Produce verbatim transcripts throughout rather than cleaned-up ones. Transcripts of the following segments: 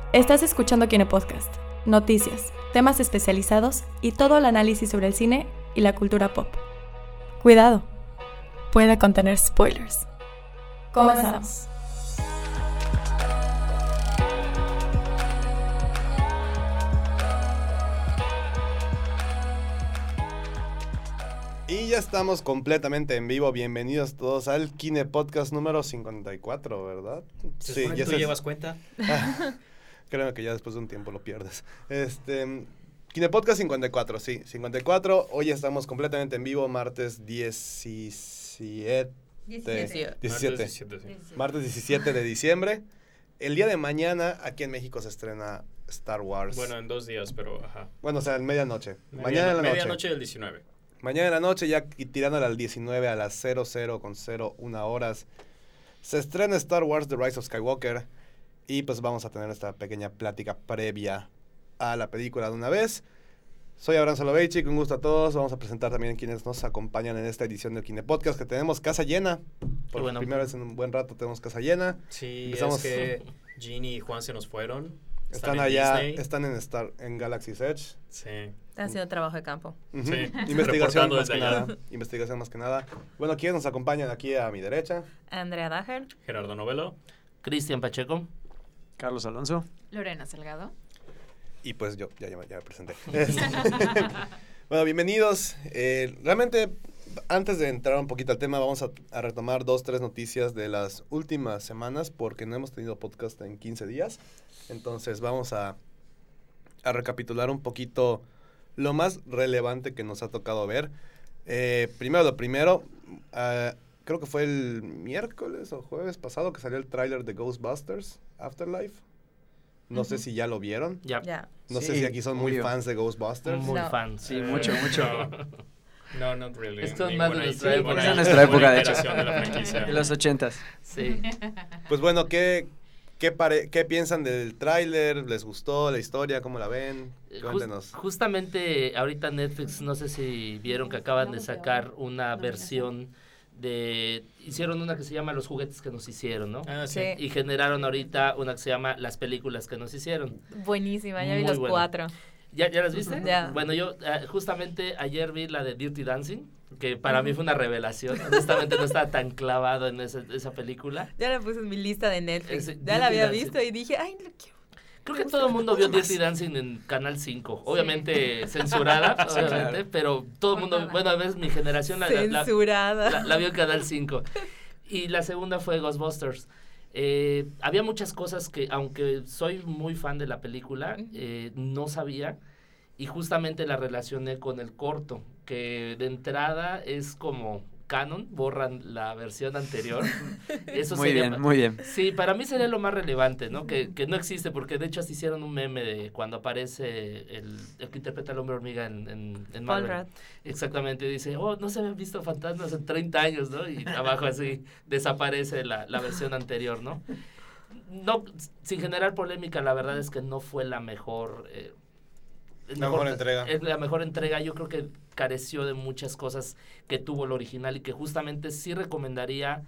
Estás escuchando Kine Podcast, noticias, temas especializados y todo el análisis sobre el cine y la cultura pop. Cuidado, puede contener spoilers. Comenzamos. Y ya estamos completamente en vivo. Bienvenidos todos al Kine Podcast número cincuenta y cuatro, ¿verdad? Sí, ya ¿tú llevas cuenta? Ah, créeme que ya después de un tiempo lo pierdes. Este, Kine Podcast cincuenta y cuatro, sí, cincuenta y cuatro. Hoy estamos completamente en vivo, martes diecisiete. diecisiete. diecisiete. Martes diecisiete, sí. Martes diecisiete de diciembre. El día de mañana aquí en México se estrena Star Wars. Bueno, en dos días, pero ajá. Bueno, o sea, en medianoche. Media- Mañana en la noche. Medianoche del diecinueve. Mañana en la noche, ya y tirándole al diecinueve a las cero cero con cero una horas, se estrena Star Wars The Rise of Skywalker. Y pues vamos a tener esta pequeña plática previa a la película de una vez. Soy Abraham Soloveitchik, un gusto a todos. Vamos a presentar también quienes nos acompañan en esta edición del Kine Podcast, que tenemos casa llena. Por bueno. primera vez en un buen rato tenemos casa llena. Sí, Empezamos. es que Ginny y Juan se nos fueron. Están en allá, Disney. están en Star en Galaxy's Edge. Sí. Está haciendo trabajo de campo. Ujú. Sí. Investigación Reportando más que desde allá. nada. Investigación más que nada. Bueno, ¿quiénes nos acompañan aquí a mi derecha? Andrea Dager. Gerardo Novelo. Cristian Pacheco. Carlos Alonso. Lorena Salgado. Y pues yo, ya, ya, ya me presenté. Bueno, bienvenidos. Eh, realmente, antes de entrar un poquito al tema, vamos a, a retomar dos, tres noticias de las últimas semanas, porque no hemos tenido podcast en quince días. Entonces vamos a, a recapitular un poquito lo más relevante que nos ha tocado ver. Eh, primero, lo primero, uh, creo que fue el miércoles o jueves pasado que salió el tráiler de Ghostbusters Afterlife. No sé Ujú. si ya lo vieron. Ya. Ya. No sé Sí, si aquí son muy obvio. fans de Ghostbusters. Muy No. fan. Sí, Eh, mucho, mucho. No, no, not really. Esto es Ninguna más de nuestra idea, época. ninguna Es de nuestra época, de hecho. iteración de la franquicia. De los ochentas. Sí. Pues bueno, ¿qué, qué, pare- qué piensan del tráiler? ¿Les gustó la historia? ¿Cómo la ven? Jus- Cuéntenos. justamente ahorita Netflix, no sé si vieron que acaban de sacar una versión de... Hicieron una que se llama Los juguetes que nos hicieron, ¿no? Ah, sí. Sí. Y generaron ahorita una que se llama Las películas que nos hicieron. Buenísima, ya vi Muy los buena. cuatro. ¿Ya, ya las viste? Ya. Bueno, yo eh, justamente ayer vi la de Dirty Dancing, que para mí fue una revelación. Honestamente no estaba tan clavado en esa, esa película. Ya la puse en mi lista de Netflix. Ese- ya la había Dirty visto y dije, ay, lo quiero. Creo que todo el mundo vio Dirty Dancing en Canal cinco. Obviamente censurada, obviamente, claro. pero todo el mundo, bueno, a veces mi generación la, la, la, Censurada. la- la vio en Canal cinco. Y la segunda fue Ghostbusters. Eh, había muchas cosas que, aunque soy muy fan de la película, eh, no sabía. Y justamente la relacioné con el corto, que de entrada es como canon, borran la versión anterior. Eso Muy sería- bien, muy bien. Sí, para mí sería lo más relevante, ¿no? Que, que no existe, porque de hecho hasta hicieron un meme de cuando aparece el, el que interpreta al hombre hormiga en, en, en Paul Marvel. Rudd. Exactamente, dice, oh, no se habían visto fantasmas en treinta años, ¿no? Y abajo así desaparece la, la versión anterior, ¿no? No, sin generar polémica, la verdad es que no fue la mejor... eh, el La mejor entrega. Es la mejor entrega, yo creo que careció de muchas cosas que tuvo el original y que justamente sí recomendaría,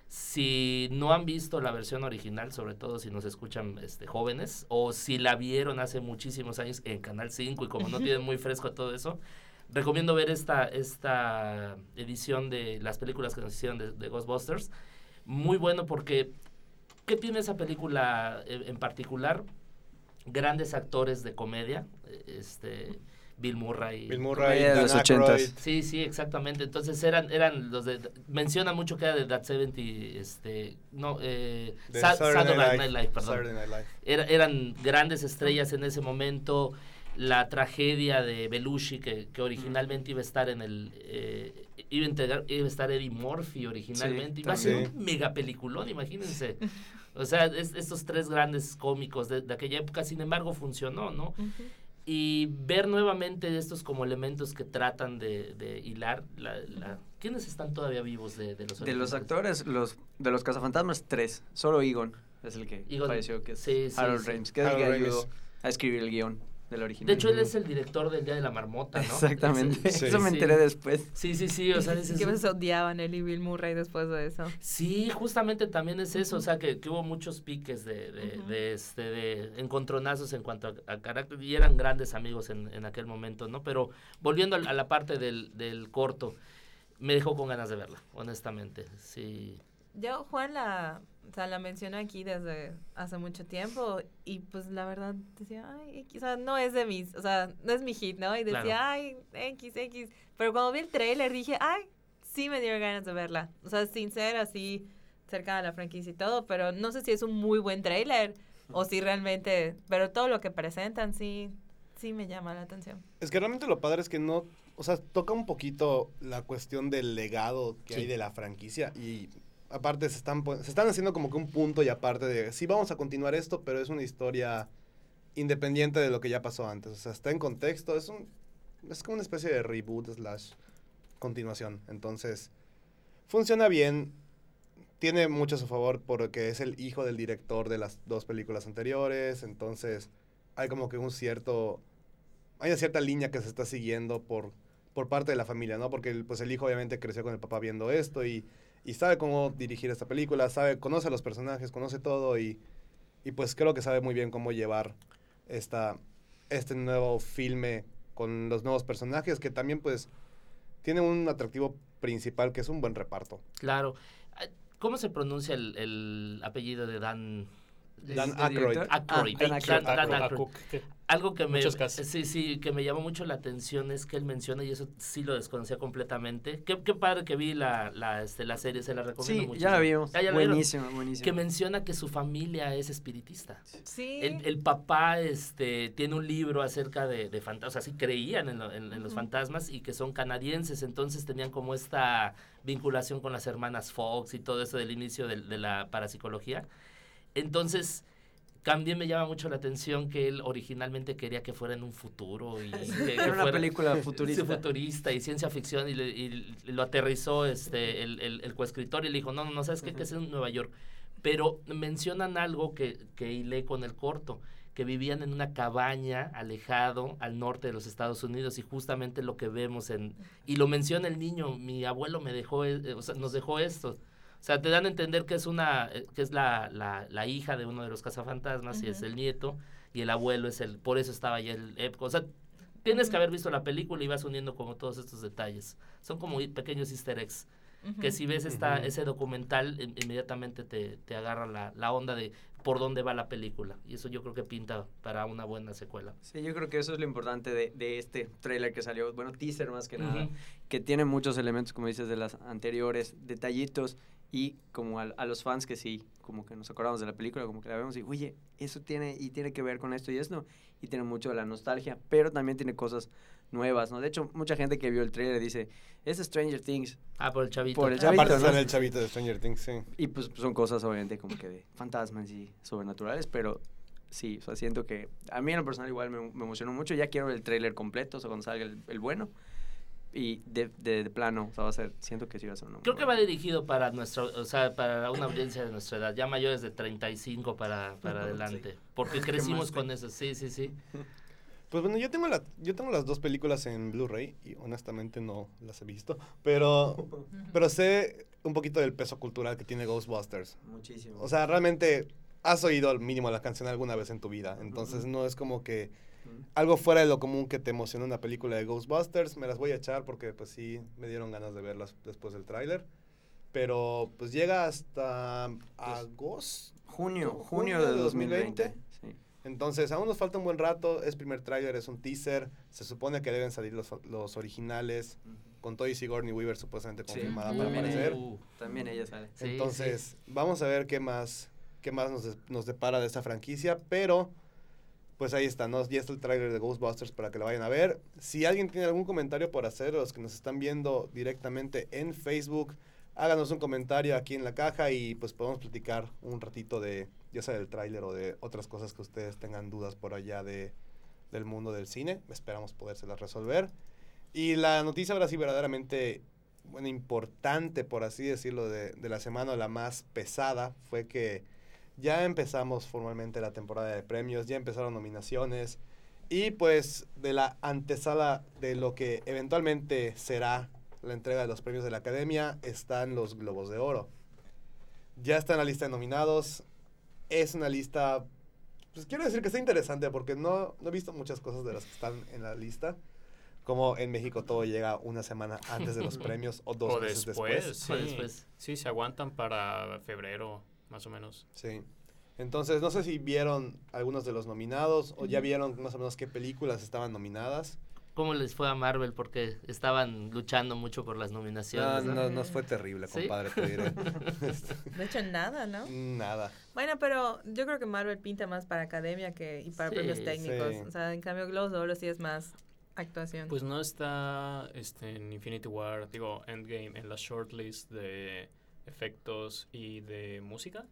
si no han visto la versión original, sobre todo si nos escuchan este, jóvenes, o si la vieron hace muchísimos años en Canal cinco y como no tienen muy fresco todo eso, recomiendo ver esta, esta edición de las películas que nos hicieron de, de Ghostbusters. Muy bueno porque, ¿qué tiene esa película en, en particular? Grandes actores de comedia, este Bill Murray. Bill Murray, Comedia de Dan los Aykroyd. ochentas. Sí, sí, exactamente. Entonces eran eran los de menciona mucho que era de That setenta, este no eh De Sa- Saturday Saturday Night Night Live. Live, perdón. Saturday Night Live. Era- eran grandes estrellas en ese momento. La tragedia de Belushi, que, que originalmente iba a estar en el... Eh, iba, a integrar- iba a estar Eddie Murphy originalmente. Sí, iba a ser también. un mega peliculón, imagínense. O sea, es- estos tres grandes cómicos de, de aquella época, sin embargo, funcionó, ¿no? Ujú. Y ver nuevamente estos como elementos que tratan de, de hilar. La, la, ¿Quiénes están todavía vivos de, de los De los originales? actores, los de los cazafantasmas, tres. Solo Egon es el que Egon, falleció, que es sí, sí, Harold sí. Ramis, que es el Harold que ayudó Ramis. a escribir el guión del original. De hecho, él es el director del Día de la Marmota, ¿no? Exactamente, Es el- eso me sí. enteré después. Sí, sí, sí, o sea, dices, Que se odiaban él y Bill Murray después de eso. sí, justamente también es eso, o sea, que, que hubo muchos piques de, de, Ujú. de, este, de encontronazos en cuanto a, a carácter, y eran grandes amigos en, en aquel momento, ¿no? Pero volviendo a, a la parte del, del corto, me dejó con ganas de verla, honestamente, sí. Yo, Juan, la, o sea, la mencionó aquí desde hace mucho tiempo y pues la verdad decía, ay, X, o sea, no es de mis, o sea, no es mi hit, ¿no? Y decía, Claro. ay, X, X. Pero cuando vi el tráiler dije, ay, sí me dieron ganas de verla. O sea, sin ser así cerca de la franquicia y todo, pero no sé si es un muy buen tráiler o si realmente, pero todo lo que presentan sí, sí me llama la atención. Es que realmente lo padre es que no, o sea, toca un poquito la cuestión del legado que Sí. hay de la franquicia y aparte se están, pon- se están haciendo como que un punto y aparte de, sí vamos a continuar esto, pero es una historia independiente de lo que ya pasó antes, o sea, está en contexto, es un, es como una especie de reboot slash continuación, entonces funciona bien, tiene mucho a su favor porque es el hijo del director de las dos películas anteriores, entonces hay como que un cierto, hay una cierta línea que se está siguiendo por, por parte de la familia, ¿no? Porque el, pues el hijo obviamente creció con el papá viendo esto y, y sabe cómo dirigir esta película, sabe, conoce a los personajes, conoce todo y, y pues creo que sabe muy bien cómo llevar esta, este nuevo filme con los nuevos personajes que también pues tiene un atractivo principal que es un buen reparto. Claro. ¿Cómo se pronuncia el, el apellido de Dan? Dan ¿Es de Aykroyd. director? Aykroyd. Ah, Dan Aykroyd. Dan- Dan Aykroyd. Aykroyd. Aykroyd, que- Algo que me, Muchos casos. sí, sí, que me llamó mucho la atención es que él menciona, y eso sí lo desconocía completamente. Qué, qué padre que vi la, la, este, la serie, se la recomiendo Sí, mucho. ya la vimos. ¿Ya, ya la vieron? Buenísimo, buenísimo. Que menciona que su familia es espiritista. Sí. El, el papá este, tiene un libro acerca de, de fantasmas, o sea, sí creían en, lo- en- en los Ujú. fantasmas y que son canadienses, entonces tenían como esta vinculación con las hermanas Fox y todo eso del inicio del- de, la parapsicología. Entonces, también me llama mucho la atención que él originalmente quería que fuera en un futuro y que, que Era una fuera- película sí, futurista. futurista y ciencia ficción y, le- y lo aterrizó este el, el, el coescritor y le dijo, no, no, no, ¿sabes qué? Que es en Nueva York. Pero mencionan algo que, que hilé con el corto, que vivían en una cabaña alejado al norte de los Estados Unidos y justamente lo que vemos en... Y lo menciona el niño, mi abuelo me dejó, eh, o sea, nos dejó esto. O sea, te dan a entender que es una eh, que es la, la, la hija de uno de los cazafantasmas y es Ujú. el nieto y el abuelo es el... Por eso estaba ahí el... eh, o sea, tienes que haber visto la película y vas uniendo como todos estos detalles. Son como i- pequeños easter eggs. Ujú. Que si ves esta, Ujú. ese documental, in- inmediatamente te, te agarra la, la onda de por dónde va la película. Y eso yo creo que pinta para una buena secuela. Sí, yo creo que eso es lo importante de, de este tráiler que salió, bueno, teaser más que nada, Ujú. que tiene muchos elementos, como dices, de las anteriores, detallitos, y como a, a los fans que sí, como que nos acordamos de la película, como que la vemos y, oye, eso tiene, y tiene que ver con esto y esto, y tiene mucho de la nostalgia, pero también tiene cosas nuevas, ¿no? De hecho, mucha gente que vio el tráiler dice, es Stranger Things, Ah, por el chavito. Por el Ah, chavito, Aparte ¿no? sale el chavito de Stranger Things, sí. y pues son cosas obviamente como que de fantasmas y sobrenaturales, pero sí, o sea, siento que a mí en lo personal igual me, me emocionó mucho, ya quiero ver el tráiler completo, o sea, cuando salga el, el bueno, y de, de, de plano, o sea, va a ser, siento que sí va a ser una Creo que buena. va dirigido para nuestro, o sea, para una audiencia de nuestra edad, ya mayores de treinta y cinco para, para adelante. Porque crecimos Quemaste. con eso, sí, sí, sí. Pues bueno, yo tengo, la, yo tengo las dos películas en Blu-ray y honestamente no las he visto, pero, pero sé un poquito del peso cultural que tiene Ghostbusters. Muchísimo. O sea, realmente has oído al mínimo la canción alguna vez en tu vida, entonces Ujú. no es como que Ujú. algo fuera de lo común que te emociona una película de Ghostbusters. Me las voy a echar porque pues sí, me dieron ganas de verlas después del tráiler. Pero pues llega hasta agosto. junio, junio junio de de dos mil veinte. 2020. Sí. Entonces, aún nos falta un buen rato. Es primer tráiler, es un teaser. Se supone que deben salir los, los originales. Con Toy Sigourney Weaver supuestamente Sí. confirmada Ujú. para También aparecer. Uh, También ella sale. sí, Entonces, vamos a ver qué más, qué más nos, des- nos depara de esta franquicia. Pero, pues ahí está, ¿no? Ya está el tráiler de Ghostbusters para que lo vayan a ver. Si alguien tiene algún comentario por hacer, los que nos están viendo directamente en Facebook, háganos un comentario aquí en la caja y pues podemos platicar un ratito de, ya sea del tráiler o de otras cosas que ustedes tengan dudas por allá de, del mundo del cine. Esperamos podérselas resolver. Y la noticia ahora sí verdaderamente, bueno, importante, por así decirlo, de, de la semana, la más pesada, fue que ya empezamos formalmente la temporada de premios, ya empezaron nominaciones Y pues de la antesala de lo que eventualmente será la entrega de los premios de la Academia están los Globos de Oro. Ya está en la lista de nominados. Es una lista, pues quiero decir que está interesante porque no, no he visto muchas cosas de las que están en la lista. Como en México todo llega una semana antes de los premios o dos O meses después, después. sí. O después. Sí, se aguantan para febrero, más o menos. Sí. Entonces, no sé si vieron algunos de los nominados o ya vieron más o menos qué películas estaban nominadas. ¿Cómo les fue a Marvel? Porque estaban luchando mucho por las No, nominaciones, ¿no? no, nos fue terrible, ¿Sí? compadre, te diré. De hecho, nada, ¿no? Nada. Bueno, pero yo creo que Marvel pinta más para academia que y para Sí, premios técnicos. sí. O sea, en cambio, Globos de Oro sí es más actuación. Pues no está este, en Infinity War, digo, Endgame, en la shortlist de efectos y de música.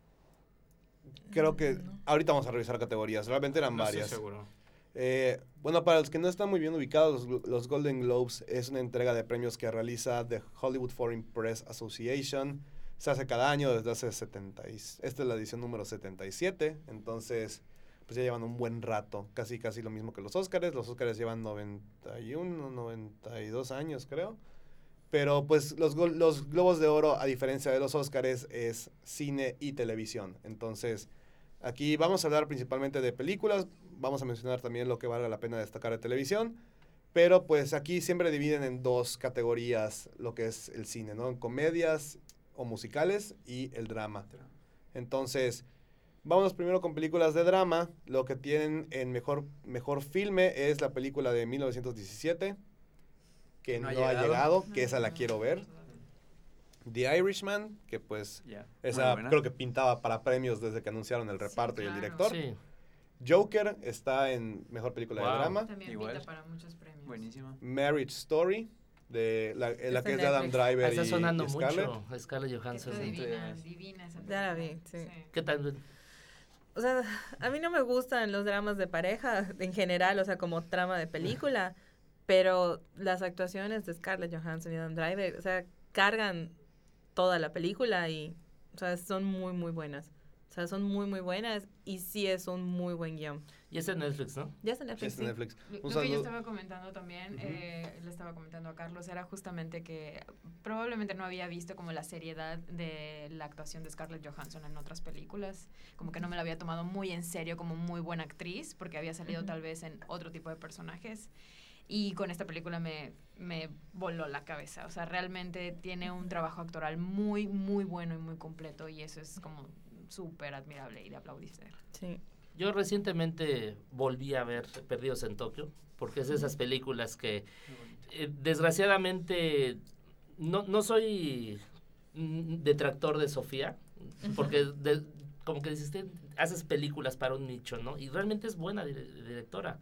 Creo que No. ahorita vamos a revisar categorías, realmente eran No estoy varias. seguro. Eh, bueno, para los que no están muy bien ubicados, los, los Golden Globes es una entrega de premios que realiza The Hollywood Foreign Press Association. Se hace cada año desde hace setenta. Y, esta es la edición número setenta y siete, entonces pues ya llevan un buen rato, casi casi lo mismo que los Óscares. Los Óscares llevan noventa y uno, noventa y dos años, creo. Pero pues los, gol- los Globos de Oro, a diferencia de los Óscares, es cine y televisión. Entonces, aquí vamos a hablar principalmente de películas, vamos a mencionar también lo que valga la pena destacar de televisión, pero pues aquí siempre dividen en dos categorías lo que es el cine, ¿no? En comedias o musicales y el drama. Entonces, vámonos primero con películas de drama. Lo que tienen en mejor, mejor filme es la película de mil novecientos diecisiete, que no, ha llegado, que esa la quiero ver. The Irishman, que pues Ya. esa Muy buena. creo que pintaba para premios desde que anunciaron el reparto y el claro. director. Sí. Joker está en mejor película de Wow. drama. También Igual. pinta para muchos premios. Buenísimo. Marriage Story, de la, en la Está que en es de Adam Netflix. Driver Está y, sonando y Scarlett. mucho Scarlett Que Johansson. está Sí. divina, divina esa Ya la película. vi, sí. ¿Qué tal? O sea, a mí no me gustan los dramas de pareja en general, o sea, como trama de película, pero las actuaciones de Scarlett Johansson y Adam Driver, o sea, cargan toda la película y, o sea, son muy, muy buenas. O sea, son muy, muy buenas y sí es un muy buen guión. Y es en Netflix, ¿no? Ya está en Sí, Netflix, está en sí. Netflix. Lo, Un lo que saludo. yo estaba comentando también, Ujú. eh, le estaba comentando a Carlos, era justamente que probablemente no había visto como la seriedad de la actuación de Scarlett Johansson en otras películas, como que no me la había tomado muy en serio como muy buena actriz, porque había salido Ujú. tal vez en otro tipo de personajes. Y con esta película me, me voló la cabeza. O sea, realmente tiene un trabajo actoral muy, muy bueno y muy completo. Y eso es como súper admirable y de aplaudirse. Sí. Yo recientemente volví a ver Perdidos en Tokio, porque es de esas películas que eh, desgraciadamente no, no soy mm, detractor de Sofía, porque de- como que dices, "Te- haces películas para un nicho, ¿no? Y realmente es buena dire- directora.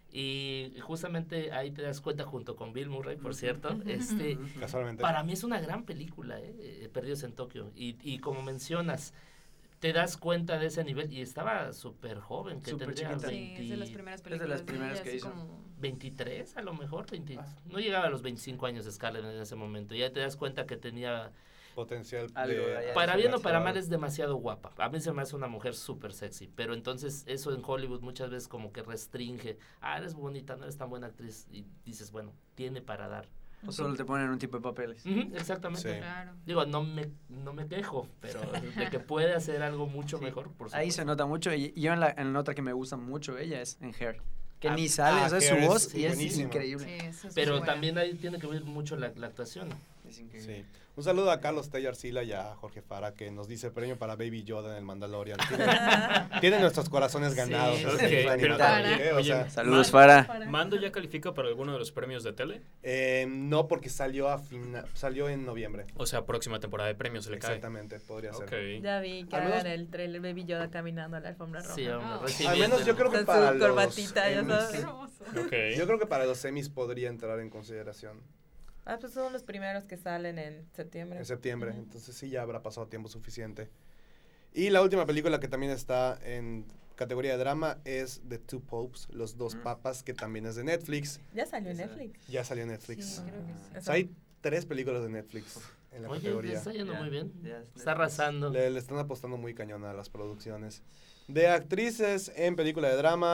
Y justamente ahí te das cuenta junto con Bill Murray, por cierto, este, Casualmente. para mí es una gran película, ¿eh? Eh, Perdidos en Tokio. Y, y como mencionas, te das cuenta de ese nivel. Y estaba súper joven, que Súper tendría chiquita. Sí, veinte es de las primeras de películas. las primeras ella, que así hizo. como- veintitrés a lo mejor. veinte no llegaba a los veinticinco años Scarlett en ese momento. Ya te das cuenta que tenía... Potencial Algo de... ahí. Para bien o para demasiado. mal es demasiado guapa. A mí se me hace una mujer súper sexy. Pero entonces eso en Hollywood muchas veces como que restringe. Ah, eres bonita, no eres tan buena actriz. Y dices, bueno, tiene para dar. O solo te ponen un tipo de papeles. Ujú, exactamente. Sí. Claro. Digo, no me, no me quejo, pero de que puede hacer algo mucho Sí. mejor, por supuesto. Ahí se nota mucho. Y y yo en la, en la otra que me gusta mucho ella es en Hair. Que Ah, ni sale, ah, o sea, es Hair su es voz y es buenísima. increíble. Sí, eso es Pero muy buena. también ahí tiene que ver mucho la, la actuación. Es increíble. Sí. Un saludo a Carlos Tello Arcila y a Jorge Fara, que nos dice premio para Baby Yoda en el Mandalorian. Tiene, tiene nuestros corazones ganados. Sí, esa ok, película pero animada, para- ¿eh? O oye, sea, Saludos, Mando- Fara. ¿Mando ya califica para alguno de los premios de tele? eh, no, porque salió a fina- salió en noviembre. O sea, próxima temporada de premios se le cae. Exactamente, podría ser. Ok. Ya vi que Al menos- hagan el trailer Baby Yoda caminando a la alfombra roja. Sí, hombre, Ah. recibiendo. Al menos yo creo que Con para su los corbatita, ya Emmys- sabes. Qué hermoso. Ok. Yo creo que para los semis podría entrar en consideración Ah, pues son los primeros que salen en septiembre. en septiembre, Ujú. entonces sí ya habrá pasado tiempo suficiente. Y la última película que también está en categoría de drama es The Two Popes, Los Dos Mm. Papas, que también es de Netflix. Ya salió en Esa- Netflix. Ya salió en Netflix. Sí, creo que sí. O sea, hay tres películas de Netflix en la Oye, le categoría. está yendo Ya, muy bien. ya, Está Netflix. arrasando. Le, le están apostando muy cañón a las producciones. De actrices en película de drama,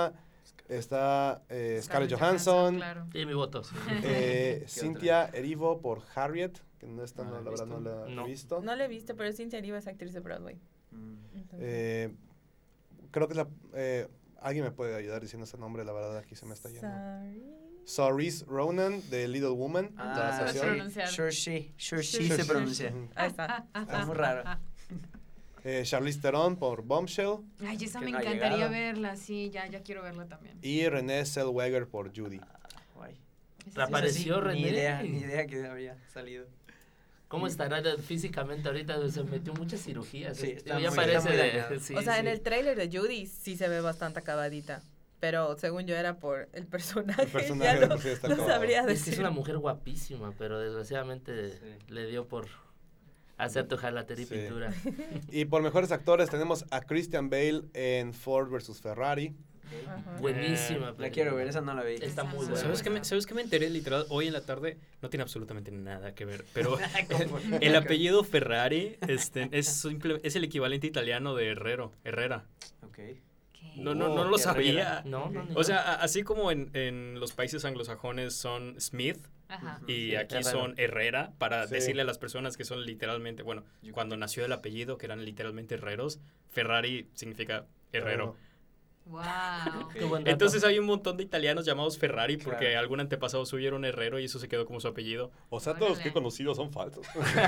Está eh, Scarlett Johansson, claro. Y mi voto. eh, ¿Qué Cynthia Erivo por Harriet, que no está, No no, la he la verdad no visto. la he No. visto. No la he visto, pero Cynthia Erivo es actriz de Broadway. Mm. Entonces, Eh, creo que es la... eh, alguien me puede ayudar diciendo ese nombre, la verdad aquí se me está yendo. sorry. Saoirse Ronan, de Little Woman. Ah, la sabes adaptación. pronunciar. Sure she. Sure she Sure se she. pronuncia. Ujú. Ahí está. Está muy raro. Eh, Charlize Theron por Bombshell. Ay, esa Que me no ha encantaría llegado. verla, sí, ya, ya quiero verla también. Y Renée Zellweger por Judy. Guay. Esa sí Reapareció Esa sí, René. Ni idea, ni idea que había salido. ¿Cómo estará físicamente ahorita? Se metió muchas cirugías. Sí, este, está ya muy- parece está muy de- dañado. sí, O sea, sí. en el tráiler de Judy sí se ve bastante acabadita. Pero según yo era por el personaje. El personaje ya no, sí está no acabado. sabría Es que decir. es una mujer guapísima, pero desgraciadamente Sí. le dio por hacer tu jalatería y Sí. pintura. Y por mejores actores tenemos a Christian Bale en Ford versus Ferrari. Ajá. Buenísima. La película. quiero ver, esa no la vi. Está muy Esa- buena. ¿Sabes qué, me, ¿Sabes qué me enteré literal hoy en la tarde? No tiene absolutamente nada que ver, pero ¿Cómo? el apellido Ferrari este, es, simple, es el equivalente italiano de Herrero, Herrera. Ok. ¿Qué? No, no, no Oh, lo qué sabía. No, no, ni O sea, a- así como en, en los países anglosajones son Smith Ajá. y Sí, aquí Herrera. son Herrera, para Sí. decirle a las personas que son literalmente, bueno, Yo- cuando nació el apellido, que eran literalmente herreros, Ferrari significa herrero. Wow. Qué buen dato. Entonces hay un montón de italianos llamados Ferrari porque Claro. algún antepasado suyo era un herrero y eso se quedó como su apellido. O sea, todos los que he Órale. conocido son falsos.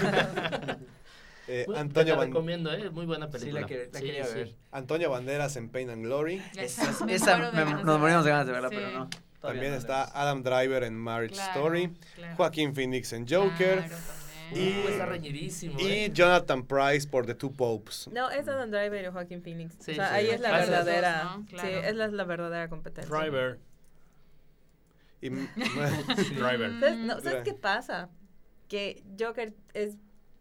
Eh, Uy, te Antonio, la Ban- recomiendo, ¿eh? Muy buena Sí, película. la, que- la Sí, quería sí. ver. Antonio Banderas en Pain and Glory. Esa, me esa muero de me- ganas nos de morimos de verla. ganas de verla, Sí. pero no. todavía También no la está he visto. Adam Driver en Marriage Claro, Story. claro. Joaquín Phoenix en Joker. Claro, Y- también. Uh, está reñidísimo, Y ¿eh? Jonathan Price por The Two Popes. No, es Adam Driver y Joaquin Phoenix. Sí, o sea, sí. ahí es la Ah, sí, verdadera. los dos, ¿no? Claro. Sí, es la, la verdadera competencia. Driver. Y, Driver. ¿Sabes, no, ¿sabes Driver. qué pasa? Que Joker es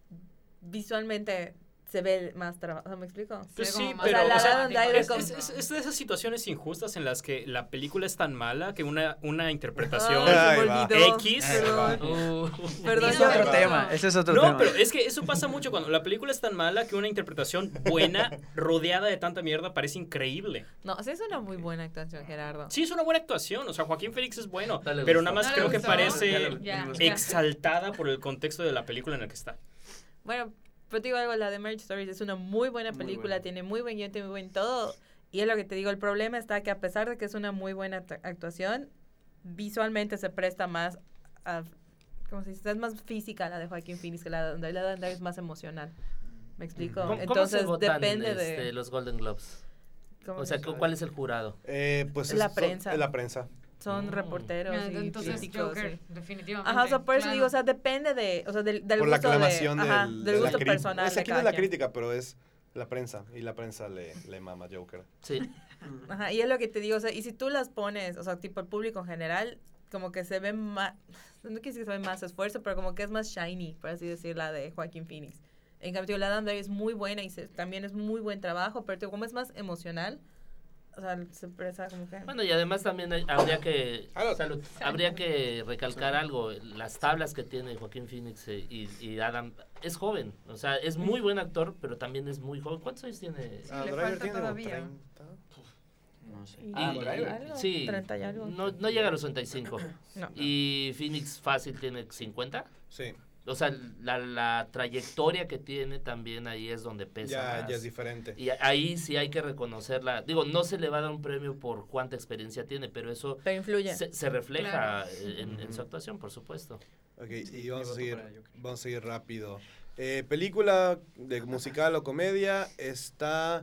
visualmente se ve más trabajo. ¿Me explico? Pues Se ve sí, como O sea, pero la o sea, Adam Driver es, como- es- es- es de esas situaciones injustas en las que la película es tan mala que una, una interpretación Ay, se me Ahí va. olvidó. X. Perdón. Uh, Perdón, Ese es yo- otro tema, ese es otro No, tema. pero es que eso pasa mucho cuando la película es tan mala que una interpretación buena, rodeada de tanta mierda, parece increíble. No, sí es una muy buena actuación, Gerardo. Sí, es una buena actuación, o sea, Joaquín Félix es bueno, No le pero gustó. nada más ¿No le creo que gustó? parece Ya le- Ya, ya. exaltada por el contexto de la película en la que está. Bueno, pero te digo algo, la de Marriage Stories es una muy buena Muy película, buena. tiene muy buen guión, tiene muy buen todo. Y es lo que te digo, el problema está que a pesar de que es una muy buena act- actuación, visualmente se presta más a... ¿Cómo se dice? Es más física la de Joaquín Phoenix que la de Adam Driver, es más emocional. ¿Me explico? ¿Cómo, cómo Entonces se votan depende este, de... los Golden Globes? ¿cómo O sea, se- ¿cu- ¿cuál es el jurado? eh, pues La es- prensa. Es la prensa. son Mm. reporteros Ah, y Entonces, críticos. Joker, sí. definitivamente. Ajá, o sea, por eso claro. digo, o sea, depende de, o sea, del, del Por la gusto de, aclamación ajá, del, del de la gusto crítica. personal Es de aquí no cada es la quien. crítica, pero es la prensa. Y la prensa le, le mama a Joker. Sí. Ajá, y es lo que te digo, o sea, y si tú las pones, o sea, tipo el público en general, como que se ve más, no quiero decir que se ve más esfuerzo, pero como que es más shiny, por así decir, la de Joaquín Phoenix. En cambio, la de Adam Driver es muy buena y se- también es muy buen trabajo, pero digo, como es más emocional, o sea, se expresa como que... Bueno, y además también hay- habría que Salud. salud, habría que recalcar algo, las tablas que tiene Joaquín Phoenix eh, y, y Adam es joven, o sea, es muy buen actor, pero también es muy joven. ¿Cuántos años tiene? Ah, le Driver falta tiene como todavía. treinta. No sé. y- Ah, y Driver. algo, Sí, treinta y algo. no, no llega a los treinta y cinco. No. Y Phoenix fácil tiene cincuenta. Sí. O sea, la, la trayectoria que tiene también ahí es donde pesa Ya, más. ya es diferente. Y ahí sí hay que reconocerla. Digo, no se le va a dar un premio por cuánta experiencia tiene, pero eso Pero influye. se, se refleja Claro. en, en su Ujú. actuación, por supuesto. Ok, Sí, y mi vamos a voto seguir, para Joker. vamos a seguir rápido. Eh, película de musical o comedia está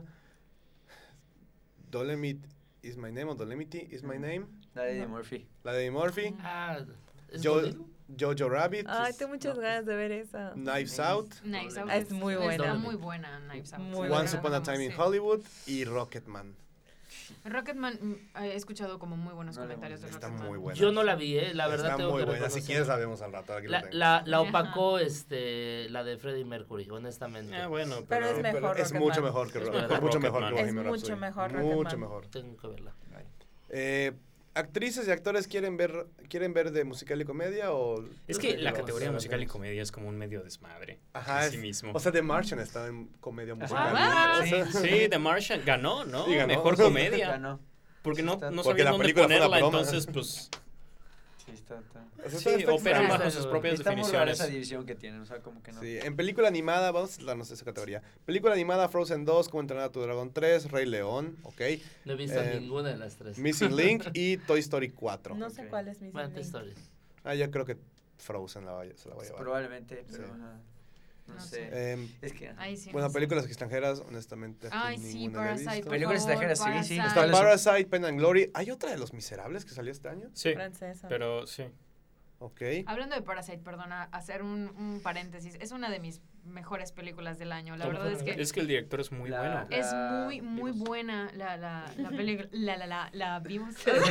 Dolemite is my name o Dolemite is my name. La de Eddie Murphy. La de Eddie Murphy. Ah, ¿es Jo- Dolittle? Jojo Rabbit. Ay, tengo muchas No. ganas de ver esa. Knives Out. Knives Out Es muy buena. Está muy buena, Knives Out. Muy Once buena. Upon a Time in Sí. Hollywood y Rocketman. Rocketman, mm, he escuchado como muy buenos No la comentarios de Está Rocketman. muy buena. Yo no la vi, eh, la verdad Está tengo muy que buena. Si reconocer. quieres la vemos al rato. Aquí La, la, tengo. la, la opacó este, la de Freddie Mercury, honestamente. Ah, bueno, Pero pero, es Pero mejor es Rocketman. mucho mejor que Es Rocketman. mejor Mucho mejor que Rocketman. Es Bohemian mucho Rhapsody. mejor Mucho Rocketman. mejor. Tengo que verla. Eh, ¿Actrices y actores quieren ver quieren ver de musical y comedia o...? es Yo que sé la lo categoría vamos a hacer musical y las comedia es como un medio desmadre Ajá, en sí es- mismo. O sea, The Martian estaba en comedia musical. Ah, O sea, sí, The Martian ganó, ¿no? Sí, ganó. Mejor comedia. Ganó. porque Sí no, está- no Porque sabían la dónde película fue una ponerla, broma. entonces pues Sí, está, está. O sea, sí, está- está operan extraño. bajo sus propias Está muy rara definiciones. esa división que tienen, o sea, como que no. Sí, en película animada, vamos a darnos esa categoría. Película animada, Frozen dos, Cómo entrenar a tu dragón tres, Rey León, ok. No he visto Eh, ninguna de las tres. Missing Link y Toy Story cuatro. No sé Ok. cuál es mi Bueno, Toy Story. Ah, yo creo que Frozen la vaya, se la voy a Pues llevar. probablemente, pero Sí. ajá, no, No sé. sé. Em, Es que Ahí sí. bueno, no sé. películas extranjeras, honestamente. aquí Ay, sí, ninguna la he Parasite. visto. por Películas favor, extranjeras, sí, sí, Parasite. Está Parasite. Parasite, Pen and Glory. ¿Hay otra de Los Miserables que salió este año? Sí, Francesa. pero sí. Ok. Hablando de Parasite, perdona, hacer un, un paréntesis. Es una de mis mejores películas del año. La ¿Cómo verdad fue? es que Es que el director es muy La- bueno. es La muy, muy vimos. buena la, la, la película. La, la, la, la vimos.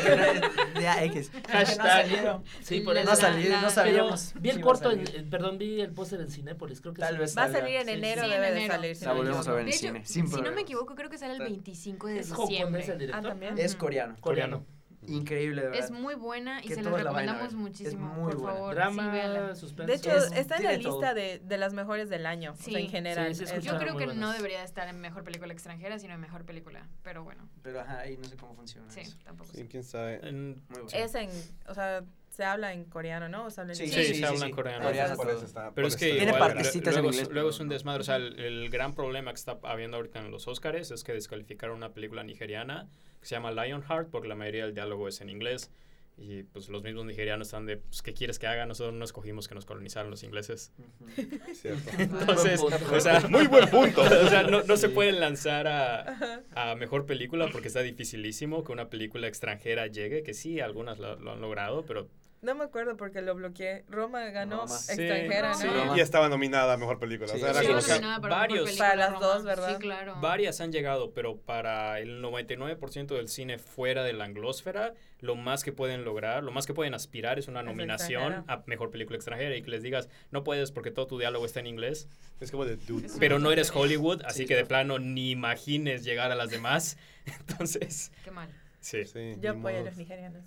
Ya, X. Hashtag. Sí, por La- eso. No salí, la- no sabíamos. Pero vi el si iba a corto, en, salir. eh, perdón, vi el póster en Cinépolis, creo que Tal sí. vez Va a salga. salir en Sí, enero, sí, en debe de enero. salir. si La no me volvemos a ver en De hecho, cine, sin si no me problemas. equivoco, creo que sale el Está- veinticinco de ¿Es Hong diciembre. Kong, es el Ah, director? también. Es Ujú. coreano. Coreano. Increíble, de verdad. Es muy buena y Que se les todos la vayan a recomendamos ver. muchísimo. Es muy por buena. favor, sí, Drama, véanla. suspenso. De hecho, Es- está en la tiene todo. lista de, de las mejores del año, o sea, Sí. en general. Sí, sí, Es- escuché. Yo Están creo muy que no buenas. debería estar en mejor película extranjera, sino en mejor película. Pero bueno, Pero ajá, ahí no sé cómo funciona sí, eso. tampoco Sí, sé. quién sabe. En- Muy bueno. es en, o sea, se habla en coreano, ¿no? O se habla en Sí, Sí, sí, se habla en coreano. Coreano, Por eso todo. está- Pero por es eso que está- Tiene igual, partecitas luego, en es- inglés, luego pero es un no. desmadre. O sea, el, el gran problema que está habiendo ahorita en los Oscars es que descalificaron una película nigeriana que se llama Lionheart porque la mayoría del diálogo es en inglés. Y pues los mismos nigerianos están de, pues, ¿qué quieres que haga? Nosotros no escogimos que nos colonizaron los ingleses. Ujú. Cierto. Entonces, Buen punto. o sea, Muy buen punto. o sea, no, no se Sí. pueden lanzar a, a mejor película porque está dificilísimo que una película extranjera llegue, que sí, algunas lo, lo han logrado, pero No me acuerdo porque lo bloqueé. Roma ganó Roma. Sí. extranjera, Sí. ¿no? Roma. Y estaba nominada a mejor película. Sí, o sea, era sí, como sí. que- nominada para varios- mejor película, Para las Roma. dos, ¿verdad? Sí, claro. varias han llegado, pero para el noventa y nueve por ciento del cine fuera de la anglósfera, lo más que pueden lograr, lo más que pueden aspirar es una Es nominación extranjera. a mejor película extranjera y que les digas, no puedes porque todo tu diálogo está en inglés, Es como de dude. Es pero una no eres tontería. Hollywood, así Sí, que de está. plano ni imagines llegar a las demás. Entonces, Qué mal. sí. Sí, Yo ni apoyo a modo. los nigerianos.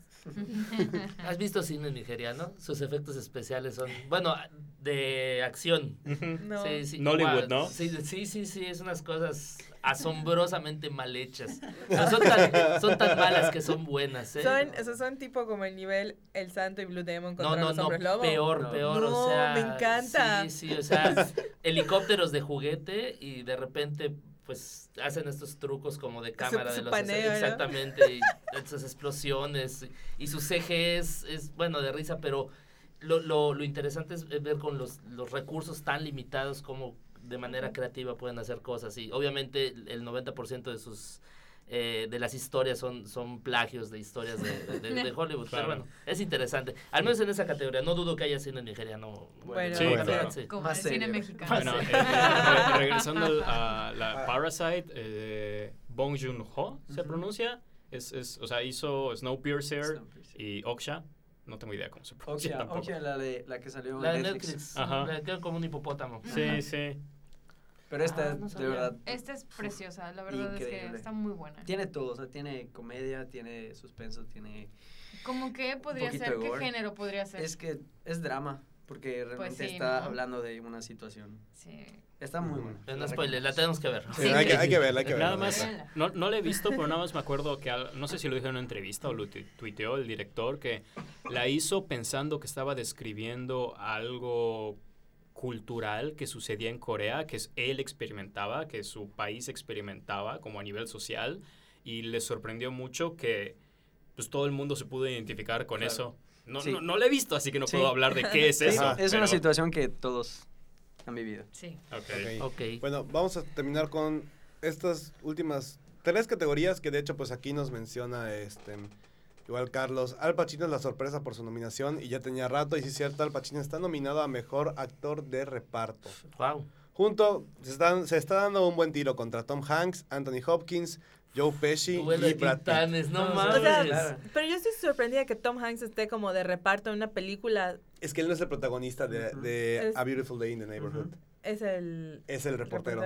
¿Has visto cine nigeriano? Sus efectos especiales son, bueno, de acción. No. Sí, sí. Nollywood, Guau, ¿no? Sí, sí, sí, sí, es unas cosas asombrosamente mal hechas. O sea, son, tan, son tan malas que son buenas, ¿eh? Son, esos son tipo como el nivel El Santo y Blue Demon No, contra no, los no, hombres lobo. peor, No. peor, No, o sea... me encanta. Sí, sí, o sea, helicópteros de juguete y de repente, pues, hacen estos trucos como de cámara su de los... paneo, ¿no? Exactamente, y esas explosiones, y, y su C G es, es, bueno, de risa, pero lo, lo, lo interesante es ver con los, los recursos tan limitados como de manera creativa pueden hacer cosas, y obviamente el noventa por ciento de sus... Eh, de las historias son, son plagios de historias de, de, de Hollywood, Claro. pero bueno, es interesante, al menos en esa categoría, no dudo que haya cine nigeriano. Bueno, Sí, también, claro. sí. Como Más el cine serio. mexicano. Bueno, eh, eh, re- regresando al- a la Parasite, eh, Bong Joon-ho se Ujú. pronuncia, es, es, o sea, hizo Snowpiercer Snowpiercer. y Oksha, no tengo idea cómo se pronuncia Okia, tampoco. Okia, la, de, la que salió La de en Netflix. Netflix, Ajá. la que era como un hipopótamo. Sí, sí. Pero esta, Ah, no de sabía. verdad, Esta es preciosa, la verdad es que Increíble. está muy buena. tiene todo. O sea, tiene comedia, tiene suspenso, tiene... ¿Cómo que podría poquito ser? de ¿Qué gore. género podría ser? Es que es drama, porque realmente sí, está ¿no? hablando de una situación. Sí. Está muy Ujú. buena. Es La un spoiler, la tenemos que ver. Sí, hay, que, hay que verla, hay que verla. Nada más, Véanla. no, no la he visto, pero nada más me acuerdo que, al- no sé si lo dijo en una entrevista o lo tu- tuiteó el director, que la hizo pensando que estaba describiendo algo cultural que sucedía en Corea, que es, él experimentaba, que su país experimentaba como a nivel social, y le sorprendió mucho que pues todo el mundo se pudo identificar con Claro. eso. No, Sí. no, no la he visto, así que no Sí. puedo hablar de qué es Sí, eso. es pero- una situación que todos han vivido. Sí. Ok. Ok. Ok. Bueno, vamos a terminar con estas últimas tres categorías que de hecho pues aquí nos menciona este igual Carlos. Al Pacino es la sorpresa por su nominación y ya tenía rato y sí es cierto, Al Pacino está nominado a Mejor Actor de Reparto. Wow. Junto se, están, se está dando un buen tiro contra Tom Hanks, Anthony Hopkins, Joe Pesci Duelo y de Brad Pitt. titanes, no No, mames. O sea, Claro. pero yo estoy sorprendida que Tom Hanks esté como de reparto en una película. Es que él no es el protagonista de, Ujú. de Es- A Beautiful Day in the Neighborhood. Ujú. Es el Es el reportero.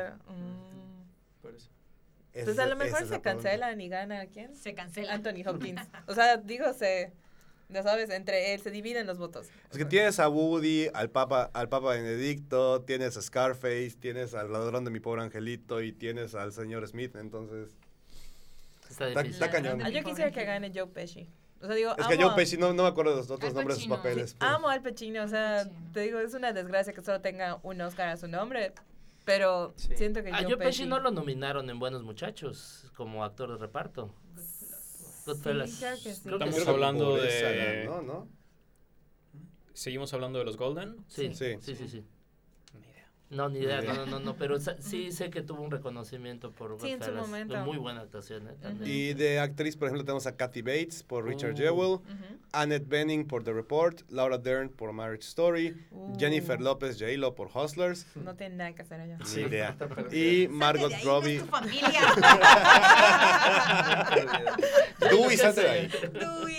Mm. Por eso. Ese Pues a es- lo mejor esa es se la pregunta. cancelan y gana ¿quién? Se cancela. Anthony Hopkins. O sea, digo, se, ya sabes, entre él se dividen los votos. Es que tienes a Woody, al Papa, al Papa Benedicto, tienes a Scarface, tienes al ladrón de mi pobre angelito y tienes al señor Smith, entonces Está Está, difícil. está cañón. Ah, yo quisiera que gane Joe Pesci. O sea, digo, Es que amo, Joe Pesci, no, no me acuerdo de los otros Al nombres de sus Pacino. papeles. pero- amo al Pacino, o sea, Al Pacino. te digo, es una desgracia que solo tenga un Oscar a su nombre, pero Sí. siento que A Joe Joe Pesci Pesci... no lo nominaron en Buenos Muchachos como actor de reparto. Goodfellas. Sí, claro que sí. Creo que Estamos Creo sí. que hablando por esa, de- ¿no? ¿no? ¿Seguimos hablando de los Golden? Sí, Sí. sí, sí, sí. Ni idea. No, ni idea, Ni idea. no, no, no, pero sa- sí sé que tuvo un reconocimiento por Sí, en su Goodfellas. momento. De muy buena actuación, ¿eh? También. Y de actriz, por ejemplo, tenemos a Kathy Bates por Richard Uh. Jewell, Ujú. Annette Bening por The Report, Laura Dern por Marriage Story, Uh. Jennifer López J-Lo por Hustlers, No tiene nada que hacer allá. ni idea, y Margot Salte de ahí, Robbie. no es tu familia. Dewey, salte de ahí. Uy.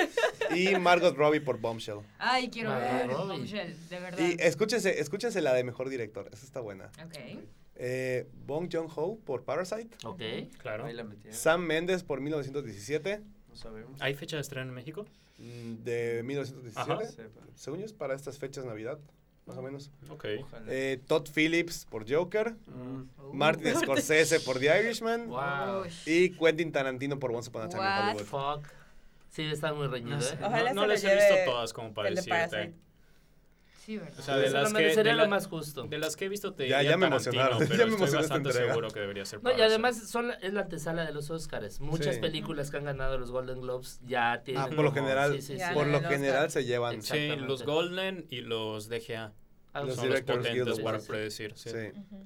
Y Margot Robbie por Bombshell. Ay, quiero Margot ver Robbie. Bombshell, de verdad. Y escúchense, escúchense la de Mejor Director, esa está buena. Ok. Eh, Bong Joon-ho por Parasite, Ok. Claro. Ahí la metieron. Sam Mendes por mil novecientos diecisiete, No sabemos. ¿Hay fecha de estreno en México? mm, de mil novecientos diecisiete, Ajá. Sepa. según yo es para estas fechas Navidad, más o menos. Ok. Ojalá. Eh, Todd Phillips por Joker, Mm. Uh. Martin Scorsese por The Irishman Wow. Uy. y Quentin Tarantino por Once Upon a Time in What? Hollywood. Fuck. Sí, está muy reñido, No sé. ¿eh? Ojalá no se no lo les he lleve visto todas como para el de decirte. Parasite. Sí, ¿verdad? O sea, de Se las lo que, merecería de, lo la- más justo. de las que he visto te Ya- diría ya me Tarantino, emocionaron, pero ya me estoy emocionó esta bastante entrega. seguro que debería ser No, y Parasite. además son la- es la antesala de los Oscars. Muchas Sí. películas que han ganado los Golden Globes ya tienen. Ah, por lo como- general, sí, sí, Ya, sí. por en lo el general Oscar. se llevan. Exacto. Sí, Exactamente. los Golden y los D G A Ah, Los son los Directors Guild potentes para Awards. predecir. Sí. Sí. Ujú.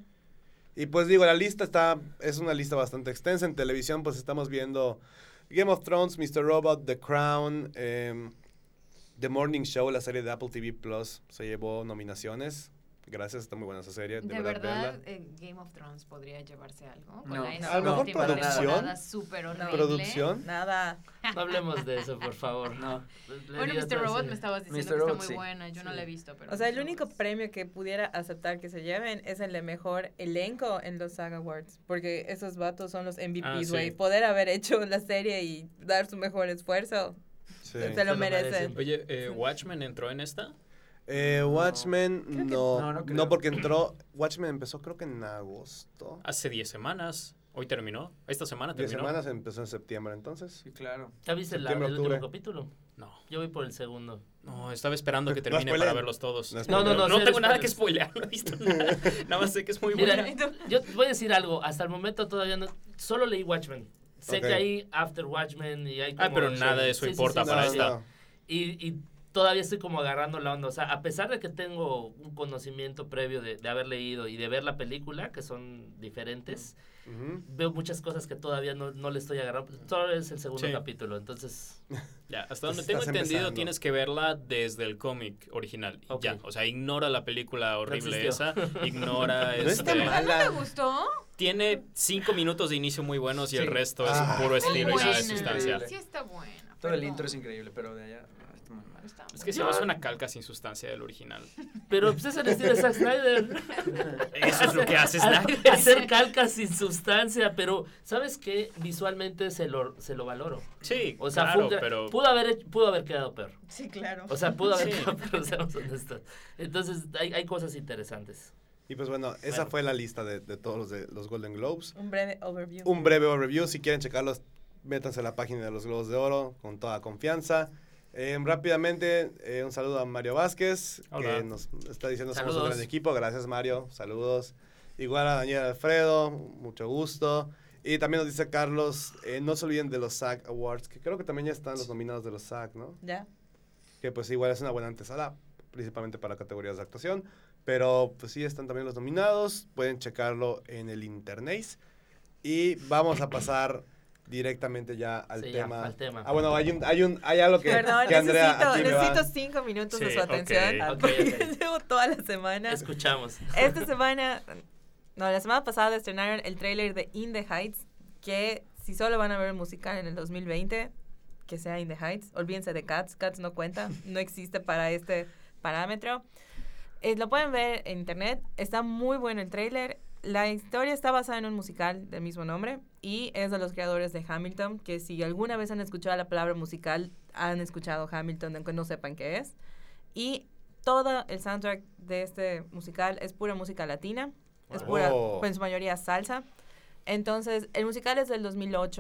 Y pues digo, la lista está, es una lista bastante extensa. En televisión pues estamos viendo Game of Thrones, mister Robot, The Crown, em, The Morning Show, la serie de Apple T V Plus, se llevó nominaciones. Gracias, está muy buena esa serie. De, De verdad, verdad, véanla. eh, Game of Thrones podría llevarse algo. Con No. la esa A lo mejor última producción. temporada súper horrible. ¿Producción? Nada. No hablemos de eso, por favor. No. Le Bueno, digo mister otra Robot serie. me estabas diciendo mister que Robot, está muy sí. buena. Yo no Sí. la he visto, pero... O sea, el mister único Robot. premio que pudiera aceptar que se lleven es el de mejor elenco en los SAG Awards. Porque esos vatos son los M V Ah, Ps, sí. güey. Poder haber hecho la serie y dar su mejor esfuerzo. Sí. Se, Se lo lo merecen. merecen. Oye, eh, ¿Watchmen entró en esta? Eh, Watchmen, Creo que- no, no, no no, creo. porque entró, Watchmen empezó creo que en agosto. Hace diez semanas. Hoy terminó. Esta semana Diez terminó. semanas empezó en septiembre, entonces. Sí, claro. ¿Ya viste la- Septiembre, el último octubre. capítulo? No. Yo voy por el segundo. No, estaba esperando que No termine spoileen. para verlos todos. No No, no, spoileen. no, No cero tengo nada que spoilers. spoilear, no he visto nada. Nada más sé que es muy Mira, buena. yo te voy a decir algo. Hasta el momento todavía no... Solo leí Watchmen. Sé Ok. que hay After Watchmen y hay como... Ah, pero nada de eso Sí, sí, importa sí, para sí. No, esta. no. Y, y todavía estoy como agarrando la onda. O sea, a pesar de que tengo un conocimiento previo de, de haber leído y de ver la película, que son diferentes, Ujú. veo muchas cosas que todavía no, no le estoy agarrando. Solo es el segundo Sí. capítulo, entonces... Ya, hasta donde Estás tengo entendido empezando. tienes que verla desde el cómic original. y Ok. Ya, o sea, ignora la película horrible existió. esa, ignora No está este, mal. ¿No te gustó? tiene cinco minutos de inicio muy buenos y el Sí. resto es Ah. puro Es estilo y nada de buena. sustancia. Increíble. Sí está buena. Todo el perdón. intro es increíble, pero de allá ah, está muy mal. Está Es que buena. se es una calca sin sustancia del original. Pero pues es el estilo de Zack Snyder. Eso es lo que hace Ha- Snyder. Hacer calcas sin sustancia, pero ¿sabes qué? Visualmente se lo, se lo valoro. Sí, O sea, claro, fue un gra- pero pudo, haber, hecho- pudo haber quedado peor. Sí, claro. O sea, pudo haber Sí. quedado peor, seamos honestos. Entonces, hay, hay cosas interesantes. Y pues bueno, esa Bueno. fue la lista de, de todos los de los Golden Globes. Un breve overview. Un breve overview, si quieren checarlos, métanse a la página de los Globos de Oro con toda confianza. Eh, rápidamente, eh, un saludo a Mario Vázquez, Hola. que nos está diciendo somos un Saludos. gran equipo. Gracias, Mario. Saludos. Igual a Daniel Alfredo, mucho gusto. Y también nos dice Carlos, eh, no se olviden de los SAG Awards, que creo que también ya están los nominados de los SAG, ¿no? Ya. Que pues igual es una buena antesala, principalmente para categorías de actuación. Pero pues sí, están también los nominados, pueden checarlo en el internet. Y vamos a pasar directamente ya al Sí, ya, tema. al tema. Ah, bueno, hay, un, hay, un, hay algo que, Perdón, que Andrea necesito, aquí me va- necesito cinco minutos de Sí, su atención. ok. Ok, Porque ok. llevo toda la semana. Escuchamos. Esta semana, no, la semana pasada estrenaron el tráiler de In the Heights, que si solo van a ver el musical en el dos mil veinte, que sea In the Heights. Olvídense de Cats, Cats no cuenta, no existe para este parámetro. Eh, lo pueden ver en internet, está muy bueno el tráiler. La historia está basada en un musical del mismo nombre y es de los creadores de Hamilton, que si alguna vez han escuchado la palabra musical, han escuchado Hamilton, aunque no sepan qué es. Y todo el soundtrack de este musical es pura música latina, es pura, Oh. pues, en su mayoría salsa. Entonces, el musical es del dos mil ocho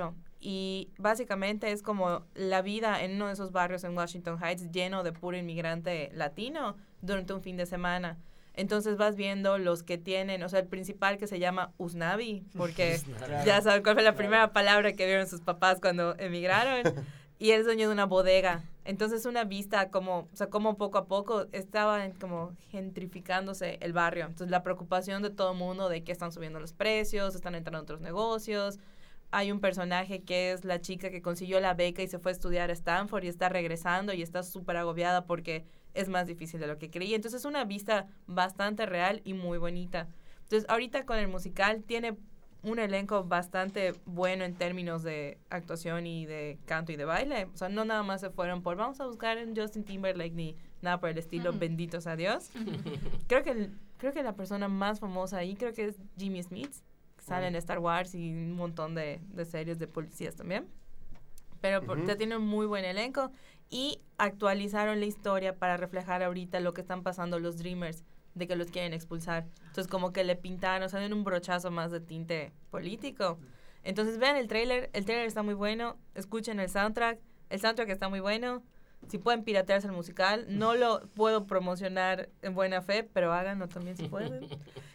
y básicamente es como la vida en uno de esos barrios en Washington Heights lleno de puro inmigrante latino durante un fin de semana. Entonces vas viendo los que tienen, o sea, el principal que se llama Usnavi, porque ya saben cuál fue la primera palabra que vieron sus papás cuando emigraron, y el dueño de una bodega. Entonces una vista como, o sea, como poco a poco estaba como gentrificándose el barrio. Entonces la preocupación de todo el mundo de que están subiendo los precios, están entrando otros negocios. Hay un personaje que es la chica que consiguió la beca y se fue a estudiar a Stanford y está regresando y está súper agobiada porque es más difícil de lo que creía. Entonces es una vista bastante real y muy bonita. Entonces ahorita con el musical tiene un elenco bastante bueno en términos de actuación y de canto y de baile. O sea, no nada más se fueron por vamos a buscar en Justin Timberlake ni nada por el estilo, benditos a Dios. Creo que, el, creo que la persona más famosa ahí creo que es Jimmy Smith, que sale en Star Wars y un montón de, de series de policías también. Pero por, uh-huh. ya tiene un muy buen elenco y actualizaron la historia para reflejar ahorita lo que están pasando los Dreamers, de que los quieren expulsar. Entonces como que le pintaron, o sea, en un brochazo más de tinte político. Entonces vean el tráiler, el tráiler está muy bueno, escuchen el soundtrack, el soundtrack está muy bueno. Si pueden piratearse el musical, no lo puedo promocionar en buena fe, pero háganlo también si pueden.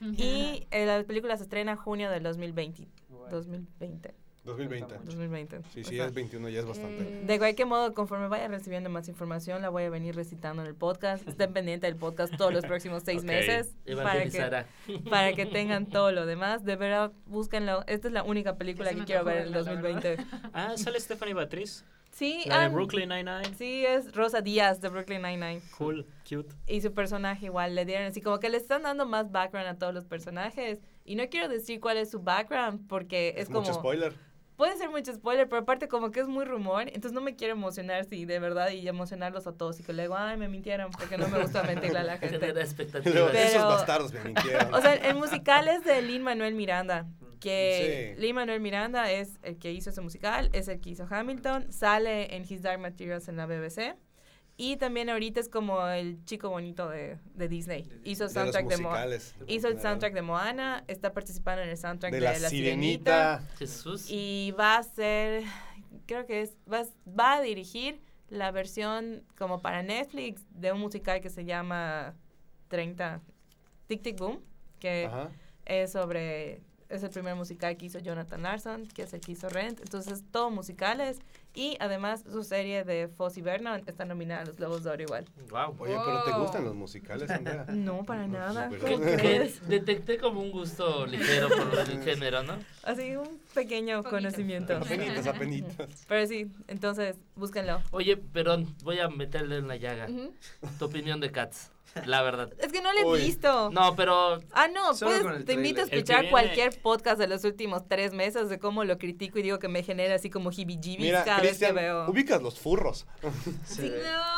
Y eh, la película se estrena junio del dos mil veinte. dos mil veinte. dos mil veinte. dos mil veinte. Sí, sí, es veintiuno, ya es bastante. De cualquier modo, conforme vaya recibiendo más información, la voy a venir recitando en el podcast. Estén pendientes del podcast todos los próximos seis okay. meses para que, para que tengan todo lo demás. De verdad, búsquenlo. Esta es la única película que quiero ver en el dos mil veinte. Ah, ¿sale Stephanie Beatriz? Sí. ¿La de um, Brooklyn Nine-Nine? Sí, es Rosa Díaz de Brooklyn Nine-Nine. Cool, cute. Y su personaje igual, le dieron así como que le están dando más background a todos los personajes. Y no quiero decir cuál es su background porque es, es como... mucho spoiler. Puede ser mucho spoiler, pero aparte como que es muy rumor, entonces no me quiero emocionar, sí, de verdad, y emocionarlos a todos. Y que luego, ay, me mintieron, porque no me gusta mentirle a la gente. Genera expectativas. Pero, pero, esos bastardos me mintieron. O sea, el musical es de Lin-Manuel Miranda, que sí. Lin-Manuel Miranda es el que hizo ese musical, es el que hizo Hamilton, sale en His Dark Materials en la B B C. Y también ahorita es como el chico bonito de, de Disney. Hizo soundtrack de, de Moana. Hizo el soundtrack de Moana, está participando en el soundtrack de, de La, la Sirenita. Sirenita. Jesús. Y va a ser, creo que es, va, va a dirigir la versión como para Netflix de un musical que se llama treinta, Tic Tic Boom, que Ajá. es sobre... Es el primer musical que hizo Jonathan Larson, que es el que hizo Rent. Entonces, todo musicales. Y además, su serie de Fosse y Vernon está nominada a los Globos de Oro igual. Wow. Oye, ¿pero te gustan los musicales, Andrea? No, para no, nada. ¿Qué, ¿Qué? Detecté como un gusto ligero por el género, ¿no? Así, un pequeño Poquito. conocimiento. Apenitas, apenitas. Pero sí, entonces, búsquenlo. Oye, perdón, voy a meterle en la llaga. Uh-huh. Tu opinión de Cats. La verdad. Es que no lo he Uy. visto. No, pero... Ah, no, pues te invito a escuchar viene... cualquier podcast de los últimos tres meses de cómo lo critico y digo que me genera así como heebie-jeebies cada Christian, vez que veo. Ubicas los furros. Sí,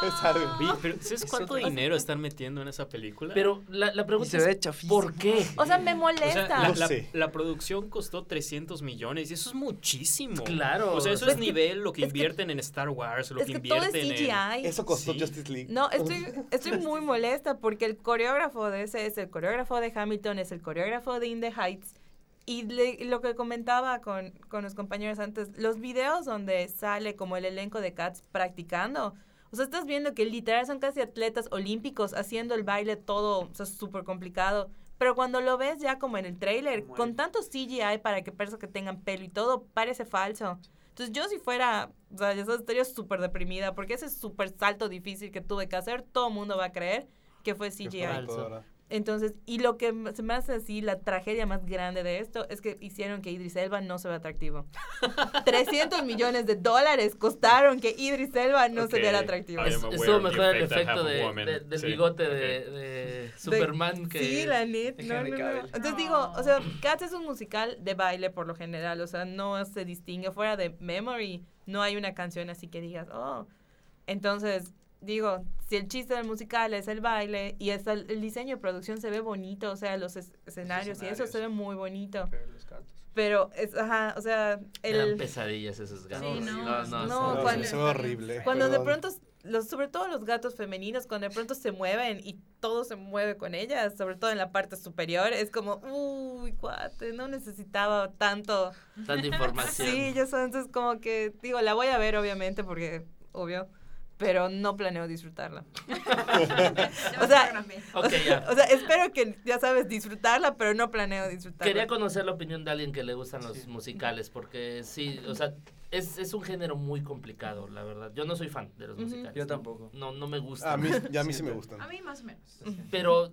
no. Oye, pero ¿sabes cuánto dinero están metiendo en esa película? Pero la, la pregunta es, ¿por qué? O sea, me molesta. O sea, la, la, la producción costó trescientos millones y eso es muchísimo. Claro. O sea, eso pues es nivel lo que invierten que, en Star Wars, lo es que, que invierten todo es C G I. en... Eso costó sí. Justice League. No, estoy, estoy muy molesta porque el coreógrafo de ese es el coreógrafo de Hamilton, es el coreógrafo de In the Heights. Y le, lo que comentaba con, con los compañeros antes, los videos donde sale como el elenco de Cats practicando, o sea, estás viendo que literal son casi atletas olímpicos haciendo el baile todo, o sea, súper complicado. Pero cuando lo ves ya como en el tráiler, con tanto C G I para que personas que tengan pelo y todo, parece falso. Entonces yo si fuera, o sea, yo estaría súper deprimida porque ese súper salto difícil que tuve que hacer, todo el mundo va a creer que fue C G I. Entonces, y lo que se me hace así, la tragedia más grande de esto es que hicieron que Idris Elba no se vea atractivo. trescientos millones de dólares costaron que Idris Elba no okay. se viera atractivo. Es, estuvo mejor el efecto de, de, del sí. bigote okay. de, de Superman de, que... Sí, la net. No, no, no. Entonces digo, o sea, Cats es un musical de baile por lo general, o sea, no se distingue. Fuera de Memory, no hay una canción así que digas, oh. Entonces... Digo, si el chiste del musical es el baile y es el, el diseño de producción se ve bonito, o sea, los es, escenarios, escenarios y eso se ve muy bonito. Pero los gatos. Pero, es, ajá, o sea... El... Eran pesadillas esos gatos. Sí, no, no, no, no, no cuando, se ve horrible. Cuando Perdón. de pronto los, sobre todo los gatos femeninos, cuando de pronto se mueven y todo se mueve con ellas, sobre todo en la parte superior, es como, uy, cuate, no necesitaba tanto. Tanta información. Sí, yo sé, entonces como que, digo, la voy a ver obviamente porque, obvio, pero no planeo disfrutarla. o, sea, okay, ya. o sea, espero que, ya sabes, disfrutarla, pero no planeo disfrutarla. Quería conocer la opinión de alguien que le gustan los sí. musicales, porque sí, o sea, es, es un género muy complicado, la verdad. Yo no soy fan de los uh-huh. musicales. Yo tampoco. No, no me gusta. A mí, ya a mí sí, sí me gustan. A mí más o menos. Pero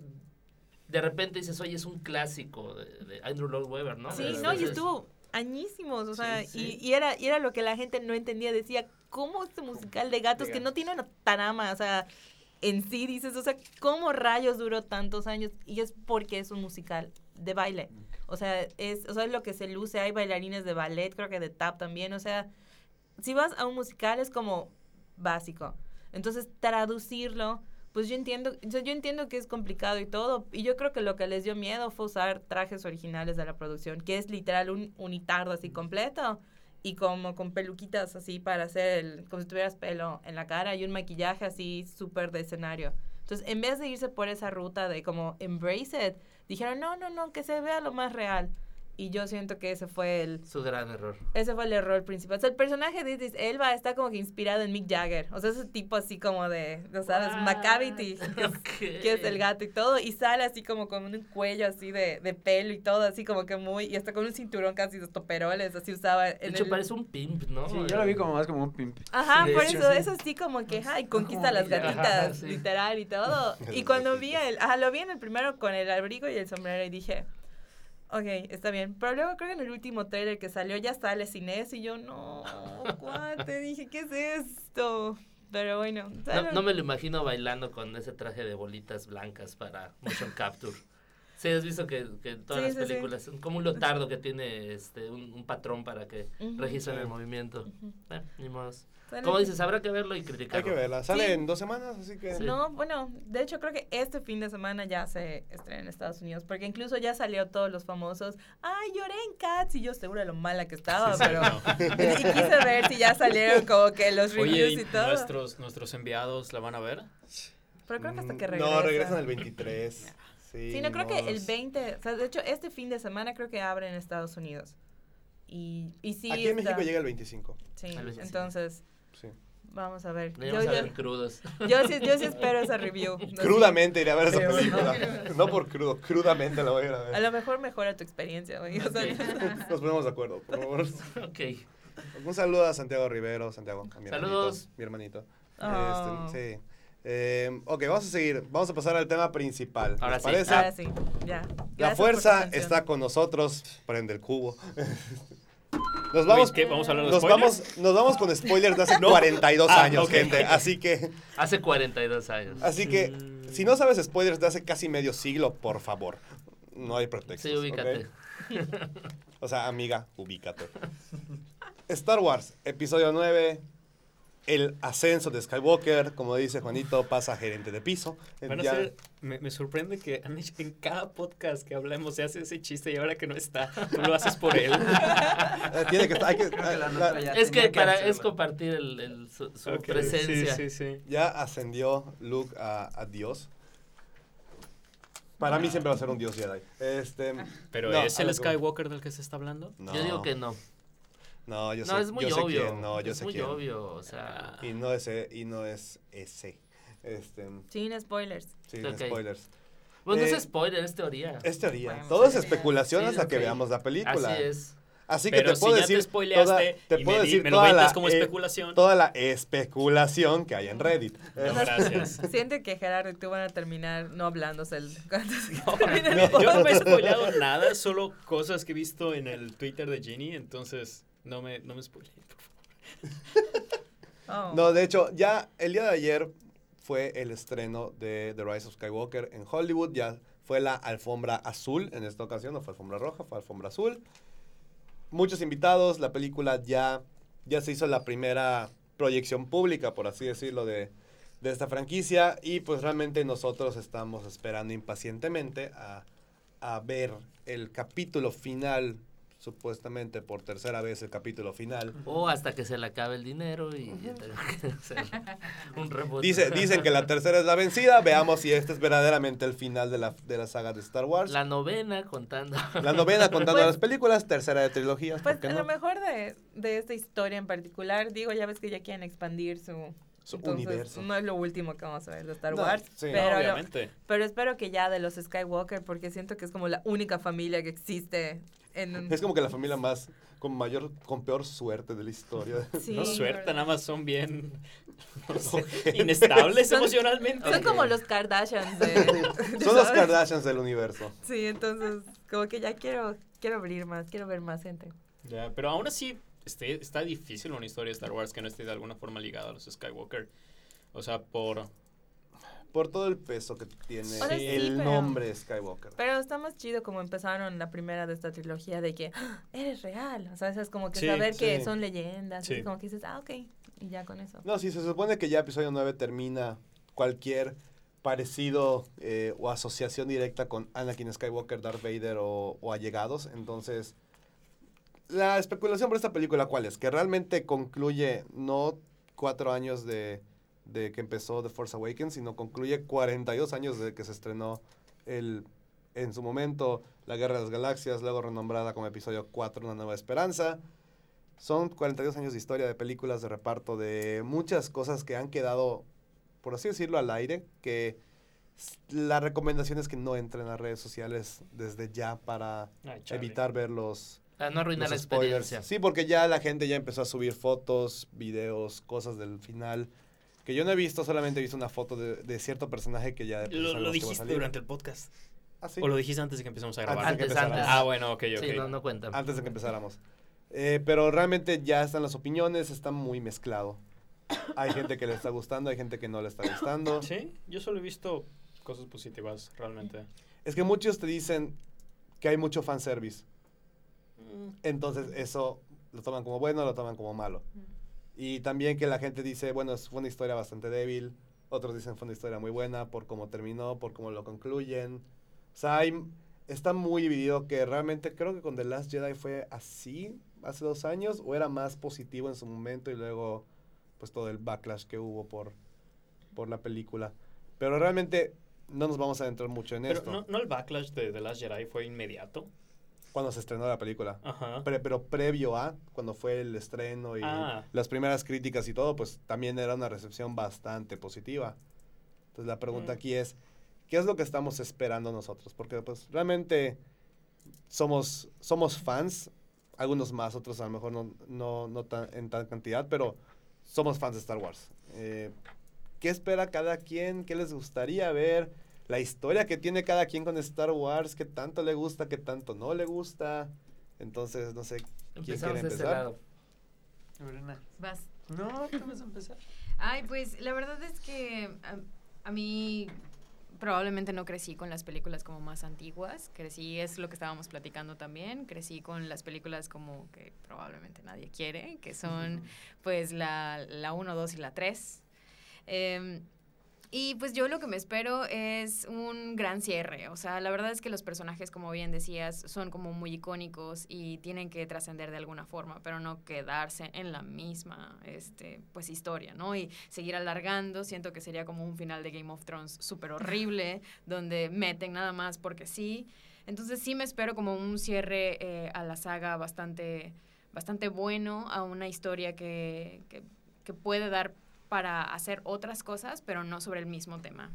de repente dices, oye, es un clásico de, de Andrew Lloyd Webber, ¿no? Sí, Entonces, no, y estuvo añísimos, o sea, sí, sí. Y, y, era, y era lo que la gente no entendía, decía, ¿cómo este musical de gatos, de gatos que no tiene una trama, o sea, en sí dices, o sea, ¿cómo rayos duró tantos años? Y es porque es un musical de baile, o sea, es, o sea, es lo que se luce, hay bailarines de ballet, creo que de tap también, o sea, si vas a un musical es como básico, entonces traducirlo, pues yo entiendo, o sea, yo entiendo que es complicado y todo, y yo creo que lo que les dio miedo fue usar trajes originales de la producción, que es literal un unitardo así completo, y como con peluquitas así para hacer, el, como si tuvieras pelo en la cara, y un maquillaje así súper de escenario. Entonces, en vez de irse por esa ruta de como embrace it, dijeron, no, no, no, que se vea lo más real. Y yo siento que ese fue el... Su gran error. Ese fue el error principal. O sea, el personaje de Idris Elba está como que inspirado en Mick Jagger. O sea, ese tipo así como de, ¿no sabes? Wow. Macavity, okay. que es el gato y todo. Y sale así como con un cuello así de, de pelo y todo, así como que muy... Y hasta con un cinturón casi de toperoles, así usaba. En de hecho, el... parece un pimp, ¿no? Sí, yo lo vi como más como un pimp. Ajá, sí, por hecho, eso, sí. eso sí como que, ay, conquista a las gatitas, ajá, sí. literal y todo. Y cuando vi el... Ajá, lo vi en el primero con el abrigo y el sombrero y dije... Ok, está bien. Pero luego creo que en el último trailer que salió ya sale sin eso y yo, no, cuate, dije, ¿qué es esto? Pero bueno. No, no me lo imagino bailando con ese traje de bolitas blancas para motion capture. Sí, has visto que, que todas sí, las películas sí, sí. como un lotardo que tiene este un, un patrón para que uh-huh. registren uh-huh. el movimiento. Uh-huh. Eh, ni modo. Como dices, habrá que verlo y criticarlo. Hay que verla. Sale sí. en dos semanas, así que... Sí. No, bueno, de hecho creo que este fin de semana ya se estrena en Estados Unidos, porque incluso ya salió todos los famosos, ay, lloré en Cats, y yo seguro de lo mala que estaba, sí, pero... No. Y quise ver si ya salieron como que los reviews Oye, y todo. ¿nuestros, ¿nuestros enviados la van a ver? Pero creo que hasta que regresan. No, regresan el veintitrés. Sí, sí, no, creo que el veinte, o sea, de hecho, este fin de semana creo que abre en Estados Unidos. Y, y sí... Aquí en está... México llega el veinticinco. Sí, entonces... Sí. Vamos a ver. Yo, yo, a ver crudos. Yo sí, yo sí espero esa review. No crudamente sé. Iré a ver esa película. No. no por crudo, crudamente la voy a ir a ver. A lo mejor mejora tu experiencia, güey. O sea, nos ponemos de acuerdo, por favor. Ok. Un saludo a Santiago Rivero, Santiago, a mi Saludos. hermanito. Mi hermanito. Oh. Este, sí. Eh, ok, vamos a seguir. Vamos a pasar al tema principal. Ahora ¿Les sí. parece? Ahora sí, ya. Gracias la fuerza está con nosotros. Prende el cubo. Nos vamos, ¿Qué? ¿Vamos a hablar de nos spoilers? vamos, nos vamos con spoilers de hace no. cuarenta y dos ah, años, okay. gente. Así que. Hace cuarenta y dos años. Así que, si no sabes spoilers de hace casi medio siglo, por favor. No hay pretextos. Sí, ubícate. ¿Okay? O sea, amiga, ubícate. Star Wars, episodio nueve. El ascenso de Skywalker, como dice Juanito, pasa a gerente de piso. Van a ya... ser, me, me sorprende que han hecho, en cada podcast que hablemos se hace ese chiste y ahora que no está, tú lo haces por él. Tiene que estar, hay que, que la la, es que, que para, hacerlo. es compartir el, el, su, su okay, presencia. Sí, sí, sí. Ya ascendió Luke a, a Dios. Para mí siempre va a ser un Dios Jedi. Este, ¿Pero no, es el Skywalker del que se está hablando? No. Yo digo que no. No, yo no, sé, es muy yo sé obvio. quién, no, yo es sé muy quién. obvio, o sea... Y no es, y no es ese. Este, sin spoilers. Sin okay. spoilers. Bueno, eh, no es spoiler, es teoría. Es teoría. Bueno, Todo es sí, especulación sí, hasta okay. que veamos la película. Así es. Así que Pero te puedo si ya decir te spoileaste toda, te y puedo me, decir me lo toda ventas la, como eh, especulación. toda la especulación que hay en Reddit. No, gracias. Siento que Gerardo y tú van a terminar no hablándose el... No, no, yo no me he spoileado nada, solo cosas que he visto en el Twitter de Ginny, entonces no me, no me spoileen, por favor. Oh. No, de hecho, ya el día de ayer fue el estreno de The Rise of Skywalker en Hollywood. Ya fue la alfombra azul en esta ocasión, no fue alfombra roja, fue alfombra azul. Muchos invitados, la película ya, ya se hizo la primera proyección pública, por así decirlo, de, de esta franquicia. Y pues realmente nosotros estamos esperando impacientemente a, a ver el capítulo final, supuestamente por tercera vez el capítulo final. O hasta que se le acabe el dinero y ya tengo que hacer un reboot. Dice, dicen que la tercera es la vencida. Veamos si este es verdaderamente el final de la, de la saga de Star Wars. La novena contando. La novena contando Pues- las películas, tercera de trilogías. Pues ¿por qué a no? lo mejor de, de esta historia en particular, digo, ya ves que ya quieren expandir su, Su entonces, universo. no es lo último que vamos a ver de Star No, Wars, sí. pero, lo- Obviamente. pero espero que ya de los Skywalker, porque siento que es como la única familia que existe en un... Es como que la familia más, con mayor, con peor suerte de la historia. Sí, No suerte, ¿verdad? nada más son bien no sé, Ok. inestables Son- emocionalmente. Son como los Kardashians de... Son los ¿sabes? Kardashians del universo. Sí, entonces como que ya quiero, quiero abrir más, quiero ver más gente. Ya, pero aún así este, está difícil una historia de Star Wars que no esté de alguna forma ligada a los Skywalker. O sea, por... Por todo el peso que tiene O sea, sí, el pero- nombre Skywalker. Pero está más chido como empezaron la primera de esta trilogía de que ¡ah! Eres real. O sea, es como que Sí, saber que sí. son leyendas. Sí. Es como que dices, ah, ok. Y ya con eso. No, sí, se supone que ya episodio nueve termina cualquier parecido eh, o asociación directa con Anakin Skywalker, Darth Vader o, o allegados. Entonces, la especulación por esta película, ¿cuál es? Que realmente concluye no cuatro años de, de que empezó The Force Awakens, sino concluye cuarenta y dos años de que se estrenó el, en su momento La Guerra de las Galaxias, luego renombrada como episodio cuatro, Una Nueva Esperanza. Son cuarenta y dos años de historia, de películas, de reparto, de muchas cosas que han quedado, por así decirlo, al aire, que s- la recomendación es que no entren a redes sociales desde ya para Ay, chale. evitar ver los, Para no arruinar la los spoilers. experiencia. Sí, porque ya la gente ya empezó a subir fotos, videos, cosas del final, que yo no he visto, solamente he visto una foto de, de cierto personaje que ya... después Lo, sabemos lo que va a dijiste salir. durante el podcast. Ah, ¿sí? ¿O lo dijiste antes de que empezamos a Antes grabar? de que Antes, empezáramos. antes. Ah, bueno, ok, ok. Sí, no, no cuenta. Antes de que empezáramos. Eh, pero realmente ya están las opiniones, está muy mezclado. Hay gente que le está gustando, hay gente que no le está gustando. Sí, yo solo he visto cosas positivas, realmente. Es que muchos te dicen que hay mucho fanservice. Mm, Entonces eso lo toman como bueno, lo toman como malo. Y también que la gente dice, bueno, es- fue una historia bastante débil. Otros dicen fue una historia muy buena por cómo terminó, por cómo lo concluyen. O sea, hay, está muy dividido que realmente creo que con The Last Jedi fue así hace dos años o era más positivo en su momento y luego pues todo el backlash que hubo por, por la película. Pero realmente no nos vamos a adentrar mucho en Pero esto. ¿no, ¿no el backlash de The Last Jedi fue inmediato? Cuando se estrenó la película. Ajá. Pre- pero previo a, cuando fue el estreno y Ah. las primeras críticas y todo, pues también era una recepción bastante positiva. Entonces la pregunta Mm. aquí es, ¿qué es lo que estamos esperando nosotros? Porque pues realmente somos, somos fans, algunos más, otros a lo mejor no, no, no tan, en tal cantidad, pero somos fans de Star Wars. Eh, ¿Qué espera cada quien? ¿Qué les gustaría ver? La historia que tiene cada quien con Star Wars, qué tanto le gusta, qué tanto no le gusta. Entonces, no sé, ¿quién Empezamos quiere de este empezar? lado. Lorena. Vas. No, tú vas a empezar. Ay, pues la verdad es que a, a mí probablemente no crecí con las películas como más antiguas. Crecí, es lo que estábamos platicando también. Crecí con las películas como que probablemente nadie quiere, que son pues la, la uno, dos y la tres. Em, y pues yo lo que me espero es un gran cierre. O sea, la verdad es que los personajes, como bien decías, son como muy icónicos y tienen que trascender de alguna forma, pero no quedarse en la misma este, pues historia, ¿no? Y seguir alargando. Siento que sería como un final de Game of Thrones súper horrible, donde meten nada más porque sí. Entonces sí me espero como un cierre eh, a la saga bastante, bastante bueno, a una historia que, que, que puede dar para hacer otras cosas, pero no sobre el mismo tema.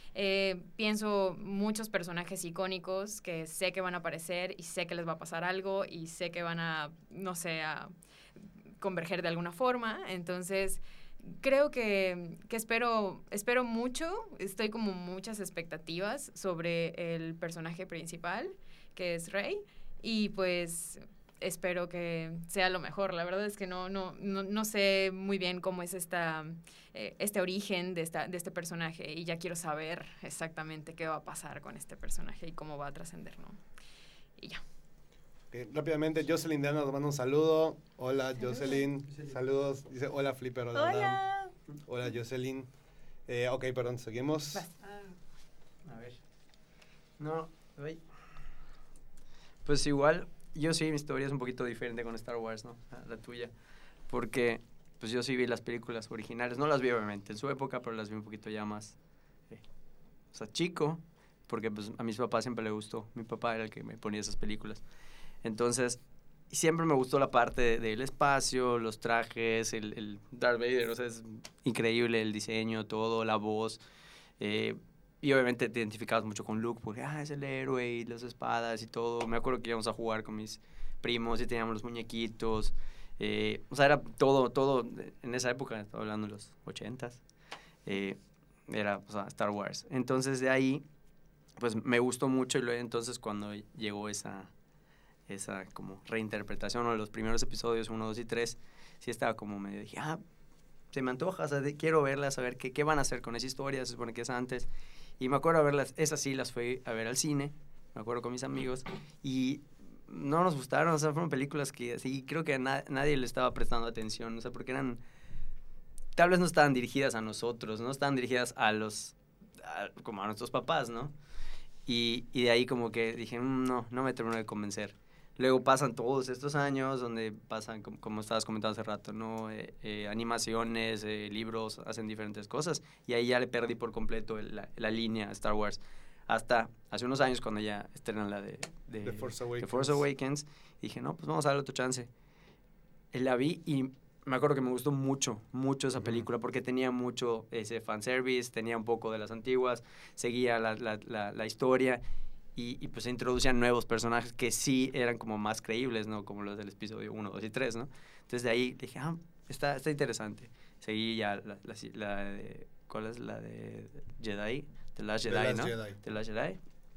Eh, pienso muchos personajes icónicos que sé que van a aparecer y sé que les va a pasar algo y sé que van a, no sé, a converger de alguna forma. Entonces, creo que, que espero, espero mucho, estoy como muchas expectativas sobre el personaje principal, que es Rey, y pues espero que sea lo mejor. La verdad es que no, no, no, no sé muy bien cómo es esta, eh, este origen de, esta, de este personaje y ya quiero saber exactamente qué va a pasar con este personaje y cómo va a trascender, ¿no? Y ya. Ok, rápidamente, Jocelyn Diana nos manda un saludo. Hola, Jocelyn. Saludos. Dice, hola, Flipper. Hola. Hola. Hola, Jocelyn. Eh, ok, perdón, seguimos. Vas. Ah, a ver. No, ay. Pues igual, yo sí, mi historia es un poquito diferente con Star Wars, ¿no? La, la tuya. Porque, pues yo sí vi las películas originales. No las vi, obviamente, en su época, pero las vi un poquito ya más, eh, o sea, chico. Porque, pues, a mis papás siempre les gustó. Mi papá era el que me ponía esas películas. Entonces, siempre me gustó la parte de, del espacio, los trajes, el, el Darth Vader, o sea, es increíble el diseño, todo, la voz. Eh, y obviamente te identificabas mucho con Luke, porque, ah, es el héroe y las espadas y todo. Me acuerdo que íbamos a jugar con mis primos y teníamos los muñequitos. Eh, o sea, era todo, todo, en esa época, estaba hablando de los ochentas, eh, era, o sea, Star Wars. Entonces, de ahí, pues, me gustó mucho y luego entonces cuando llegó esa... esa como reinterpretación o los primeros episodios uno, dos y tres, sí estaba como medio, dije, ah, se me antoja, o sea, de, quiero verlas, a ver qué, qué van a hacer con esa historia, se supone que es antes, y me acuerdo verlas, esas sí las fui a ver al cine, me acuerdo con mis amigos, y no nos gustaron, o sea, fueron películas que así, creo que a na- nadie le estaba prestando atención, o sea, porque eran, tal vez no estaban dirigidas a nosotros, no estaban dirigidas a los, a, como a nuestros papás, ¿no? Y, y de ahí como que dije, mm, no, no me terminó de convencer. Luego pasan todos estos años donde pasan, como, como estabas comentando hace rato, ¿no? Eh, eh, animaciones, eh, libros, hacen diferentes cosas. Y ahí ya le perdí por completo el, la, la línea Star Wars. Hasta hace unos años cuando ya estrenan la de, de The Force Awakens. The Force Awakens. Dije, no, pues vamos a darle otro chance. Eh, La vi y me acuerdo que me gustó mucho, mucho esa película porque tenía mucho ese fanservice, tenía un poco de las antiguas, seguía la, la, la, la historia. Y, y pues se introducían nuevos personajes que sí eran como más creíbles, ¿no? Como los del episodio uno, dos y tres, ¿no? Entonces de ahí dije, ah, está, está interesante. Seguí ya la, la, la de, ¿cuál es? La de Jedi, The Last Jedi, The Last ¿no? Jedi. The Last Jedi.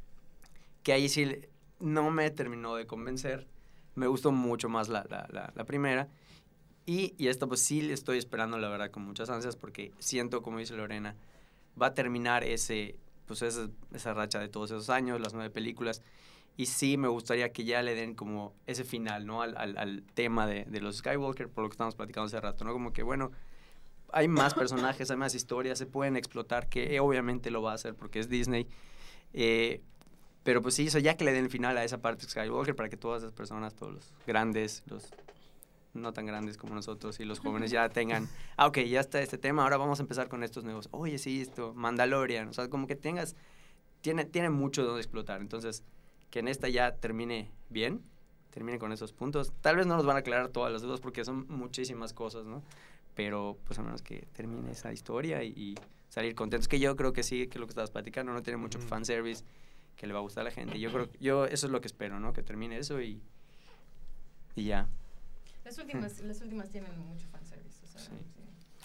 Que ahí sí no me terminó de convencer. Me gustó mucho más la, la, la, la primera. Y, y esta pues sí le estoy esperando, la verdad, con muchas ansias porque siento, como dice Lorena, va a terminar ese... pues esa, esa racha de todos esos años, las nueve películas, y sí me gustaría que ya le den como ese final, ¿no? Al, al, al tema de, de los Skywalker, por lo que estamos platicando hace rato, ¿no? Como que, bueno, hay más personajes, hay más historias, se pueden explotar, que obviamente lo va a hacer porque es Disney, eh, pero pues sí, eso ya que le den el final a esa parte de Skywalker para que todas las personas, todos los grandes, los no tan grandes como nosotros y los jóvenes ya tengan, ah, ok, ya está este tema, ahora vamos a empezar con estos nuevos, oye, sí, esto, Mandalorian, o sea, como que tengas, tiene, tiene mucho donde explotar, entonces, que en esta ya termine bien, termine con esos puntos, tal vez no nos van a aclarar todas las dudas porque son muchísimas cosas, ¿no? Pero, pues, a menos que termine esa historia y, y salir contentos, que yo creo que sí, que lo que estabas platicando, no tiene mucho Ujú. fanservice, que le va a gustar a la gente, yo creo, yo, eso es lo que espero, ¿no? Que termine eso y, y ya. Las últimas, las últimas tienen mucho fanservice. O sea, Sí. sí.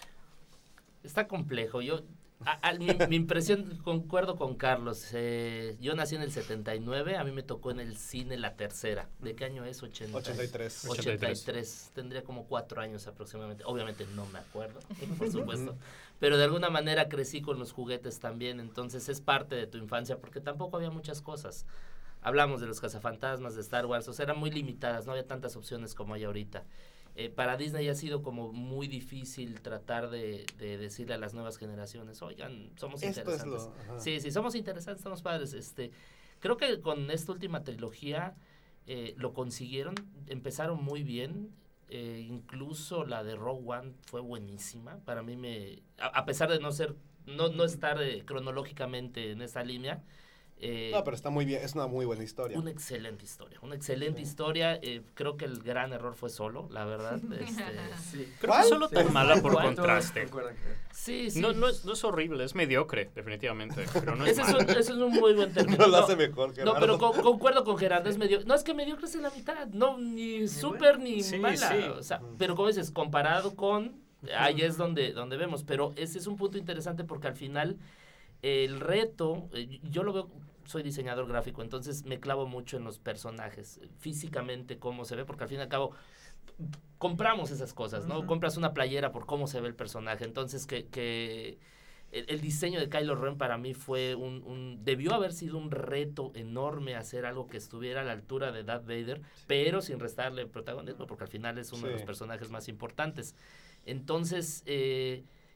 Está complejo. Yo, a, a, mi, mi impresión, concuerdo con Carlos. Eh, yo nací en el setenta y nueve, a mí me tocó en el cine la tercera. ¿De qué año es? ochenta, ochenta y tres. ochenta y tres. Tendría como cuatro años aproximadamente. Obviamente no me acuerdo, por supuesto. Pero de alguna manera crecí con los juguetes también. Entonces es parte de tu infancia porque tampoco había muchas cosas. Hablamos de los cazafantasmas, de Star Wars, o sea, eran muy limitadas, no había tantas opciones como hay ahorita. Eh, para Disney ha sido como muy difícil tratar de, de decirle a las nuevas generaciones, oigan, somos Esto es interesantes. lo- ajá. Sí, sí, somos interesantes, somos padres. Este, creo que con esta última trilogía eh, lo consiguieron, empezaron muy bien. Eh, incluso la de Rogue One fue buenísima. Para mí me, a, a pesar de no ser, no, no estar eh, cronológicamente en esa línea. Eh, No, pero está muy bien, es una muy buena historia. Una excelente historia, una excelente Sí. historia. Eh, creo que el gran error fue Solo, la verdad. Este, Sí. Creo ¿Cuál? que solo tan Sí. mala por ¿Cuál? contraste. Concuerdan que- sí, sí. No, no, es, no es horrible, es mediocre, definitivamente. Pero no es ese, es un, malo. ese es un muy buen término. No lo No, hace mejor, no, Gerardo. pero con- concuerdo con Gerardo, es medio... No, es que mediocre es en la mitad, no, ni súper ni Sí, mala. sí. O sea, Ujú. pero como dices, comparado con... Ahí es donde, donde vemos, pero ese es un punto interesante porque al final el reto, eh, yo lo veo, soy diseñador gráfico, entonces me clavo mucho en los personajes, físicamente cómo se ve, porque al fin y al cabo compramos esas cosas, ¿no? Ujú. Compras una playera por cómo se ve el personaje, entonces que, que el, el diseño de Kylo Ren para mí fue un, un, debió haber sido un reto enorme hacer algo que estuviera a la altura de Darth Vader, pero sin restarle protagonismo, porque al final es uno de Sí. los personajes más importantes. Entonces, eh,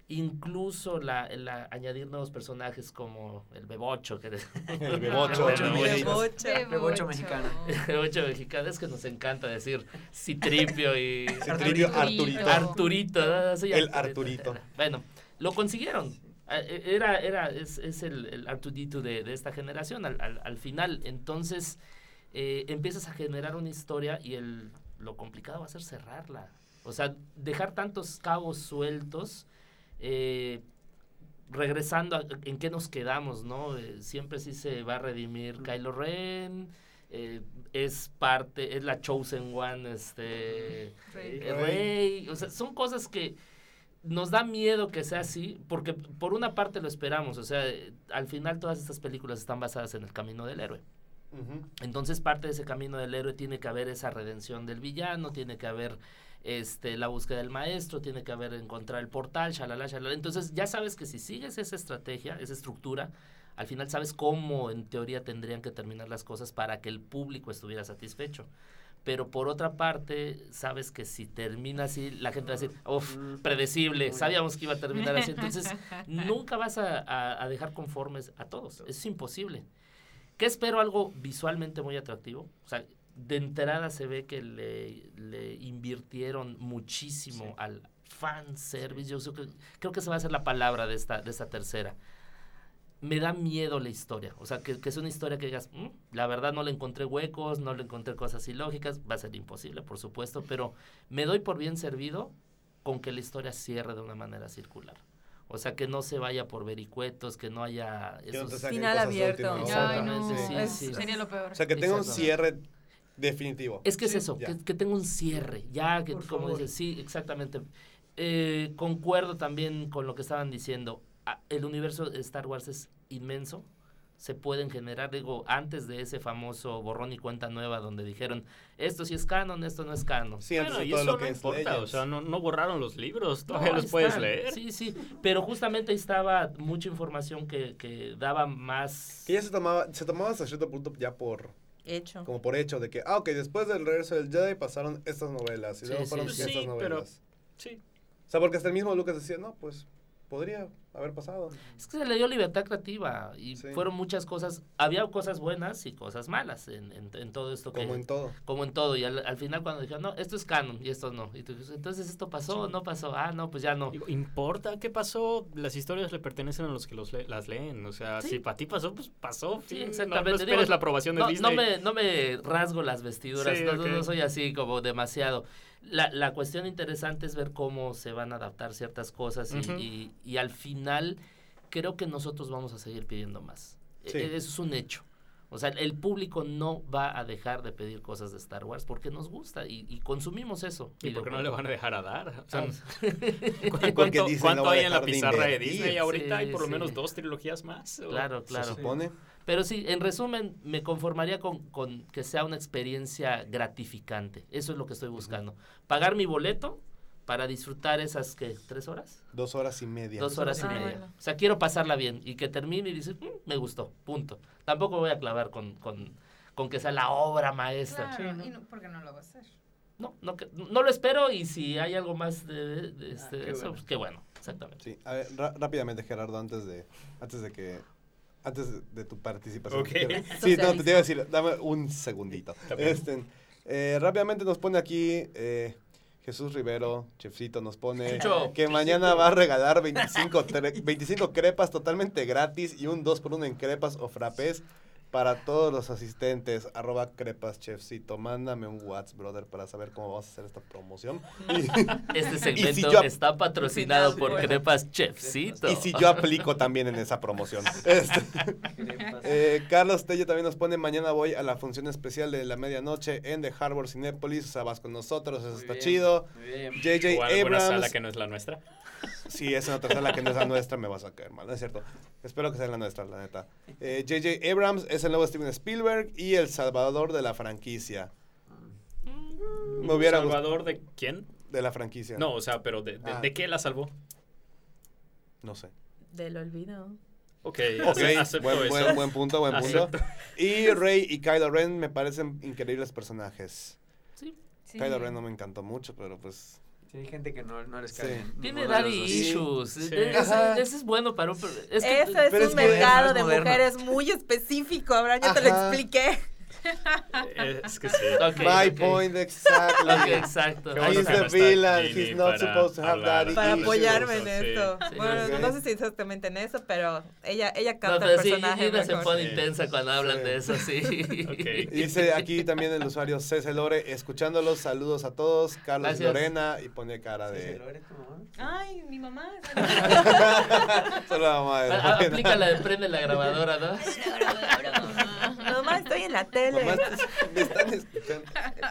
incluso la, la añadir nuevos personajes como el Bebocho, que El Bebocho. El el Bebocho. Bebocho mexicano. el Bebocho mexicano, es que nos encanta decir Citripio y Citripio, Arturito. Arturito, ¿no? Soy El Arturito. Bueno, lo consiguieron. Era, era, es, es el, el Arturito de, de esta generación al, al, al final. Entonces eh, empiezas a generar una historia y el, lo complicado va a ser cerrarla. O sea, dejar tantos cabos sueltos. Eh, regresando a en qué nos quedamos, ¿no? Eh, siempre sí se va a redimir Kylo Ren, eh, es parte, es la Chosen One, este, Rey. eh, Rey, o sea, son cosas que nos da miedo que sea así, porque por una parte lo esperamos, o sea, eh, al final todas estas películas están basadas en el camino del héroe. Ujú. Entonces parte de ese camino del héroe tiene que haber esa redención del villano, tiene que haber este la búsqueda del maestro, tiene que haber encontrar el portal, shalala, shalala. Entonces ya sabes que si sigues esa estrategia, esa estructura, al final sabes cómo en teoría tendrían que terminar las cosas para que el público estuviera satisfecho. Pero por otra parte, sabes que si termina así, la gente va a decir, uff, predecible, sabíamos que iba a terminar así. Entonces nunca vas a, a, a dejar conformes a todos, eso es imposible. ¿Qué espero? Algo visualmente muy atractivo. O sea, de entrada se ve que le, le invirtieron muchísimo sí. al fan service. Yo creo que, creo que esa va a ser la palabra de esta, de esta tercera. Me da miedo la historia. O sea, que, que es una historia que digas, mmm, la verdad no le encontré huecos, no le encontré cosas ilógicas. Va a ser imposible, por supuesto, pero me doy por bien servido con que la historia cierre de una manera circular. O sea, que no se vaya por vericuetos, que no haya esos... no final abierto. Exactamente, Ay, no. sí, sí. Sería lo peor. O sea, que tenga un Exacto. cierre definitivo. Es que es Sí, eso, ya. que, que tenga un cierre, ya que Por como favor. dices, sí, exactamente. Eh, concuerdo también con lo que estaban diciendo. Ah, el universo de Star Wars es inmenso. Se pueden generar, digo, antes de ese famoso borrón y cuenta nueva donde dijeron, esto sí es canon, esto no es canon. Sí, antes Bueno, de y todo eso lo que no es importa, Legends. o sea, no, no borraron los libros, No, todavía ahí los puedes están. leer. Sí, sí, pero justamente ahí estaba mucha información que, que daba más... Que ya se tomaba, se tomaba hasta cierto punto ya por, Hecho. como por hecho de que, ah, ok, después del regreso del Jedi pasaron estas novelas y Sí, luego sí, fueron sí. estas Sí, novelas. pero- Sí. O sea, porque hasta el mismo Lucas decía, no, pues podría haber pasado. Es que se le dio libertad creativa y Sí. fueron muchas cosas, había cosas buenas y cosas malas en, en, en todo esto. Como que, en todo. Como en todo, y al, al final cuando dijeron, no, esto es canon y esto no. Y tú dices, entonces, ¿esto pasó o no pasó? Ah, no, pues ya no. Digo, ¿importa qué pasó? Las historias le pertenecen a los que los le- las leen. O sea, Sí. si para ti pasó, pues pasó. Sí, fin. exactamente. No, no esperes Digo, la aprobación de No, Disney. no, me, no me rasgo las vestiduras, Sí, no, no- ok. no soy así como demasiado. La, la cuestión interesante es ver cómo se van a adaptar ciertas cosas y, Ujú. y, y al final creo que nosotros vamos a seguir pidiendo más. Sí. E- Eso es un hecho. O sea, el público no va a dejar de pedir cosas de Star Wars porque nos gusta y, y consumimos eso. ¿Y por qué no le van a dejar a dar? O sea, Ah, ¿cu- Porque ¿cuánto, Disney cuánto no va a hay en la dejar de pizarra de invertir. Disney ahorita? Sí, Hay por lo sí. menos dos trilogías más. ¿o? Claro, claro. Se supone. Pero sí, en resumen, me conformaría con, con que sea una experiencia gratificante. Eso es lo que estoy buscando. Pagar mi boleto para disfrutar esas, ¿qué? ¿Tres horas? Dos horas y media. Dos horas y Ah, media. bueno. O sea, quiero pasarla bien y que termine y dices, "Mm, me gustó, punto". Tampoco voy a clavar con, con, con que sea la obra maestra. Claro, y no, ¿por qué no lo va a hacer? No, no, que- no lo espero y si hay algo más de, de este, Ah, qué eso, bueno. pues qué bueno, exactamente. Sí, a ver, ra- rápidamente, Gerardo, antes de, antes de que, antes de, de tu participación. Ok. Quiero- Sí, no, te iba a decir, dame un segundito. Está bien. Este, eh, rápidamente nos pone aquí eh, Jesús Rivero, Chefcito, nos pone Chucho. que mañana va a regalar veinticinco, tre- veinticinco crepas totalmente gratis y un dos por uno en crepas o frappés para todos los asistentes. Arroba crepas, Chefcito. Mándame un WhatsApp, brother, para saber cómo vamos a hacer esta promoción. Y, Este segmento yo- está patrocinado por Bueno. Crepas Chefcito. y si yo aplico también en esa promoción. Este, Eh, Carlos Tello también nos pone, mañana voy a la función especial de la medianoche en The Harbor Cinépolis, o sea, vas con nosotros, eso Muy está bien, chido. muy bien. J J O alguna sala Abrams, que no es la nuestra. sí, es en otra sala que no es la nuestra, me vas a caer mal, no es cierto. Espero que sea la nuestra, la neta. Eh, J J Abrams es el nuevo Steven Spielberg y el salvador de la franquicia. Me hubiera gustado, ¿Salvador de quién? de la franquicia. No, o sea, pero ¿de, de, Ah. de qué la salvó? No sé. Del olvido. Ok, Ok, acepto buen, eso. buen, buen punto, buen punto. Acepto. Y Rey y Kylo Ren me parecen increíbles personajes. Sí. Sí. Kylo Ren no me encantó mucho, pero pues... Sí, hay gente que no, no les Sí. cae. Tiene modelos daddy así. issues. Sí. Ese, Ajá. ese es bueno para un... per- Es que, Eso es pero un es que mercado es de moderno. mujeres muy específico, Abraham, ya te lo Ajá. expliqué. Es que sí. Ok, My ok. point, exactly. Ok, exacto. Qué Ahí bueno He's que está. the no está villain, Ginny he's not para supposed to have hablar daddy Para issues. apoyarme en Sí. esto. Sí, Bueno, ok. no sé si exactamente en eso, pero ella, ella No, capta pero el sí, personaje Gina se mejor. pone Sí. intensa cuando hablan Sí. de eso, sí. Ok. Dice aquí también el usuario César Lore, escuchándolos, saludos a todos, Carlos y Gracias. Lorena, y pone cara ¿Sí, de... ¿lo eres tu mamá? Ay, mi mamá. Solo la mamá de A- a- Lorena. Aplica la de prende la grabadora, ¿no? Mamá, estoy en la tele. Mamá, me están escuchando.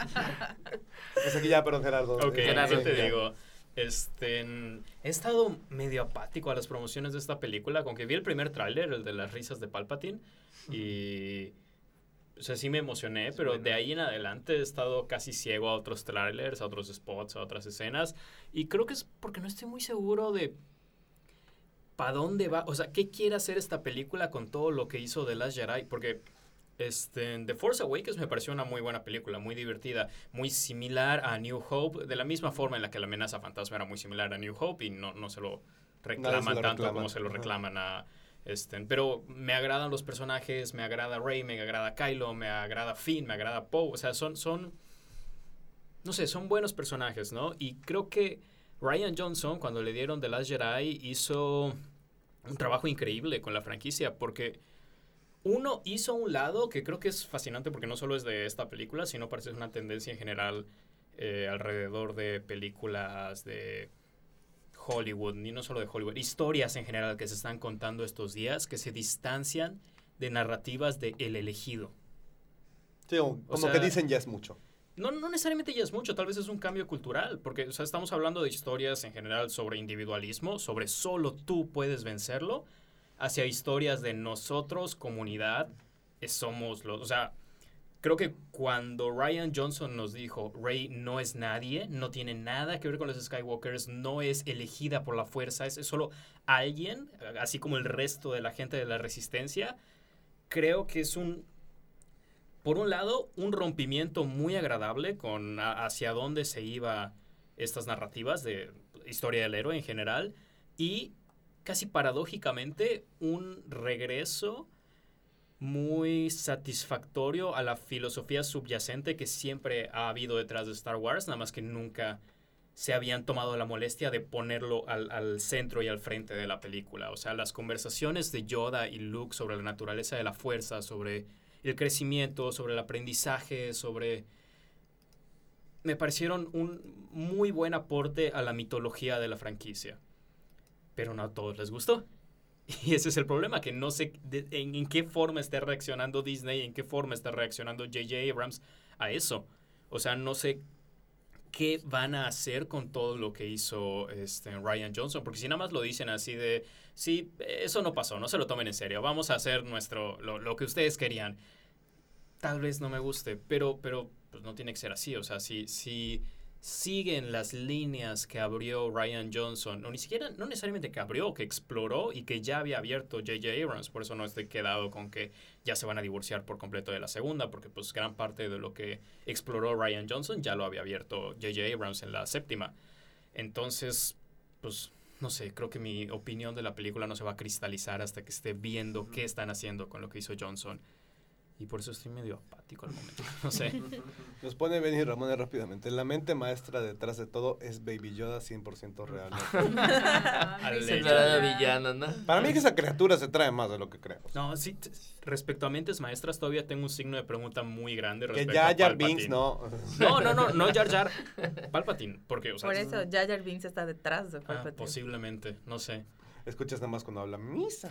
Pues aquí ya, perdón, Gerardo. Ok, Eh, Gerardo, ¿qué te ya. digo? Este, n- he estado medio apático a las promociones de esta película, con que vi el primer tráiler, el de las risas de Palpatine, y... O sea, sí me emocioné, pero de ahí en adelante he estado casi ciego a otros trailers, a otros spots, a otras escenas, y creo que es porque no estoy muy seguro de para dónde va, o sea, qué quiere hacer esta película con todo lo que hizo The Last Jedi, porque este, The Force Awakens me pareció una muy buena película, muy divertida, muy similar a New Hope, de la misma forma en la que la amenaza fantasma era muy similar a New Hope y no, no se lo reclaman Nadie se lo tanto reclama. como se lo Ajá. reclaman a... Este, pero me agradan los personajes, me agrada Rey, me agrada Kylo, me agrada Finn, me agrada Poe, o sea, son, son, no sé, son buenos personajes, ¿no? Y creo que Rian Johnson, cuando le dieron The Last Jedi, hizo un trabajo increíble con la franquicia, porque uno hizo a un lado, que creo que es fascinante porque no solo es de esta película, sino parece una tendencia en general eh, alrededor de películas de Hollywood, ni no solo de Hollywood, historias en general que se están contando estos días, que se distancian de narrativas de El Elegido. Sí, como, O como sea, que dicen ya es mucho. No, no necesariamente ya es mucho, tal vez es un cambio cultural, porque o sea, estamos hablando de historias en general sobre individualismo, sobre solo tú puedes vencerlo, hacia historias de nosotros, comunidad, eh, somos los... O sea, creo que cuando Rian Johnson nos dijo, Rey no es nadie, no tiene nada que ver con los Skywalkers, no es elegida por la fuerza, es, es solo alguien, así como el resto de la gente de la Resistencia, creo que es un... Por un lado, un rompimiento muy agradable con a, hacia dónde se iba estas narrativas de historia del héroe en general y casi paradójicamente un regreso muy satisfactorio a la filosofía subyacente que siempre ha habido detrás de Star Wars, nada más que nunca se habían tomado la molestia de ponerlo al, al centro y al frente de la película. O sea, las conversaciones de Yoda y Luke sobre la naturaleza de la fuerza, sobre el crecimiento, sobre el aprendizaje, sobre... Me parecieron un muy buen aporte a la mitología de la franquicia. Pero no a todos les gustó. Y ese es el problema, que no sé de, en, en qué forma está reaccionando Disney, en qué forma está reaccionando J J Abrams a eso. O sea, no sé qué van a hacer con todo lo que hizo este, Rian Johnson, porque si nada más lo dicen así de, sí, eso no pasó, no se lo tomen en serio, vamos a hacer nuestro lo, lo que ustedes querían. Tal vez no me guste, pero, pero pues no tiene que ser así. O sea, si, si siguen las líneas que abrió Rian Johnson, o ni siquiera, no necesariamente que abrió, que exploró y que ya había abierto J J Abrams, por eso no estoy quedado con que ya se van a divorciar por completo de la segunda, porque pues gran parte de lo que exploró Rian Johnson ya lo había abierto J J Abrams en la séptima. Entonces, pues no sé, creo que mi opinión de la película no se va a cristalizar hasta que esté viendo qué están haciendo con lo que hizo Johnson. Y por eso estoy medio apático al momento. No sé. Nos pone Benny Ramón rápidamente. La mente maestra detrás de todo es Baby Yoda cien por ciento real. ¿No? Al Se ley. trata de villano, ¿no? Para mí que esa criatura se trae más de lo que creemos. No, sí, t- respecto a mentes maestras todavía tengo un signo de pregunta muy grande Que respecto ya a Jar Palpatine. Binks, no. No, no, no, no Jar Jar. Palpatine, porque, o sea, Por eso, Jar Jar Binks está detrás de ah, Palpatine. posiblemente, no sé. Escuchas nada más cuando habla misa.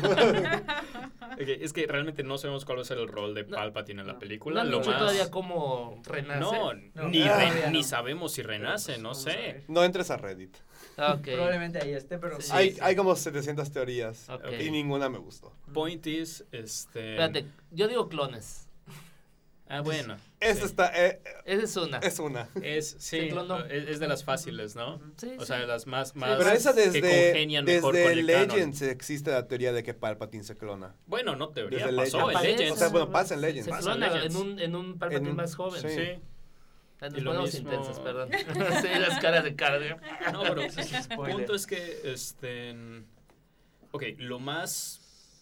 Ok, es que realmente no sabemos cuál va a ser el rol de Palpatine en la ¿No película. han Lo dicho más... todavía cómo renace? No, No, ni, ah, re- todavía ni no. sabemos si renace, no Vamos a sé. ver. No entres a Reddit. Ah, ok. Probablemente ahí esté, pero... Sí. hay, sí. hay como setecientas teorías. Ok. Y ninguna me gustó. Point is, este... Espérate, yo digo clones. Ah, bueno. Esa sí. está, eh, Esa es una. es una. Es, Se sí, clonó. es, es de las fáciles, ¿no? Sí, O sí. sea, de las más, más Pero esa que desde, congenian mejor con desde el canon. Legends existe la teoría de que Palpatine se clona. Bueno, no teoría, Desde pasó Legends. en Legends. O sea, bueno, pasa en Se Legends. Pasa en clona Legends. en un, en un Palpatine En un- más joven. sí. Sí. Nos Y lo ponemos mismo- intensas, perdón. Sí, las caras de cara. de- No, pero Eso es el spoiler. punto es que, este, en- ok, lo más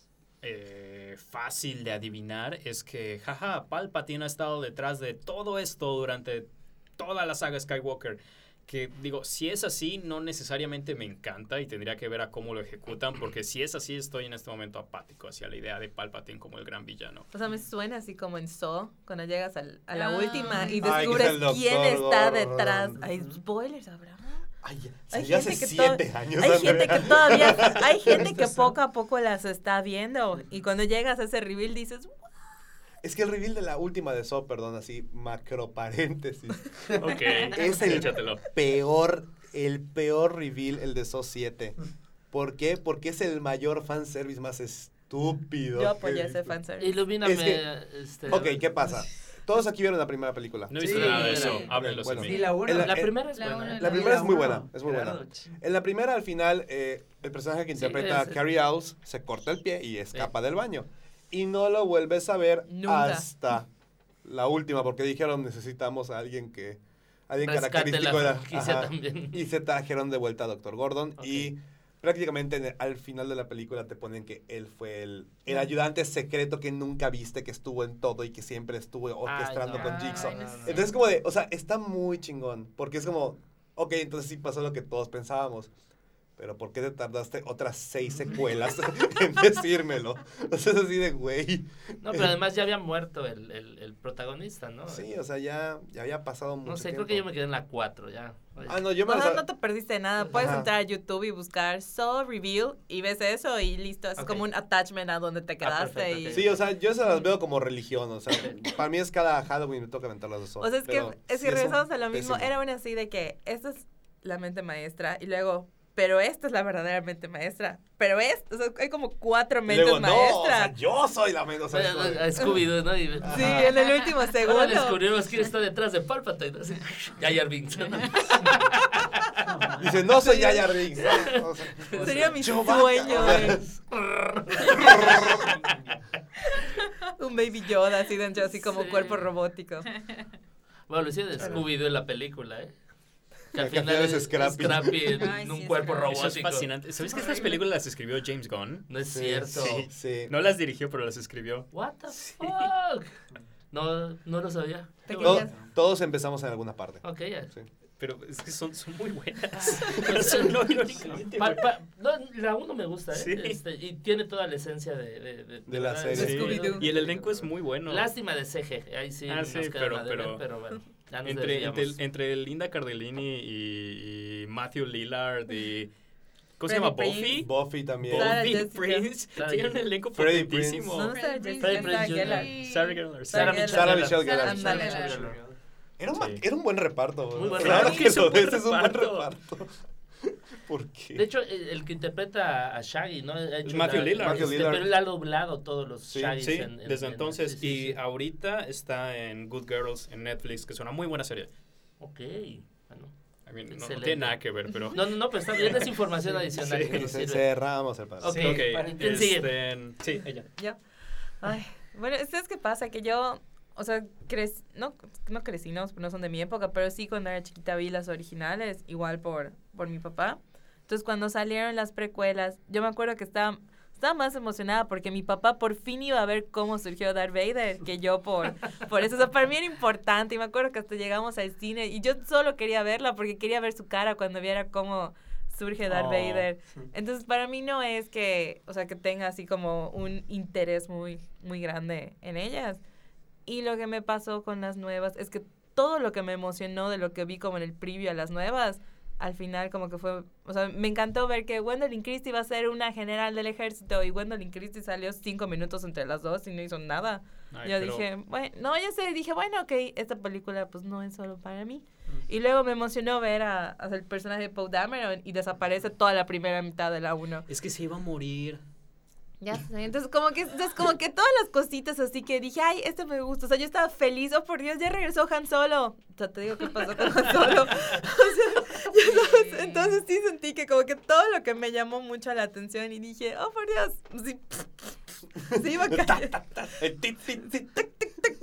eh, fácil de adivinar es que, jaja, Palpatine ha estado detrás de todo esto durante toda la saga Skywalker. Que digo, si es así, no necesariamente me encanta y tendría que ver a cómo lo ejecutan, porque si es así, estoy en este momento apático hacia la idea de Palpatine como el gran villano. O sea, me suena así como en Saw, cuando llegas al- a la Ah. última y Ay, que es descubres el doctor quién está Gordon. detrás. Hay spoilers, Abraham. Ay, ya, Hay salió hace gente que siete to- años. Hay Andrea. gente que todavía, hay gente que poco a poco las está viendo y cuando llegas a ese reveal dices, Es que el reveal de la última de Saw, perdón, así, macro paréntesis. Ok, Es el échatelo. peor, el peor reveal, el de Saw siete. ¿Por qué? Porque es el mayor fanservice más estúpido. yo que apoyé he ese visto. fanservice. Ilumíname. Es que- este, Ok, ¿qué pasa? Todos aquí vieron la primera película. No he visto Sí, nada de eso, sí. háblenlo Bueno. sin Sí, mí. la uno. En La eh, primera es La buena. una, ¿eh? La primera es muy uno. buena, es muy buena. Gerardo, ch- En la primera, al final, eh, el personaje que Sí, interpreta es- a Carrie Owls se corta el pie y escapa del baño. Y no lo vuelves a ver Nunca. hasta la última, porque dijeron necesitamos a alguien que... Alguien Rescate característico de la la... franquicia ajá. también. Y se trajeron de vuelta a doctor Gordon. Ok. Y prácticamente en el- al final de la película te ponen que él fue el, el ayudante secreto que nunca viste, que estuvo en todo y que siempre estuvo orquestando no. con Ay, Jigsaw. no sé. Entonces como de, o sea, está muy chingón, porque es como, ok, entonces sí pasó lo que todos pensábamos, pero ¿por qué te tardaste otras seis secuelas en decírmelo? O sea, es así de, güey. No, pero además ya había muerto el, el, el protagonista, ¿no? Sí, o sea, ya, ya había pasado mucho No sé, tiempo. creo que yo me quedé en la cuatro ya. Ah, no, yo me O lo sea, sab- no te perdiste de nada. Puedes Ajá. entrar a YouTube y buscar Saw Reveal y ves eso y listo. Es Ok. como un attachment a donde te quedaste. perfecto, y... ok. Sí, o sea, yo se las veo como religión, o sea, para mí es cada Halloween me toca aventar las dos. O sea, es pero que, es sí que un regresamos a lo mismo. pésimo. Era una así de que esta es la mente maestra y luego, pero esta es la verdadera mente maestra. Pero esta, o sea, hay como cuatro Y mentes luego, no, o sea, maestras. yo soy la mente, o sea, Oye, es como de- a Scooby-Doo, ¿no? Y, Sí, en el último ahora segundo. descubrimos quién está detrás de Palpatine. Así, Jar Jar Binks, ¿no? Dice, no soy Yaya Binks. ¿no? O sea, Sería mi Chewbacca, sueño. o sea, eh. Un baby Yoda así dentro, así como un Sí. cuerpo robótico. Bueno, lo hicieron de Scooby-Doo en la película, ¿eh? Que al Que al final final es es Scrappy. Scrappy en Ay, un sí, cuerpo Scrappy. robótico. Eso es fascinante. ¿Sabes que estas películas las escribió James Gunn? No es sí, cierto. Sí, sí. No las dirigió, pero las escribió. What the fuck? No, no lo sabía. Qué Pequeñas. bueno. To- todos empezamos en alguna parte. Ok, ya. Sí. Pero es que son, son muy buenas. Son, no, irónicamente, Pa- güey. pa- no, la uno me gusta, ¿eh? Sí. Este, y tiene toda la esencia de, de, de, De la verdad, serie. Sí, Scooby-Doo. Y el elenco es muy bueno. Lástima de C G, ahí sí Ah, nos sí, queda pero- la de ver, pero- pero bueno, ya nos Entre, entre, desviamos. entre Linda Cardellini y, y Matthew Lillard y... ¿Cómo se Freddie llama? Prinze. Buffy. Buffy también. Sarah Buffy Jessica. Prince. Sarah Tiene un Jessica. elenco Freddie potentísimo. No sé, Freddie Jessica Freddie Prinze Gellar. Junior Sarah Gellar. Sarah Gellar. Sarah Michelle Michelle Gellar. Gellar. Ándale. Gellar. Era un, ma- Sí. era un buen reparto. Muy buen Ahora reparto. que Es un lo buen ves, es un buen reparto. reparto. ¿Por qué? De hecho, el, el que interpreta a Shaggy, ¿no? Ha hecho Matthew la- Lillard. Matthew este, Lillard. Pero él ha doblado todos los Sí, Shaggys Sí, en- en- desde en- entonces. sí, sí, y sí. ahorita está en Good Girls en Netflix, que es una muy buena serie. Ok, bueno. I mean, no- no, Excelente. tiene nada que ver, pero... No, no, no, pero está bien, es información adicional. Sí, que Y nos ce- sirve. cerramos el paso. Ok, Ok, ¿quién sigue? este, sí, ella. Yo. Ay, bueno, ¿sabes qué pasa? Que yo, o sea, crec no, no crecí, no, no son de mi época, pero sí cuando era chiquita vi las originales, igual por, por mi papá. Entonces cuando salieron las precuelas, yo me acuerdo que estaba, estaba más emocionada porque mi papá por fin iba a ver cómo surgió Darth Vader que yo por, por eso. O sea, para mí era importante y me acuerdo que hasta llegamos al cine y yo solo quería verla porque quería ver su cara cuando viera cómo surge Darth Oh. Vader. Entonces, para mí no es que, o sea, que tenga así como un interés muy, muy grande en ellas. Y lo que me pasó con las nuevas es que todo lo que me emocionó de lo que vi como en el preview a las nuevas, al final como que fue, o sea, me encantó ver que Gwendolyn Christie iba a ser una general del ejército y Gwendolyn Christie salió cinco minutos entre las dos y no hizo nada. Ay, Yo pero- dije, bueno, no, ya sé, dije, bueno, ok, esta película pues no es solo para mí. Y luego me emocionó ver a, a el personaje de Poe Dameron y desaparece toda la primera mitad de la uno. Es que se iba a morir. Ya sé, entonces como que, entonces como que todas las cositas así que dije, ay, esto me gusta, o sea, yo estaba feliz, oh por Dios, ya regresó Han Solo. O sea, te digo qué pasó con Han Solo. O sea, ya sabes, entonces sí sentí que como que todo lo que me llamó mucho la atención y dije, oh por Dios, sí, se iba a caer. El tic, tic, tic, Tic, tic, tic.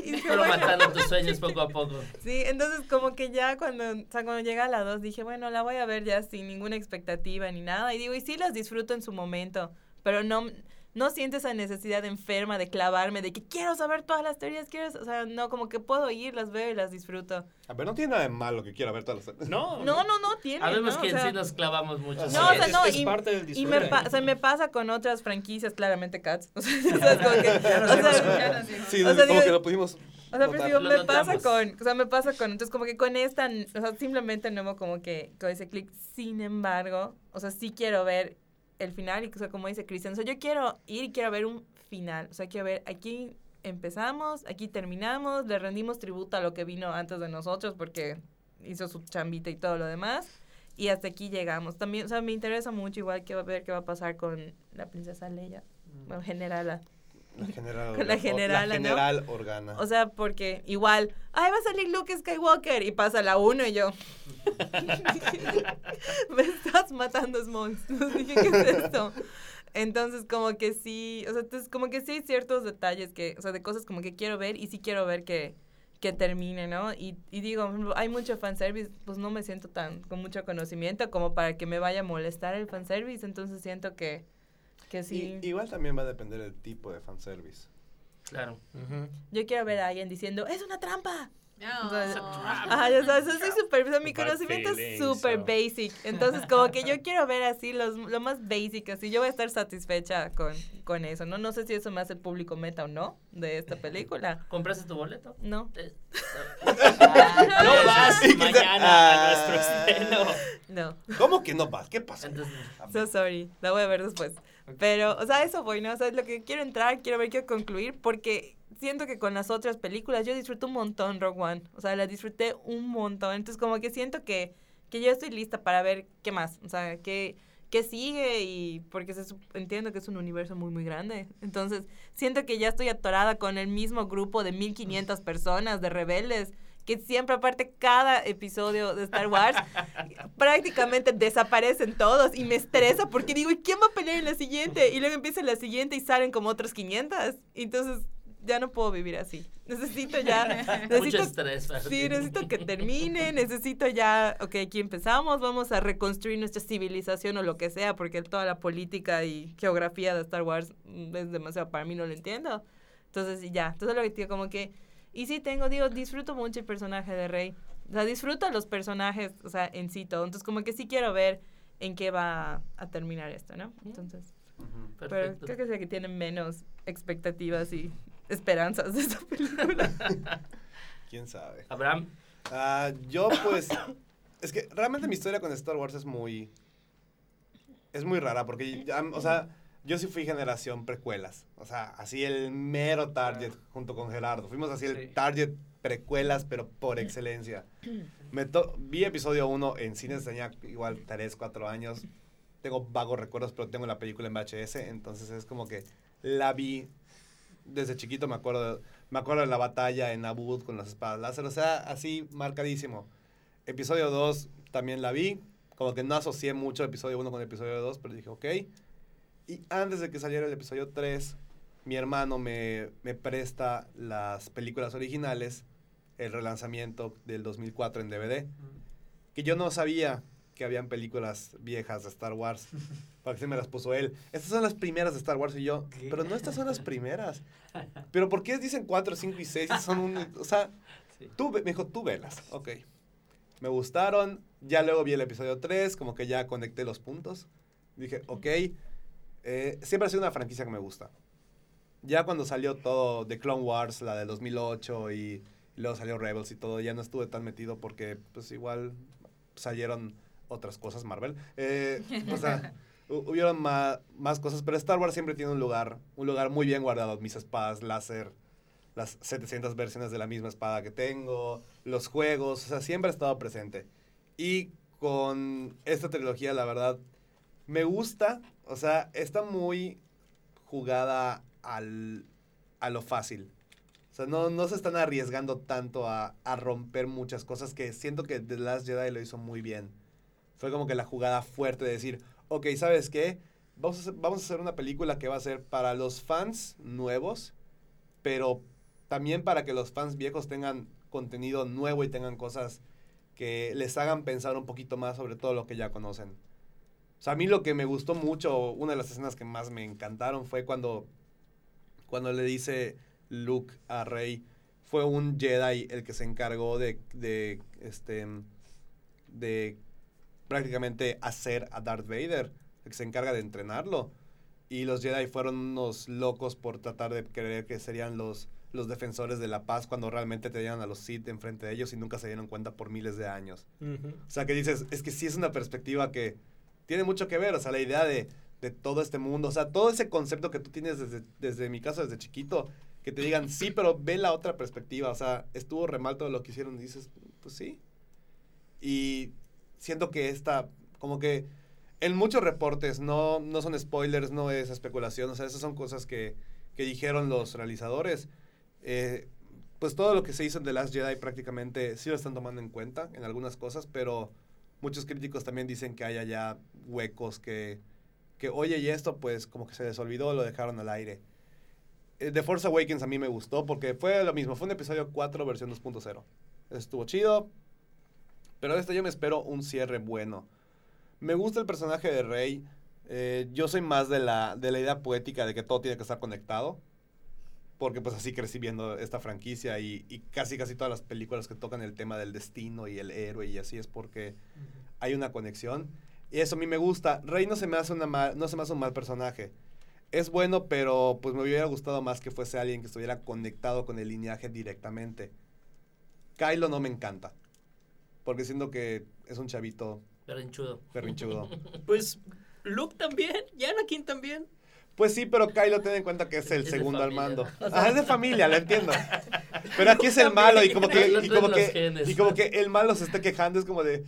y dije, Pero bueno. matando tus sueños poco a poco. Sí, entonces como que ya cuando, o sea, cuando llega a la dos dije, bueno, la voy a ver ya sin ninguna expectativa ni nada. Y digo, y sí las disfruto en su momento, pero no, no siento esa necesidad enferma de clavarme, de que quiero saber todas las teorías, quiero, o sea, no, como que puedo ir, las veo y las disfruto. A ver, no tiene nada de malo que quiera ver todas las... No, No, no, no tiene, Habemos ¿no? que O en sea, sí nos clavamos mucho. No, en No, o sea, series. no, es y, parte del y me, disfrute. pa- o sea, me pasa con otras franquicias, claramente Cats. O sea, o sea, es como que, o sea, Sí, O sea, como digo- que lo pusimos... O sea, pues notar. digo, Lo me pasa notamos. con, o sea, me pasa con, entonces como que con esta, o sea, simplemente no me como que con ese clic, sin embargo, o sea, sí quiero ver el final y, o sea, como dice Cristian, o sea, yo quiero ir y quiero ver un final, o sea, quiero ver, aquí empezamos, aquí terminamos, le rendimos tributo a lo que vino antes de nosotros porque hizo su chambita y todo lo demás, y hasta aquí llegamos. También, o sea, me interesa mucho igual que va a ver qué va a pasar con la princesa Leia, bueno, generala. La general, Con la Orga- generala, la ¿no? general Organa. O sea, porque igual, ay, va a salir Luke Skywalker y pasa la uno y yo. Me estás matando, Smalls. Dije, ¿qué es esto? Entonces, como que sí, o sea, entonces, como que sí hay ciertos detalles que, o sea, de cosas como que quiero ver y sí quiero ver que, que termine, ¿no? Y, y digo, por ejemplo, hay mucho fanservice, pues no me siento tan con mucho conocimiento como para que me vaya a molestar el fanservice, entonces siento que, que sí. Y- igual también va a depender del tipo de fanservice. Claro. Ujú. Yo quiero ver a alguien diciendo, ¡es una trampa! No. Entonces, ajá, ya sabes, yo soy súper, o sea, mi Bad conocimiento es feelings, súper so. basic, entonces como que yo quiero ver así los, lo más basic, así yo voy a estar satisfecha con, con eso, ¿no? No sé si eso me hace el público meta o no de esta película, ¿Compraste tu boleto? no, Eh, No vas Y que mañana sea- a nuestro estreno. no, ¿Cómo que no vas? ¿Qué pasó? Entonces, so sorry, la voy a ver después, pero, o sea, eso voy, ¿no? O sea, es lo que quiero entrar, quiero ver, quiero concluir, porque siento que con las otras películas yo disfruto un montón Rogue One, o sea, la disfruté un montón, entonces como que siento que, que yo estoy lista para ver qué más, o sea, qué, qué sigue y porque se, sup- entiendo que es un universo muy, muy grande, entonces siento que ya estoy atorada con el mismo grupo de mil quinientas personas, de rebeldes, que siempre aparte cada episodio de Star Wars prácticamente desaparecen todos y me estresa porque digo, ¿y quién va a pelear en la siguiente? Y luego empieza la siguiente y salen como otros quinientas. Entonces ya no puedo vivir así. Necesito ya... mucho Necesito, estrés. para sí, ti. necesito que termine, necesito ya, ok, aquí empezamos, vamos a reconstruir nuestra civilización o lo que sea, porque toda la política y geografía de Star Wars mm, es demasiado, para mí no lo entiendo. Entonces, y ya, entonces lo que digo, como que, y sí tengo, digo, disfruto mucho el personaje de Rey, o sea, disfruto los personajes, o sea, en sí todo, entonces como que sí quiero ver en qué va a terminar esto, ¿no? Entonces, Ujú. pero Perfecto. creo que es el que tiene menos expectativas y esperanzas de esta película. ¿Quién sabe? Abraham, Ah, yo pues... Es que realmente mi historia con Star Wars es muy... Es muy rara porque, ya, o sea, yo sí fui generación precuelas. O sea, así el mero target junto con Gerardo. Fuimos así Sí. el target precuelas, pero por excelencia. Me to- vi episodio uno en cines, tenía igual tres, cuatro años. Tengo vagos recuerdos, pero tengo la película en V H S, entonces es como que la vi desde chiquito, me acuerdo, me acuerdo de la batalla en Naboo con las espadas láser, o sea, así marcadísimo. Episodio dos también la vi, como que no asocié mucho episodio uno con episodio dos, pero dije, ok. Y antes de que saliera el episodio tres, mi hermano me, me presta las películas originales, el relanzamiento del dos mil cuatro en D V D, que yo no sabía que habían películas viejas de Star Wars, para que se me las puso él. Estas son las primeras de Star Wars y yo, ¿Qué? pero no estas son las primeras. Pero ¿por qué dicen cuatro, cinco y seis? Son un, o sea, Sí. tú, ve- me dijo, tú velas, ok. Me gustaron, ya luego vi el episodio tres, como que ya conecté los puntos. Dije, ok, eh, siempre ha sido una franquicia que me gusta. Ya cuando salió todo de Clone Wars, la del dos mil ocho y, y luego salió Rebels y todo, ya no estuve tan metido porque pues igual salieron otras cosas, Marvel. Eh, o sea, hu- hubieron ma- más cosas, pero Star Wars siempre tiene un lugar, un lugar muy bien guardado. Mis espadas láser, las setecientas versiones de la misma espada que tengo, los juegos, o sea, siempre ha estado presente. Y con esta trilogía, la verdad, me gusta, o sea, está muy jugada al, a lo fácil. O sea, no, no se están arriesgando tanto a, a romper muchas cosas que siento que The Last Jedi lo hizo muy bien. Fue como que la jugada fuerte de decir, ok, ¿sabes qué? Vamos a hacer, vamos a hacer una película que va a ser para los fans nuevos, pero también para que los fans viejos tengan contenido nuevo y tengan cosas que les hagan pensar un poquito más sobre todo lo que ya conocen. O sea, a mí lo que me gustó mucho, una de las escenas que más me encantaron fue cuando, cuando le dice Luke a Rey, fue un Jedi el que se encargó de, de, este, de prácticamente hacer a Darth Vader, el que se encarga de entrenarlo. Y los Jedi fueron unos locos por tratar de creer que serían los, los defensores de la paz cuando realmente tenían a los Sith enfrente de ellos y nunca se dieron cuenta por miles de años. Ujú. O sea, que dices, es que sí es una perspectiva que tiene mucho que ver, o sea, la idea de, de todo este mundo, o sea, todo ese concepto que tú tienes desde, desde mi caso, desde chiquito, que te digan, sí, pero ve la otra perspectiva, o sea, estuvo re mal todo lo que hicieron, y dices, pues sí. Y siento que esta, como que en muchos reportes, no, no son spoilers, no es especulación, o sea, esas son cosas que, que dijeron los realizadores. Eh, pues todo lo que se hizo en The Last Jedi prácticamente sí lo están tomando en cuenta en algunas cosas, pero muchos críticos también dicen que hay allá huecos que, que oye, y esto pues como que se les olvidó, lo dejaron al aire. Eh, The Force Awakens a mí me gustó porque fue lo mismo, fue un episodio cuatro versión dos punto cero. Estuvo chido, pero de este yo me espero un cierre bueno. Me gusta el personaje de Rey. Eh, yo soy más de la, de la idea poética de que todo tiene que estar conectado. Porque pues así crecí viendo esta franquicia y, y casi casi todas las películas que tocan el tema del destino y el héroe y así es porque uh-huh. hay una conexión. Y eso a mí me gusta. Rey no se me hace una mal, no se me hace un mal personaje. Es bueno, pero pues me hubiera gustado más que fuese alguien que estuviera conectado con el lineaje directamente. Kylo no me encanta. Porque siento que es un chavito Berrinchudo. Berrinchudo. Pues Luke también, y Anakin también. Pues sí, pero Kylo ten en cuenta que es el es segundo al mando. O sea, ah, es de familia, lo entiendo. Pero aquí es el malo y como que y como que, y como que el malo se está quejando, es como de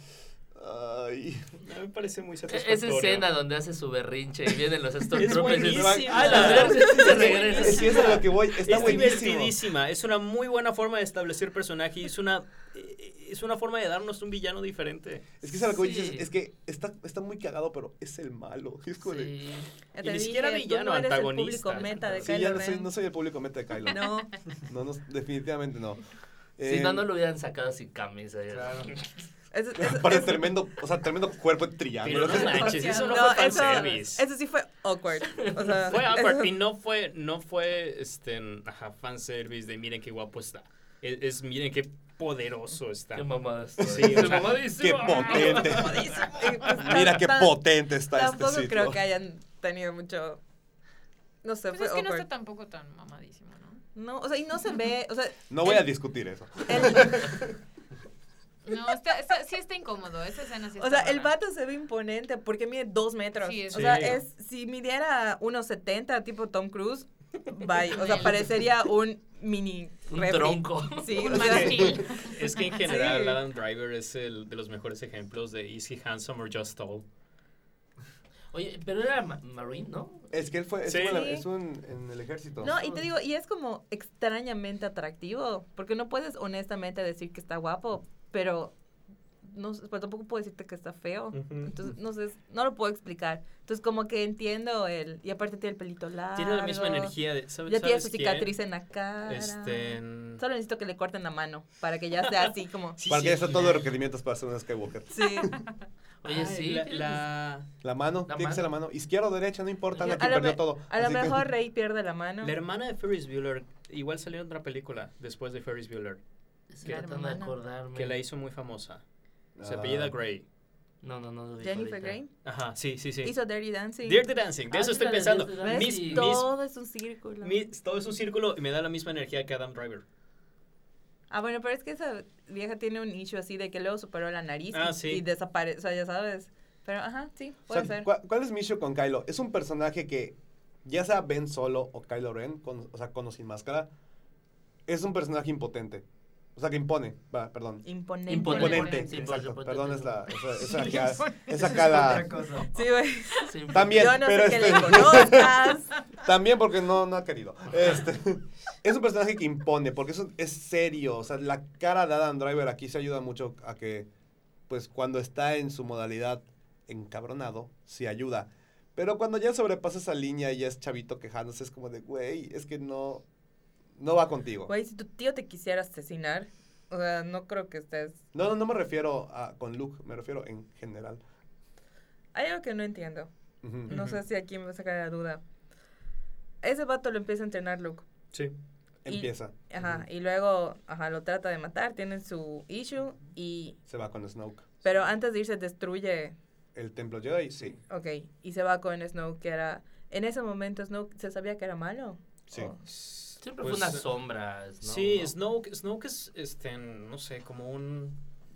ay, no, me parece muy satisfactorio. Esa escena donde hace su berrinche y vienen los Stormtroopers. Es buenísima. Y ah, la se regresa. Es que eso es a lo que voy, está es buenísimo. divertidísima, es una muy buena forma de establecer personaje y es una es una forma de darnos un villano diferente. Es que eso es a lo que voy, Sí. dices, es que está, está muy cagado, pero es el malo. Es como de, Sí. Ya Y te ni dije, siquiera tú villano, no eres antagonista. el público meta de sí, Kylo ya no soy, Ren. no soy el público meta de Kylo. No. No, no, definitivamente no. Si Eh, no, no lo hubieran sacado sin camisa. Claro. Eso, eso, Aparte eso- tremendo, o sea, tremendo cuerpo en triángulo. Pero no manches, eso no, no, fue eso, fanservice. eso sí fue awkward. O sea, Fue awkward eso- y no fue, no fue este, ajá, fanservice de miren qué guapo está. Es, es miren qué poderoso está. Qué mamada. Sí, o sea, Qué mamadísimo. potente. Eh, pues, Mira tam- qué tam- potente está este Tampoco sitio. creo que hayan tenido mucho. No sé, Pues fue es que no awkward. está tampoco tan mamadísimo, ¿no? No, o sea, y no se ve. O sea, No voy a el- discutir eso. el- No, está, está, sí está incómodo. Esa escena sí está O sea, el rara. vato se ve imponente porque mide dos metros. Sí, es o sea, cierto. es si midiera uno setenta tipo Tom Cruise, bye. O sea, Él. parecería un mini Un refri. tronco. Sí, Un o sea, mástil. Es que en general Sí. Adam Driver es el de los mejores ejemplos de is he handsome or just tall. Oye, pero era ma- Marine, ¿no? Es que él fue, Sí. estuvo, en, la- estuvo en, en el ejército. No, y te digo, y es como extrañamente atractivo, porque no puedes honestamente decir que está guapo, pero no sé, pero tampoco puedo decirte que está feo. Ujú. Entonces, no sé, no lo puedo explicar. Entonces, como que entiendo el, y aparte tiene el pelito largo. Tiene la misma energía. De, ¿sabes, Ya tiene su sabes quién? cicatriz en la cara. Este, en- Solo necesito que le corten la mano para que ya sea así como. Sí, Para que sí, ya está todos los requerimientos para ser un Skywalker. Sí. Oye, Ay, sí. La, que- la, La mano, La tiene que ser la mano. Izquierda o derecha, no importa, A Anakin lo perdió me- todo. A lo Así que- mejor Rey pierde la mano. la hermana de Ferris Bueller igual salió en otra película después de Ferris Bueller Estoy La tratando de hermana. acordarme. que la hizo muy famosa. Se Ah. apellida Grey. No, no, no. lo vi Jennifer ahorita. Grey Ajá, sí, sí, sí. hizo Dirty Dancing. Dirty Dancing, de Ah, eso sí, estoy la de pensando. Dirty ¿Ves? Dancing. Mis, mis, Todo es un círculo. mis- todo es un círculo y me da la misma energía que Adam Driver. Ah, bueno, pero es que esa vieja tiene un issue así de que luego superó la nariz Ah, y, sí. y desaparece, o sea, ya sabes. Pero, ajá, sí, O puede sea, ser. ¿cuál, cuál es mi issue con Kylo? Es un personaje que, ya sea Ben Solo o Kylo Ren, con, o sea, con o sin máscara, es un personaje impotente. O sea, que impone, va, perdón. Imponente. Imponente. Imponente, Sí, exacto. impotente. Perdón, es la, esa, esa, acá- es acá la... Sí, güey. Sí, También, Yo no pero sé que este- le conozcas. También porque no, no ha querido. Este, es un personaje que impone, porque eso es serio. O sea, la cara de Adam Driver aquí se ayuda mucho a que, pues, cuando está en su modalidad encabronado, sí ayuda. Pero cuando ya sobrepasa esa línea y ya es chavito quejándose, es como de, güey, es que no, no va contigo. Güey, si tu tío te quisiera asesinar, o sea, no creo que estés... No, no, no me refiero a con Luke, me refiero en general. Hay algo que no entiendo. Ujú. No Ujú. sé si aquí me va a sacar la duda. Ese vato lo empieza a entrenar Luke. Sí. Y- Empieza. Ajá, Ujú. y luego, ajá, lo trata de matar, tiene su issue y... Se va con Snoke. Pero antes de irse destruye, El Templo Jedi, sí. ok, y se va con Snoke, que era... En ese momento Snoke se sabía que era malo. Sí. ¿O? Siempre Pues, fue una sombra. ¿no? Sí, Snoke, Snoke es, este, no sé, como un,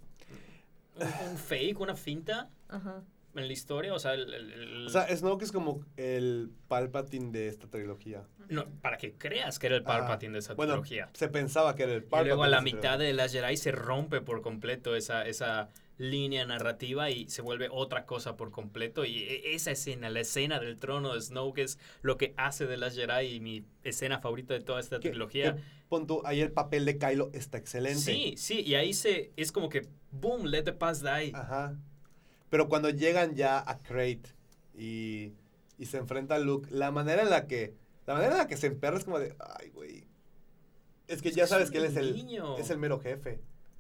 un, un fake, una finta Ajá. en la historia. O sea, el, el- el- O sea, Snoke es como el Palpatine de esta trilogía. no, para que creas que era el Palpatine de esa Bueno, trilogía. se pensaba que era el Y Palpatine. luego a la de esa mitad de Last Jedi se rompe por completo esa, esa línea narrativa y se vuelve otra cosa por completo. Y e- esa escena, la escena del trono de Snoke es lo que hace de Last Jedi y mi escena favorita de toda esta Que- trilogía. que, pon tú, ahí el papel de Kylo está excelente. Sí, sí, y ahí se es como que, boom, let the past die. Ajá. Pero cuando llegan ya a Crate y, y se enfrenta a Luke, la manera en la que la manera en la que se emperra es como de, ay, güey. Es que Es ya que sabes es que él un es el niño. es el mero jefe.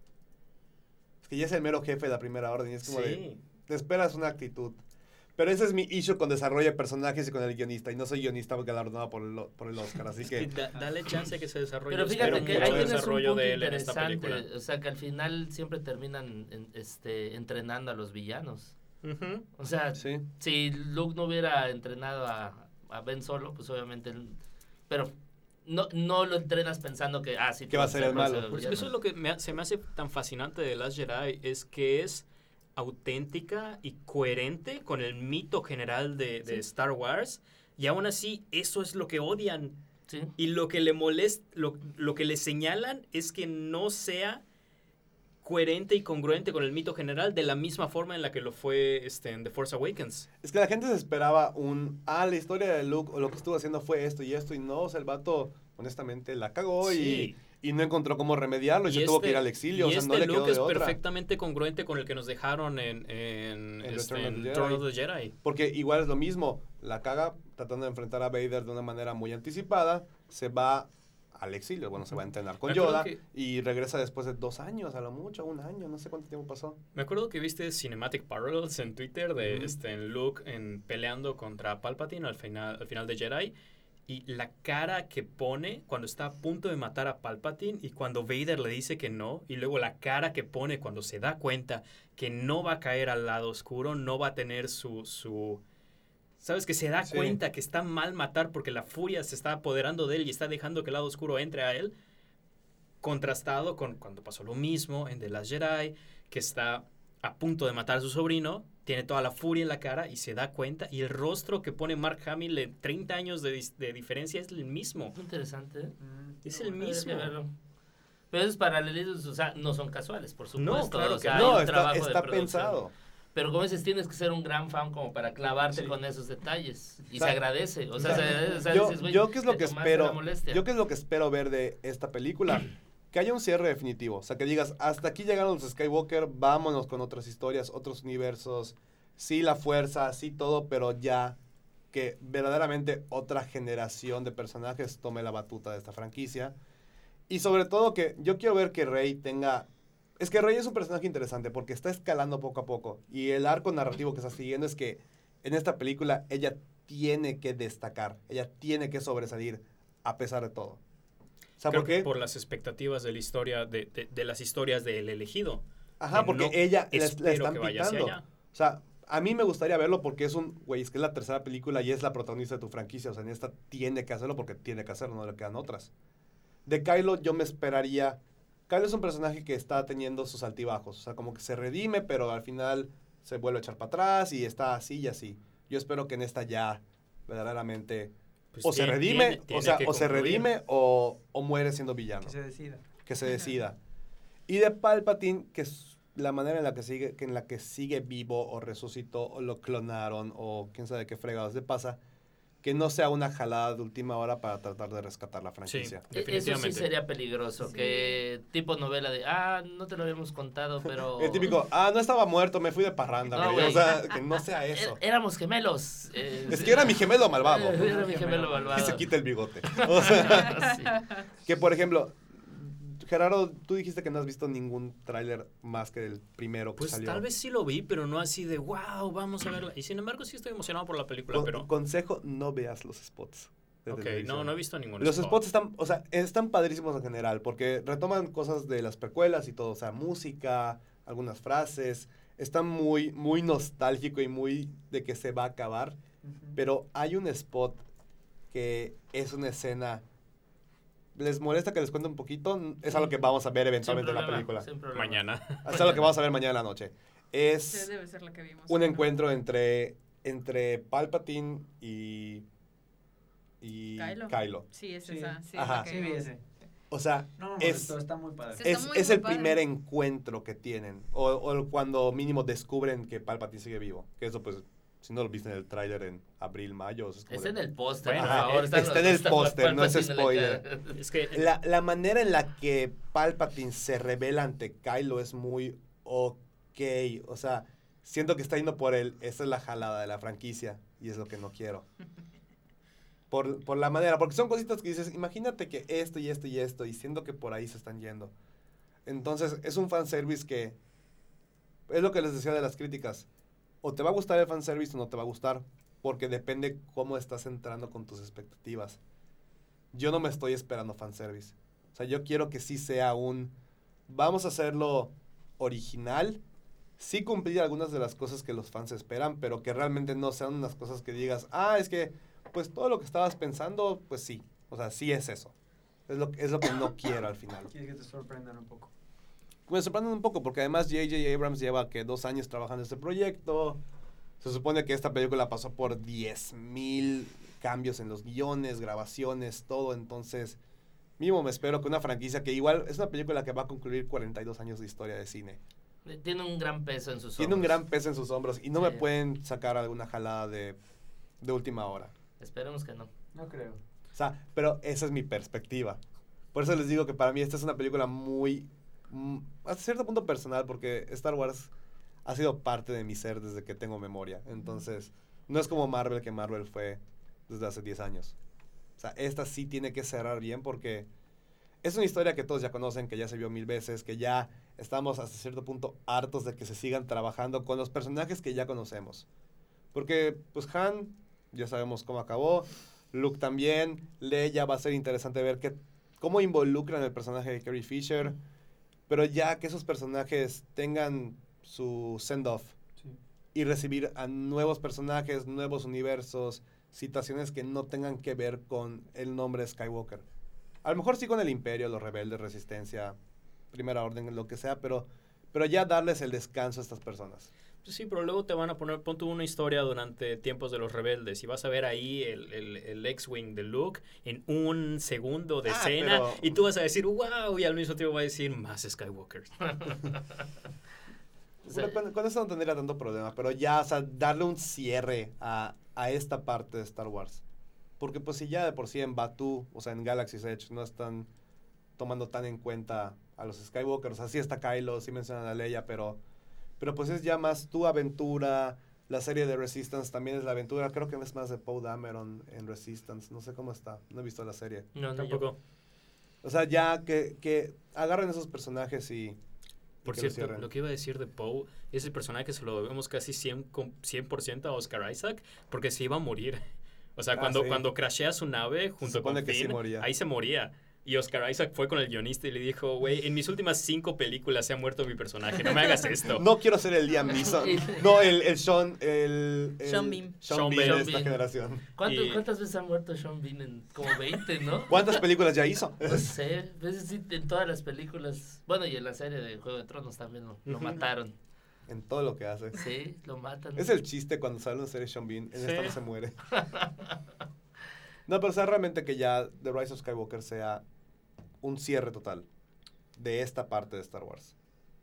Es que ya es el mero jefe de la primera orden y es como de, Sí. te esperas una actitud. Pero ese es mi issue con desarrollo de personajes y con el guionista. Y no soy guionista galardonado por el, por el Oscar, así que... Da- dale chance que se desarrolle. Pero Espero fíjate que mucho ahí el tienes un desarrollo punto de él en esta interesante. película. O sea, que al final siempre terminan en- este, entrenando a los villanos. Ujú. O sea, Sí. si Luke no hubiera entrenado a, a Ben Solo, pues obviamente... él- Pero no, no lo entrenas pensando que... Ah, sí, Que va a tú ser el vas malo. los Pues eso es villanos. lo que me ha- se me hace tan fascinante de Last Jedi, es que es auténtica y coherente con el mito general de, de Sí. Star Wars, y aún así eso es lo que odian. Sí. Y lo que le molesta, lo, lo que le señalan es que no sea coherente y congruente con el mito general de la misma forma en la que lo fue este, en The Force Awakens. Es que la gente se esperaba un, ah, la historia de Luke o lo que estuvo haciendo fue esto y esto y no, o sea, el vato honestamente la cagó Sí. y, y no encontró cómo remediarlo y, Y se tuvo este- que ir al exilio, y o sea, este no le quedó look de es otra. perfectamente congruente con el que nos dejaron en, en, En este, Return of the en Jedi. Return of the Jedi. Porque igual es lo mismo, la caga tratando de enfrentar a Vader de una manera muy anticipada, se va al exilio, bueno, se va a entrenar con Me acuerdo Yoda que- y regresa después de dos años, a lo mucho, un año, no sé cuánto tiempo pasó. Me acuerdo que viste Cinematic Parallels en Twitter de Ujú. este, en Luke en, peleando contra Palpatine al final, al final de Jedi. Y la cara que pone cuando está a punto de matar a Palpatine y cuando Vader le dice que no. Y luego la cara que pone cuando se da cuenta que no va a caer al lado oscuro, no va a tener su... su ¿Sabes? Que se da Sí. cuenta que está mal matar porque la furia se está apoderando de él y está dejando que el lado oscuro entre a él. Contrastado con cuando pasó lo mismo en The Last Jedi, que está a punto de matar a su sobrino, tiene toda la furia en la cara y se da cuenta. Y el rostro que pone Mark Hamill en treinta años de, dis- de diferencia es el mismo. Interesante. ¿eh? Es No, el habría mismo. que verlo. Pero esos paralelismos, o sea, no son casuales, por supuesto. claro o que sea, no. hay No, un está, trabajo de está producción. pensado. Pero como dices, tienes que ser un gran fan como para clavarte Sí. con esos detalles. Y O sea, se agradece. O sea, o sea, se agradece. O sea, yo, dices, güey, yo qué es lo te que tomaste espero, la molestia. yo qué es lo que espero ver de esta película, que haya un cierre definitivo, o sea, que digas, hasta aquí llegaron los Skywalker, vámonos con otras historias, otros universos, sí la fuerza, sí todo, pero ya que verdaderamente otra generación de personajes tome la batuta de esta franquicia. Y sobre todo que yo quiero ver que Rey tenga... Es que Rey es un personaje interesante porque está escalando poco a poco. Y el arco narrativo que está siguiendo es que en esta película ella tiene que destacar. Ella tiene que sobresalir a pesar de todo. O sea, Creo ¿por que qué? por las expectativas de la historia, de, de, de las historias del elegido. Ajá, que porque no ella la, la espero están que vaya hacia pitando. allá. O sea, a mí me gustaría verlo porque es un... Güey, es que es la tercera película y es la protagonista de tu franquicia. O sea, en esta tiene que hacerlo porque tiene que hacerlo, no le quedan otras. De Kylo yo me esperaría... Kylo es un personaje que está teniendo sus altibajos. O sea, como que se redime, pero al final se vuelve a echar para atrás y está así y así. Yo espero que en esta ya verdaderamente... Pues o se tiene- redime, tiene- tiene o sea, que o se concluir. redime o, o muere siendo villano. Que se decida. Que se decida. Y de Palpatine, que es la manera en la que sigue, que en la que sigue vivo o resucitó o lo clonaron o quién sabe qué fregados le pasa, que no sea una jalada de última hora para tratar de rescatar la franquicia. Sí. E- Eso sí Definitivamente. sería peligroso, Sí. que tipo novela de, ah, no te lo habíamos contado, pero... El típico, ah, no estaba muerto, me fui de parranda, No, güey. O güey. sea, que no sea eso. É- Éramos gemelos. eh, Es que era mi gemelo malvado. Era mi gemelo Y malvado. se quita el bigote. O sea, Sí. que por ejemplo, Gerardo, tú dijiste que no has visto ningún tráiler más que el primero que Pues salió. tal vez sí lo vi, pero no así de wow, vamos a verla. Y sin embargo sí estoy emocionado por la película, Con- pero... Consejo, no veas los spots. de Ok, televisión. no, no he visto ninguno. Los spots están, o sea, están padrísimos en general, porque retoman cosas de las precuelas y todo, o sea, música, algunas frases, está muy, muy nostálgico y muy de que se va a acabar, pero hay un spot que es una escena, ¿les molesta que les cuente un poquito? Es algo que vamos a ver Sin eventualmente en la problema, película. sin problema. Mañana. Es algo que vamos a ver mañana en la noche. Sí, Es debe ser la que vimos. un ¿no? encuentro entre, entre Palpatine y, y Kylo. Kylo. Sí, es Sí. esa. Sí, Ajá. la que Sí, vi vimos. ese. O sea, No, me es, molestó, está muy padre. Sí. Está es, muy, es muy el padre. primer encuentro que tienen. O, o cuando mínimo descubren que Palpatine sigue vivo. Que eso, pues, si no lo viste en el tráiler en abril, mayo. Es como Está de- en el póster, Bueno, por favor. está en el póster, no es Palpatine en la spoiler. cara. Es que... La, la manera en la que Palpatine se revela ante Kylo es muy ok. O sea, siento que está yendo por él. Esa es la jalada de la franquicia. Y es lo que no quiero. Por, por la manera. Porque son cositas que dices, imagínate que esto y esto y esto. Y siento que por ahí se están yendo. Entonces, es un fanservice que... Es lo que les decía de las críticas. O te va a gustar el fanservice o no te va a gustar. Porque depende cómo estás entrando con tus expectativas. Yo no me estoy esperando fanservice. O sea, yo quiero que sí sea un... Vamos a hacerlo original. Sí cumplir algunas de las cosas que los fans esperan, pero que realmente no sean unas cosas que digas, ah, es que, pues todo lo que estabas pensando, pues sí. O sea, sí es eso. Es lo, es lo que no quiero al final. Quieres que te sorprendan un poco. Me sorprenden un poco, porque además J J Abrams lleva que dos años trabajando en este proyecto. Se supone que esta película pasó por diez mil cambios en los guiones, grabaciones, todo. Entonces, mínimo me espero que una franquicia que igual es una película que va a concluir cuarenta y dos años de historia de cine. Tiene un gran peso en sus Tiene un hombros. gran peso en sus hombros y no me Sí. pueden sacar alguna jalada de, de última hora. Esperemos que no. No creo. O sea, pero esa es mi perspectiva. Por eso les digo que para mí esta es una película muy, mm, hasta cierto punto personal, porque Star Wars ha sido parte de mi ser desde que tengo memoria. Entonces, no es como Marvel, que Marvel fue desde hace diez años. O sea, esta sí tiene que cerrar bien porque es una historia que todos ya conocen, que ya se vio mil veces, que ya estamos hasta cierto punto hartos de que se sigan trabajando con los personajes que ya conocemos. Porque, pues, Han, ya sabemos cómo acabó. Luke también. Leia va a ser interesante ver qué, cómo involucran el personaje de Carrie Fisher. Pero ya que esos personajes tengan su send-off Sí. y recibir a nuevos personajes, nuevos universos, situaciones que no tengan que ver con el nombre Skywalker. A lo mejor sí con el Imperio, los rebeldes, Resistencia, Primera Orden, lo que sea, pero, pero ya darles el descanso a estas personas. Pues sí, pero luego te van a poner, pon tú una historia durante tiempos de los rebeldes y vas a ver ahí el, el, el X-Wing de Luke en un segundo de Ah, escena pero- y tú vas a decir, wow, y al mismo tiempo va a decir, más Skywalkers. O sea, Con, con eso no tendría tanto problema, pero ya, o sea, darle un cierre a, a esta parte de Star Wars. Porque pues si ya de por sí en Batuu, o sea, en Galaxy's Edge, no están tomando tan en cuenta a los Skywalkers. O sea, sí está Kylo, sí mencionan a Leia, pero, pero pues es ya más tu aventura. La serie de Resistance también es la aventura. Creo que es más de Poe Dameron en Resistance. No sé cómo está, no he visto la serie. no, no, Tampoco. O sea, ya que, que agarren esos personajes y... y Por que lo cierto, cierren. lo que iba a decir de Poe, ese personaje que se lo debemos casi cien, con- cien por ciento a Oscar Isaac, porque se iba a morir. O sea, Ah, cuando, sí. cuando crashea su nave junto supone con que sí Finn, moría. ahí se moría. Y Oscar Isaac fue con el guionista y le dijo, güey, en mis últimas cinco películas se ha muerto mi personaje, no me hagas esto. No quiero ser el Liam Neeson. No, el, el Sean, el, el Sean Bean. Sean Sean Bean Bean. de esta Bean. generación. ¿Cuánto- Y- ¿Cuántas veces ha muerto Sean Bean? En como veinte, ¿no? ¿Cuántas películas ya hizo? No sé, pues sí, en todas las películas. Bueno, y en la serie de Juego de Tronos también lo, lo Ujú. mataron. En todo lo que hace. Sí, lo matan. Es el chiste cuando sale una serie Sean Bean. En Sí. esta no se muere. No, pero o sea, realmente que ya The Rise of Skywalker sea un cierre total de esta parte de Star Wars.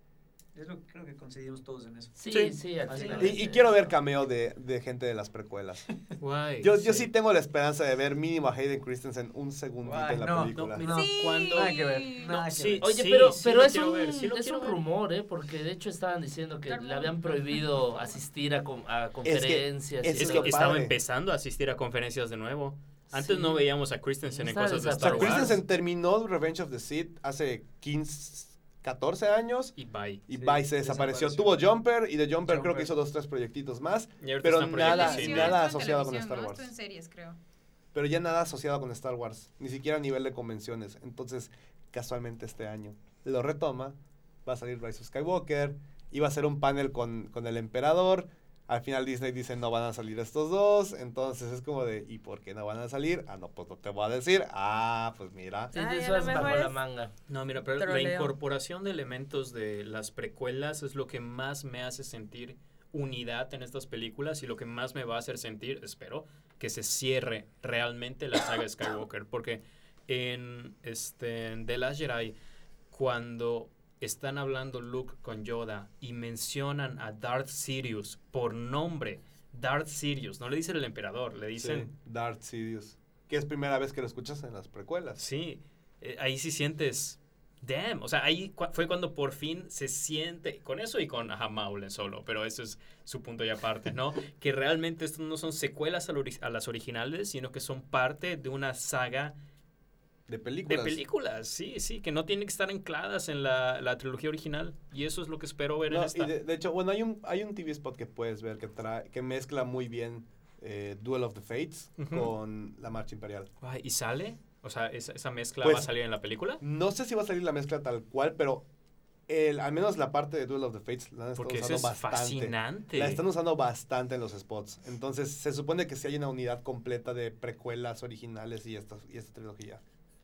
Es lo que creo que coincidimos todos en eso. Sí, Sí. sí, al Así final Y, es y eso. quiero ver cameo de, de gente de las precuelas. Guay. Yo, yo sí tengo la esperanza de ver mínimo a Hayden Christensen un segundito Guay, en la no, película. no, mira, No, Sí. cuando... nada que ver. No, Nada que sí, ver. Oye, sí, pero, sí pero lo es quiero un, ver, sí lo es quiero un ver. rumor, ¿eh? Porque de hecho estaban diciendo que Todo el le mundo. habían prohibido asistir a, con- a conferencias. es y Es lo todo. que estaba padre. empezando a asistir a conferencias de nuevo. Antes Sí. no veíamos a Christensen en Estaba cosas de O sea, Star Wars. Christensen terminó Revenge of the Sith hace quince, catorce años Y bye. y Sí, bye se desapareció. desapareció. Tuvo Jumper y de Jumper, creo Jumper. que hizo dos, tres proyectitos más, Y ahorita pero está en nada, proyectos, sí. nada Estuvo en asociado con televisión, Star ¿no? Wars. Estuvo en series, creo. Pero ya nada asociado con Star Wars, ni siquiera a nivel de convenciones. Entonces, casualmente este año lo retoma, va a salir Rise of Skywalker, iba a ser un panel con, con el emperador. Al final Disney dice no van a salir estos dos, entonces es como de ¿y por qué no van a salir? Ah, no, pues no te voy a decir. Ah, pues mira. Sí, Ay, eso a es lo bajo mejor la es- manga. No, mira, pero la Troleo. incorporación de elementos de las precuelas es lo que más me hace sentir unidad en estas películas y lo que más me va a hacer sentir, espero, que se cierre realmente la saga Skywalker. Porque en, este, en The Last Jedi, cuando están hablando Luke con Yoda y mencionan a Darth Sidious por nombre, Darth Sidious, no le dicen el emperador, le dicen... Sí, Darth Sidious. Que es primera vez que lo escuchas en las precuelas. Sí, eh, ahí sí sientes, damn, o sea, ahí cua- fue cuando por fin se siente, con eso y con ajá, Maul en Solo, pero eso es su punto y aparte, ¿no? Que realmente estos no son secuelas a, lo ori- a las originales, sino que son parte de una saga De de películas. películas, sí, sí, que no tienen que estar ancladas en la, la trilogía original, y eso es lo que espero ver No, en y esta. de, de hecho, bueno, hay un, hay un T V spot que puedes ver que, trae, que mezcla muy bien eh, Duel of the Fates Ujú. con La Marcha Imperial. Ay, ¿y sale? O sea, ¿esa, esa mezcla Pues- va a salir en la película? No sé si va a salir la mezcla tal cual, pero el, al menos la parte de Duel of the Fates la han estado Porque eso usando es bastante. fascinante. La están usando bastante en los spots. Entonces, se supone que sí hay una unidad completa de precuelas originales y esta, y esta trilogía.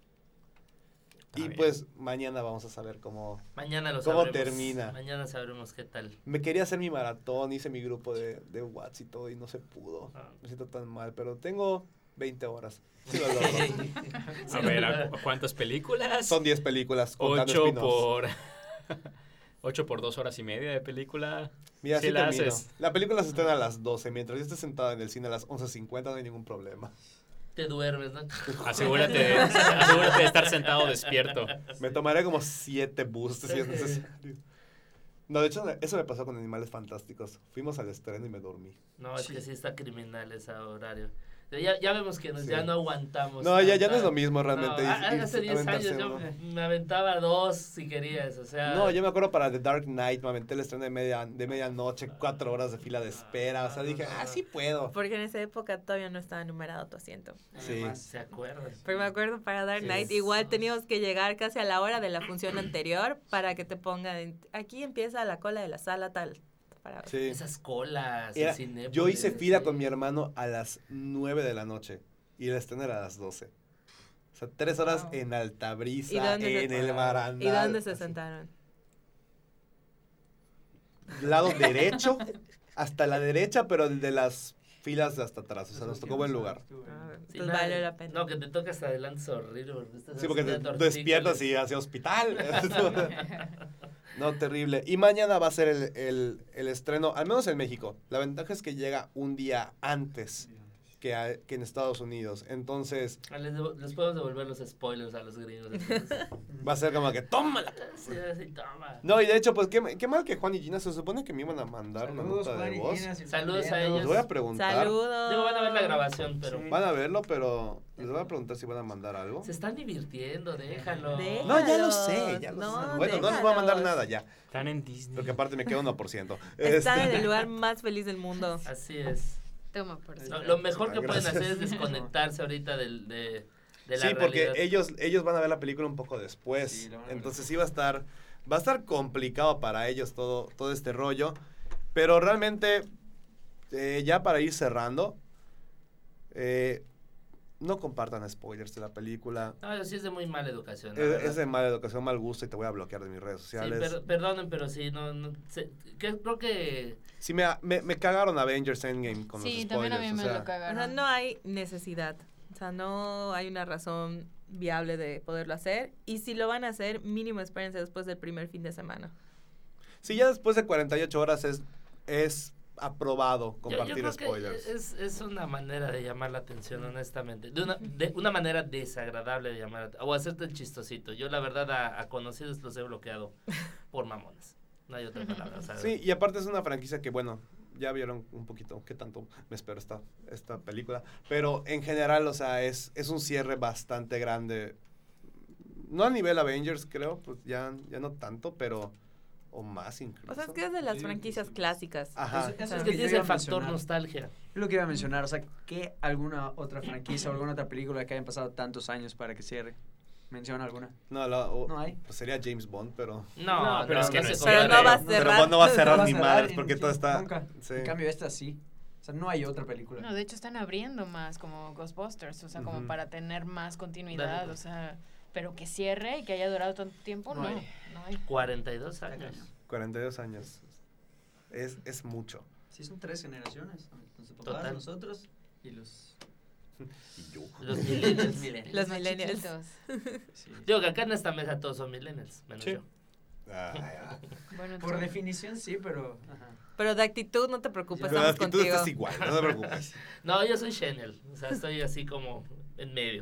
Está Y bien. pues mañana vamos a saber cómo... Mañana lo ¿Cómo sabremos. termina? Mañana sabremos qué tal. Me quería hacer mi maratón, hice mi grupo de, de WhatsApp y todo y no se pudo. Ah. Me siento tan mal, pero tengo veinte horas. Sí lo logro. A ver, ¿a cu- ¿cuántas películas? Son diez películas. contando Ocho spin-offs. por... Ocho por dos horas y media de película. Mira, sí sí la termino. haces. La película se estrena a las doce. Mientras yo esté sentado en el cine a las once cincuenta no hay ningún problema. Te duermes, ¿no? Asegúrate, asegúrate de estar sentado despierto. Me tomaré como siete boostes si es necesario. No, de hecho, eso me pasó con Animales Fantásticos. Fuimos al estreno y me dormí. No, es que sí está criminal ese horario. Ya, ya vemos que nos, Sí. ya no aguantamos. No, ya, ya no es tanta- lo mismo realmente. No, y- a- y hace diez aventarse años yo uno. me aventaba dos si querías, o sea... No, yo me acuerdo para The Dark Knight, me aventé el estreno de, media, de medianoche, cuatro horas de fila de espera. O sea, dije, ah, sí puedo. Porque en esa época todavía no estaba numerado tu asiento. Sí. Además, ¿se acuerdan? Pero me acuerdo para Dark Sí. Knight, igual teníamos que llegar casi a la hora de la función anterior para que te pongan, aquí empieza la cola de la sala tal. Para ver. Sí. Esas colas, Era- el Cinépolis, yo hice fila sí. con mi hermano a las nueve de la noche y el estreno era a las doce. O sea, tres horas Wow. en ¿Y Altabrisa, dónde en se- el barandal. ¿Y dónde se así. sentaron? Lado derecho, hasta la derecha, pero el de las filas de hasta atrás. O sea, nos tocó buen lugar. Ah, Sí, pues nada, valió la pena. No, que te toca hasta adelante es horrible. Porque estás Sí, porque te haciendo despiertas tortícolis. y hacia hospital. No, terrible. Y mañana va a ser el, el, el estreno, al menos en México. La ventaja es que llega un día antes que, a- que en Estados Unidos. Entonces, Ah, Les, debo- les podemos devolver los spoilers a los gringos. entonces. va a ser como que ¡tómala! Sí, sí, toma. No, y de hecho, pues qué, qué mal que Juan y Gina se supone que me iban a mandar una Saludos, nota Juan de y voz. Gina, si Saludos están a viendo. Les voy a preguntar. Saludos. Digo, van a ver la grabación, pero Van a verlo, pero les voy a preguntar si van a mandar algo. se están divirtiendo, déjalo. Déjalo. No, ya lo sé, ya lo No, sé. Bueno, no les voy a mandar déjalos. nada ya, Están en Disney. porque aparte me queda uno por ciento. Están en Este, el lugar más feliz del mundo. Así es. Toma por Lo, cierto. lo mejor que Ah, pueden gracias. hacer es desconectarse ahorita del, de, de la Sí, porque realidad. ellos, ellos van a ver la película un poco después. Sí, la van a ver Entonces sí va a estar, va a estar complicado para ellos todo, todo este rollo. Pero realmente, eh, ya para ir cerrando, eh, no compartan spoilers de la película. No, sí es de muy mala educación. la Es, verdad. es de mala educación, mal gusto y te voy a bloquear de mis redes Sí, sociales. per- perdonen, pero sí, no, no sé, que- creo que Sí, me, me, me cagaron Avengers Endgame con Sí, los spoilers. también a mí o me sea, lo O cagaron. sea, no hay necesidad. O sea, no hay una razón viable de poderlo hacer. Y si lo van a hacer, mínimo espérense después del primer fin de semana. Sí, ya después de cuarenta y ocho horas es, es aprobado Yo- compartir yo creo spoilers. Que es, es una manera de llamar la atención, honestamente. De una, de una manera desagradable de llamar la atención. O hacerte el chistosito. Yo, la verdad, a, a conocidos los he bloqueado por mamones. No hay otra palabra. O sea, Sí, y aparte es una franquicia que, bueno, ya vieron un poquito qué tanto me espero esta, esta película. Pero en general, o sea, es, es un cierre bastante grande. No a nivel Avengers, creo, pues ya, ya no tanto, pero... O más incluso. O sea, es que es de las franquicias clásicas. Ajá. Eso- eso es lo que yo tienes iba el a factor mencionar. nostalgia. Es lo que iba a mencionar, o sea, ¿qué alguna otra franquicia o alguna otra película que hayan pasado tantos años para que cierre? ¿Menciona alguna? No, la- o- No hay. pues sería James Bond, pero... No, No, pero es que no se es compara. Pero no va a No, cerrar. Pero Bond no va a cerrar No va a ni cerrar madres en- porque todo está... Nunca. Sí. En cambio, esta sí. O sea, no hay otra película. No, de hecho están abriendo más como Ghostbusters, o sea, como Ujú. para tener más continuidad, Dale. o sea, pero que cierre y que haya durado tanto tiempo, No no, hay. no hay. cuarenta y dos años. cuarenta y dos años. Es, es mucho. Sí, son tres generaciones. Nuestros papás, Total. nosotros y los... Y yo. Los millennials. Los más millennials. chiquitos. Sí. Digo que acá en esta mesa todos son millennials, menos Sí. yo. Ay, ay. Bueno, Por tú- definición sí, pero... Ajá. Pero de actitud no te preocupes, Pero la estamos actitud contigo. estás igual, no te preocupes. No, yo soy Chenial. O sea, estoy así como en medio.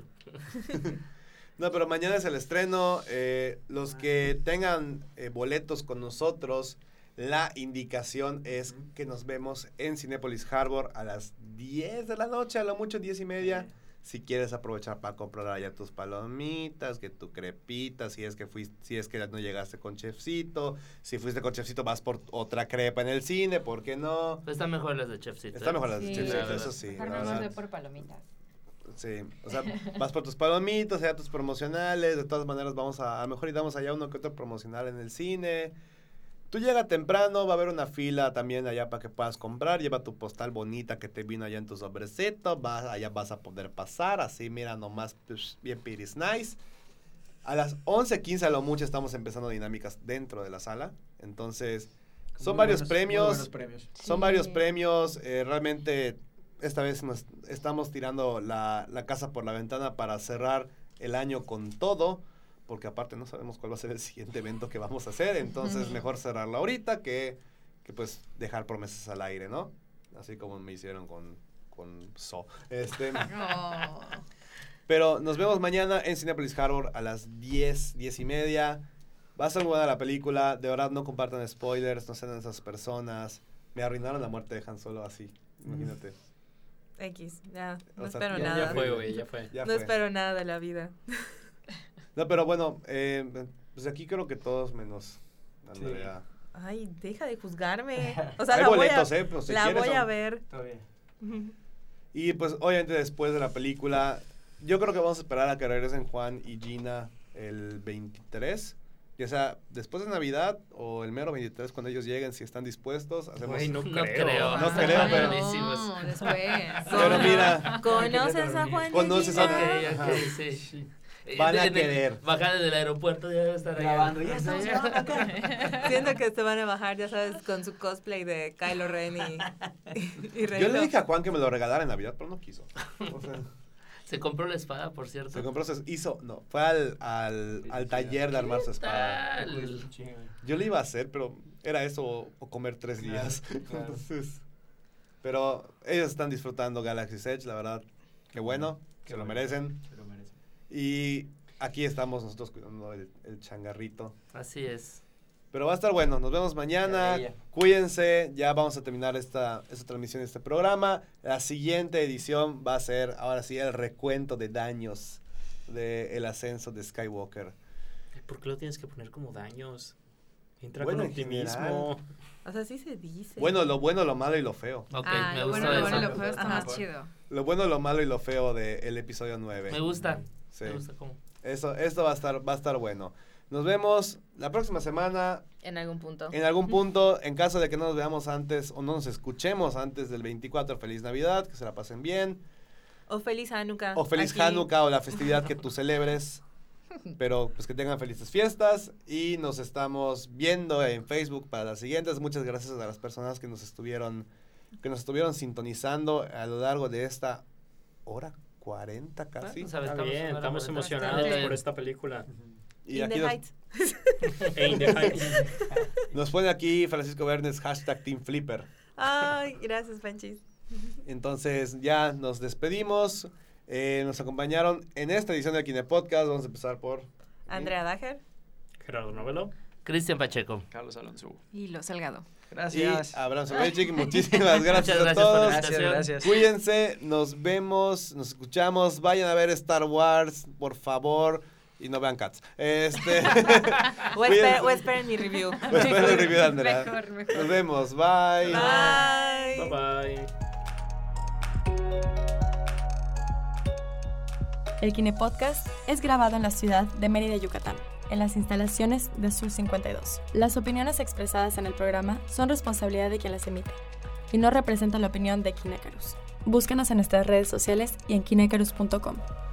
No, pero mañana es el estreno. eh, los que tengan eh, boletos con nosotros, la indicación es que nos vemos en Cinépolis Harbor a las diez de la noche, a lo mucho diez y media. Si quieres aprovechar para comprar allá tus palomitas, que tu crepita, si es que fuiste, si es que no llegaste con chefcito, si fuiste con chefcito vas por otra crepa en el cine, ¿por qué no? Están mejor las de Chefcito. Está ¿eh? mejor las de Sí. chefcito, La eso verdad. sí. Mejor la no nos verdad. ve por palomitas. Sí, o sea, vas por tus palomitas, allá tus promocionales, de todas maneras vamos a, a lo mejor y damos allá uno que otro promocional en el cine. Tú llega temprano, va a haber una fila también allá para que puedas comprar, lleva tu postal bonita que te vino allá en tu sobrecito, vas, allá vas a poder pasar, así mira nomás, pues, bien piris nice. A las once quince a lo mucho estamos empezando dinámicas dentro de la sala, entonces son Muy varios buenos- premios. muy buenos premios. Son Sí. varios premios, eh, realmente esta vez nos estamos tirando la, la casa por la ventana para cerrar el año con todo, porque aparte no sabemos cuál va a ser el siguiente evento que vamos a hacer, entonces mejor cerrarlo ahorita que, que pues dejar promesas al aire, ¿no? Así como me hicieron con, con So. Este, Oh. pero nos vemos mañana en Cinepolis Harbor a las diez, diez y media. Va a ser muy buena la película, de verdad no compartan spoilers, no sean esas personas. Me arruinaron la muerte de Han Solo así, imagínate. X, ya, no O sea, espero ya- nada. Ya fue, güey, ya fue. Ya no fue. espero nada de la vida. No, pero bueno, eh, pues aquí creo que todos menos Andrea. Ay, deja de juzgarme. O sea, Hay la voy boletos, a, eh, pero si la quieres, voy son- a ver. Todavía. Y pues obviamente después de la película, yo creo que vamos a esperar a que regresen Juan y Gina el veintitrés. Ya sea después de Navidad o el mero veintitrés cuando ellos lleguen, si están dispuestos. Hacemos... Güey, no No creo. creo. No Están creo, pero- buenísimos. No, después. Pero mira, ¿Conoces a Juan? y Conoces a- Gina? Ok, Ajá. ok, sí. Van a En el- querer. Bajar del aeropuerto ya debe estar ahí. Grabando, ya estamos grabando acá. Siento que se van a bajar, ya sabes, con su cosplay de Kylo Ren y, y Rey yo le Lo- dije a Juan que me lo regalara en Navidad, pero no quiso. O sea, Se compró la espada, por cierto. se compró, se hizo, no, fue al, al, al taller de armar su espada. Tal. Yo le iba a hacer, pero era eso o, o comer tres Claro, días. claro. Entonces, pero ellos están disfrutando Galaxy's Edge, la verdad, qué bueno, Qué se lo bueno. merecen. Se lo merecen. Y aquí estamos nosotros cuidando el, el changarrito. Así es. Pero va a estar bueno, nos vemos mañana, Qué bella. cuídense, ya vamos a terminar esta, esta transmisión de este programa. La siguiente edición va a ser, ahora sí, el recuento de daños del ascenso de Skywalker. ¿Por qué lo tienes que poner como daños? Entra Bueno, con en optimismo. O sea, sí se dice. Bueno, lo bueno, lo malo y lo feo. Ok, Ah, me lo gusta bueno, lo eso. bueno, lo feo está Ajá. más chido. Lo bueno, lo malo y lo feo del episodio nueve. Me gusta. Sí. Me gusta cómo. Eso, esto va a estar, va a estar bueno. Nos vemos la próxima semana En algún punto. en algún punto. En caso de que no nos veamos antes o no nos escuchemos antes del veinticuatro, feliz Navidad, que se la pasen bien. O feliz Hanukkah. O feliz Aquí. Hanukkah o la festividad que tú celebres. Pero pues que tengan felices fiestas y nos estamos viendo en Facebook para las siguientes. Muchas gracias a las personas que nos estuvieron que nos estuvieron sintonizando a lo largo de esta hora cuarenta casi. Bueno, sabes, Está bien, estamos bastante- emocionados bastante- por esta película. Y In aquí the nos, Heights. E in the Heights. Nos pone aquí Francisco Bernes, hashtag Team Flipper. Ay, gracias, Panchis. Entonces ya nos despedimos. Eh, nos acompañaron en esta edición del Kine Podcast. Vamos a empezar por Andrea Dager. Gerardo Novelo. Cristian Pacheco. Carlos Alonso. Y lo Salgado. Gracias. y Abraham Sobechic. Muchísimas gracias, Muchas gracias a por todos. la Gracias, invitación. gracias. Cuídense, nos vemos, nos escuchamos. Vayan a ver Star Wars, por favor. Y no vean Cats. Este. O, esper- o esperen mi review. O esperen el review de Andrea. Mejor, mejor. Nos vemos. Bye. Bye. Bye bye. El Kine Podcast es grabado en la ciudad de Mérida, Yucatán, en las instalaciones de Sur cincuenta y dos. Las opiniones expresadas en el programa son responsabilidad de quien las emite y no representan la opinión de Kine Icarus. Búscanos en nuestras redes sociales y en kine icarus punto com.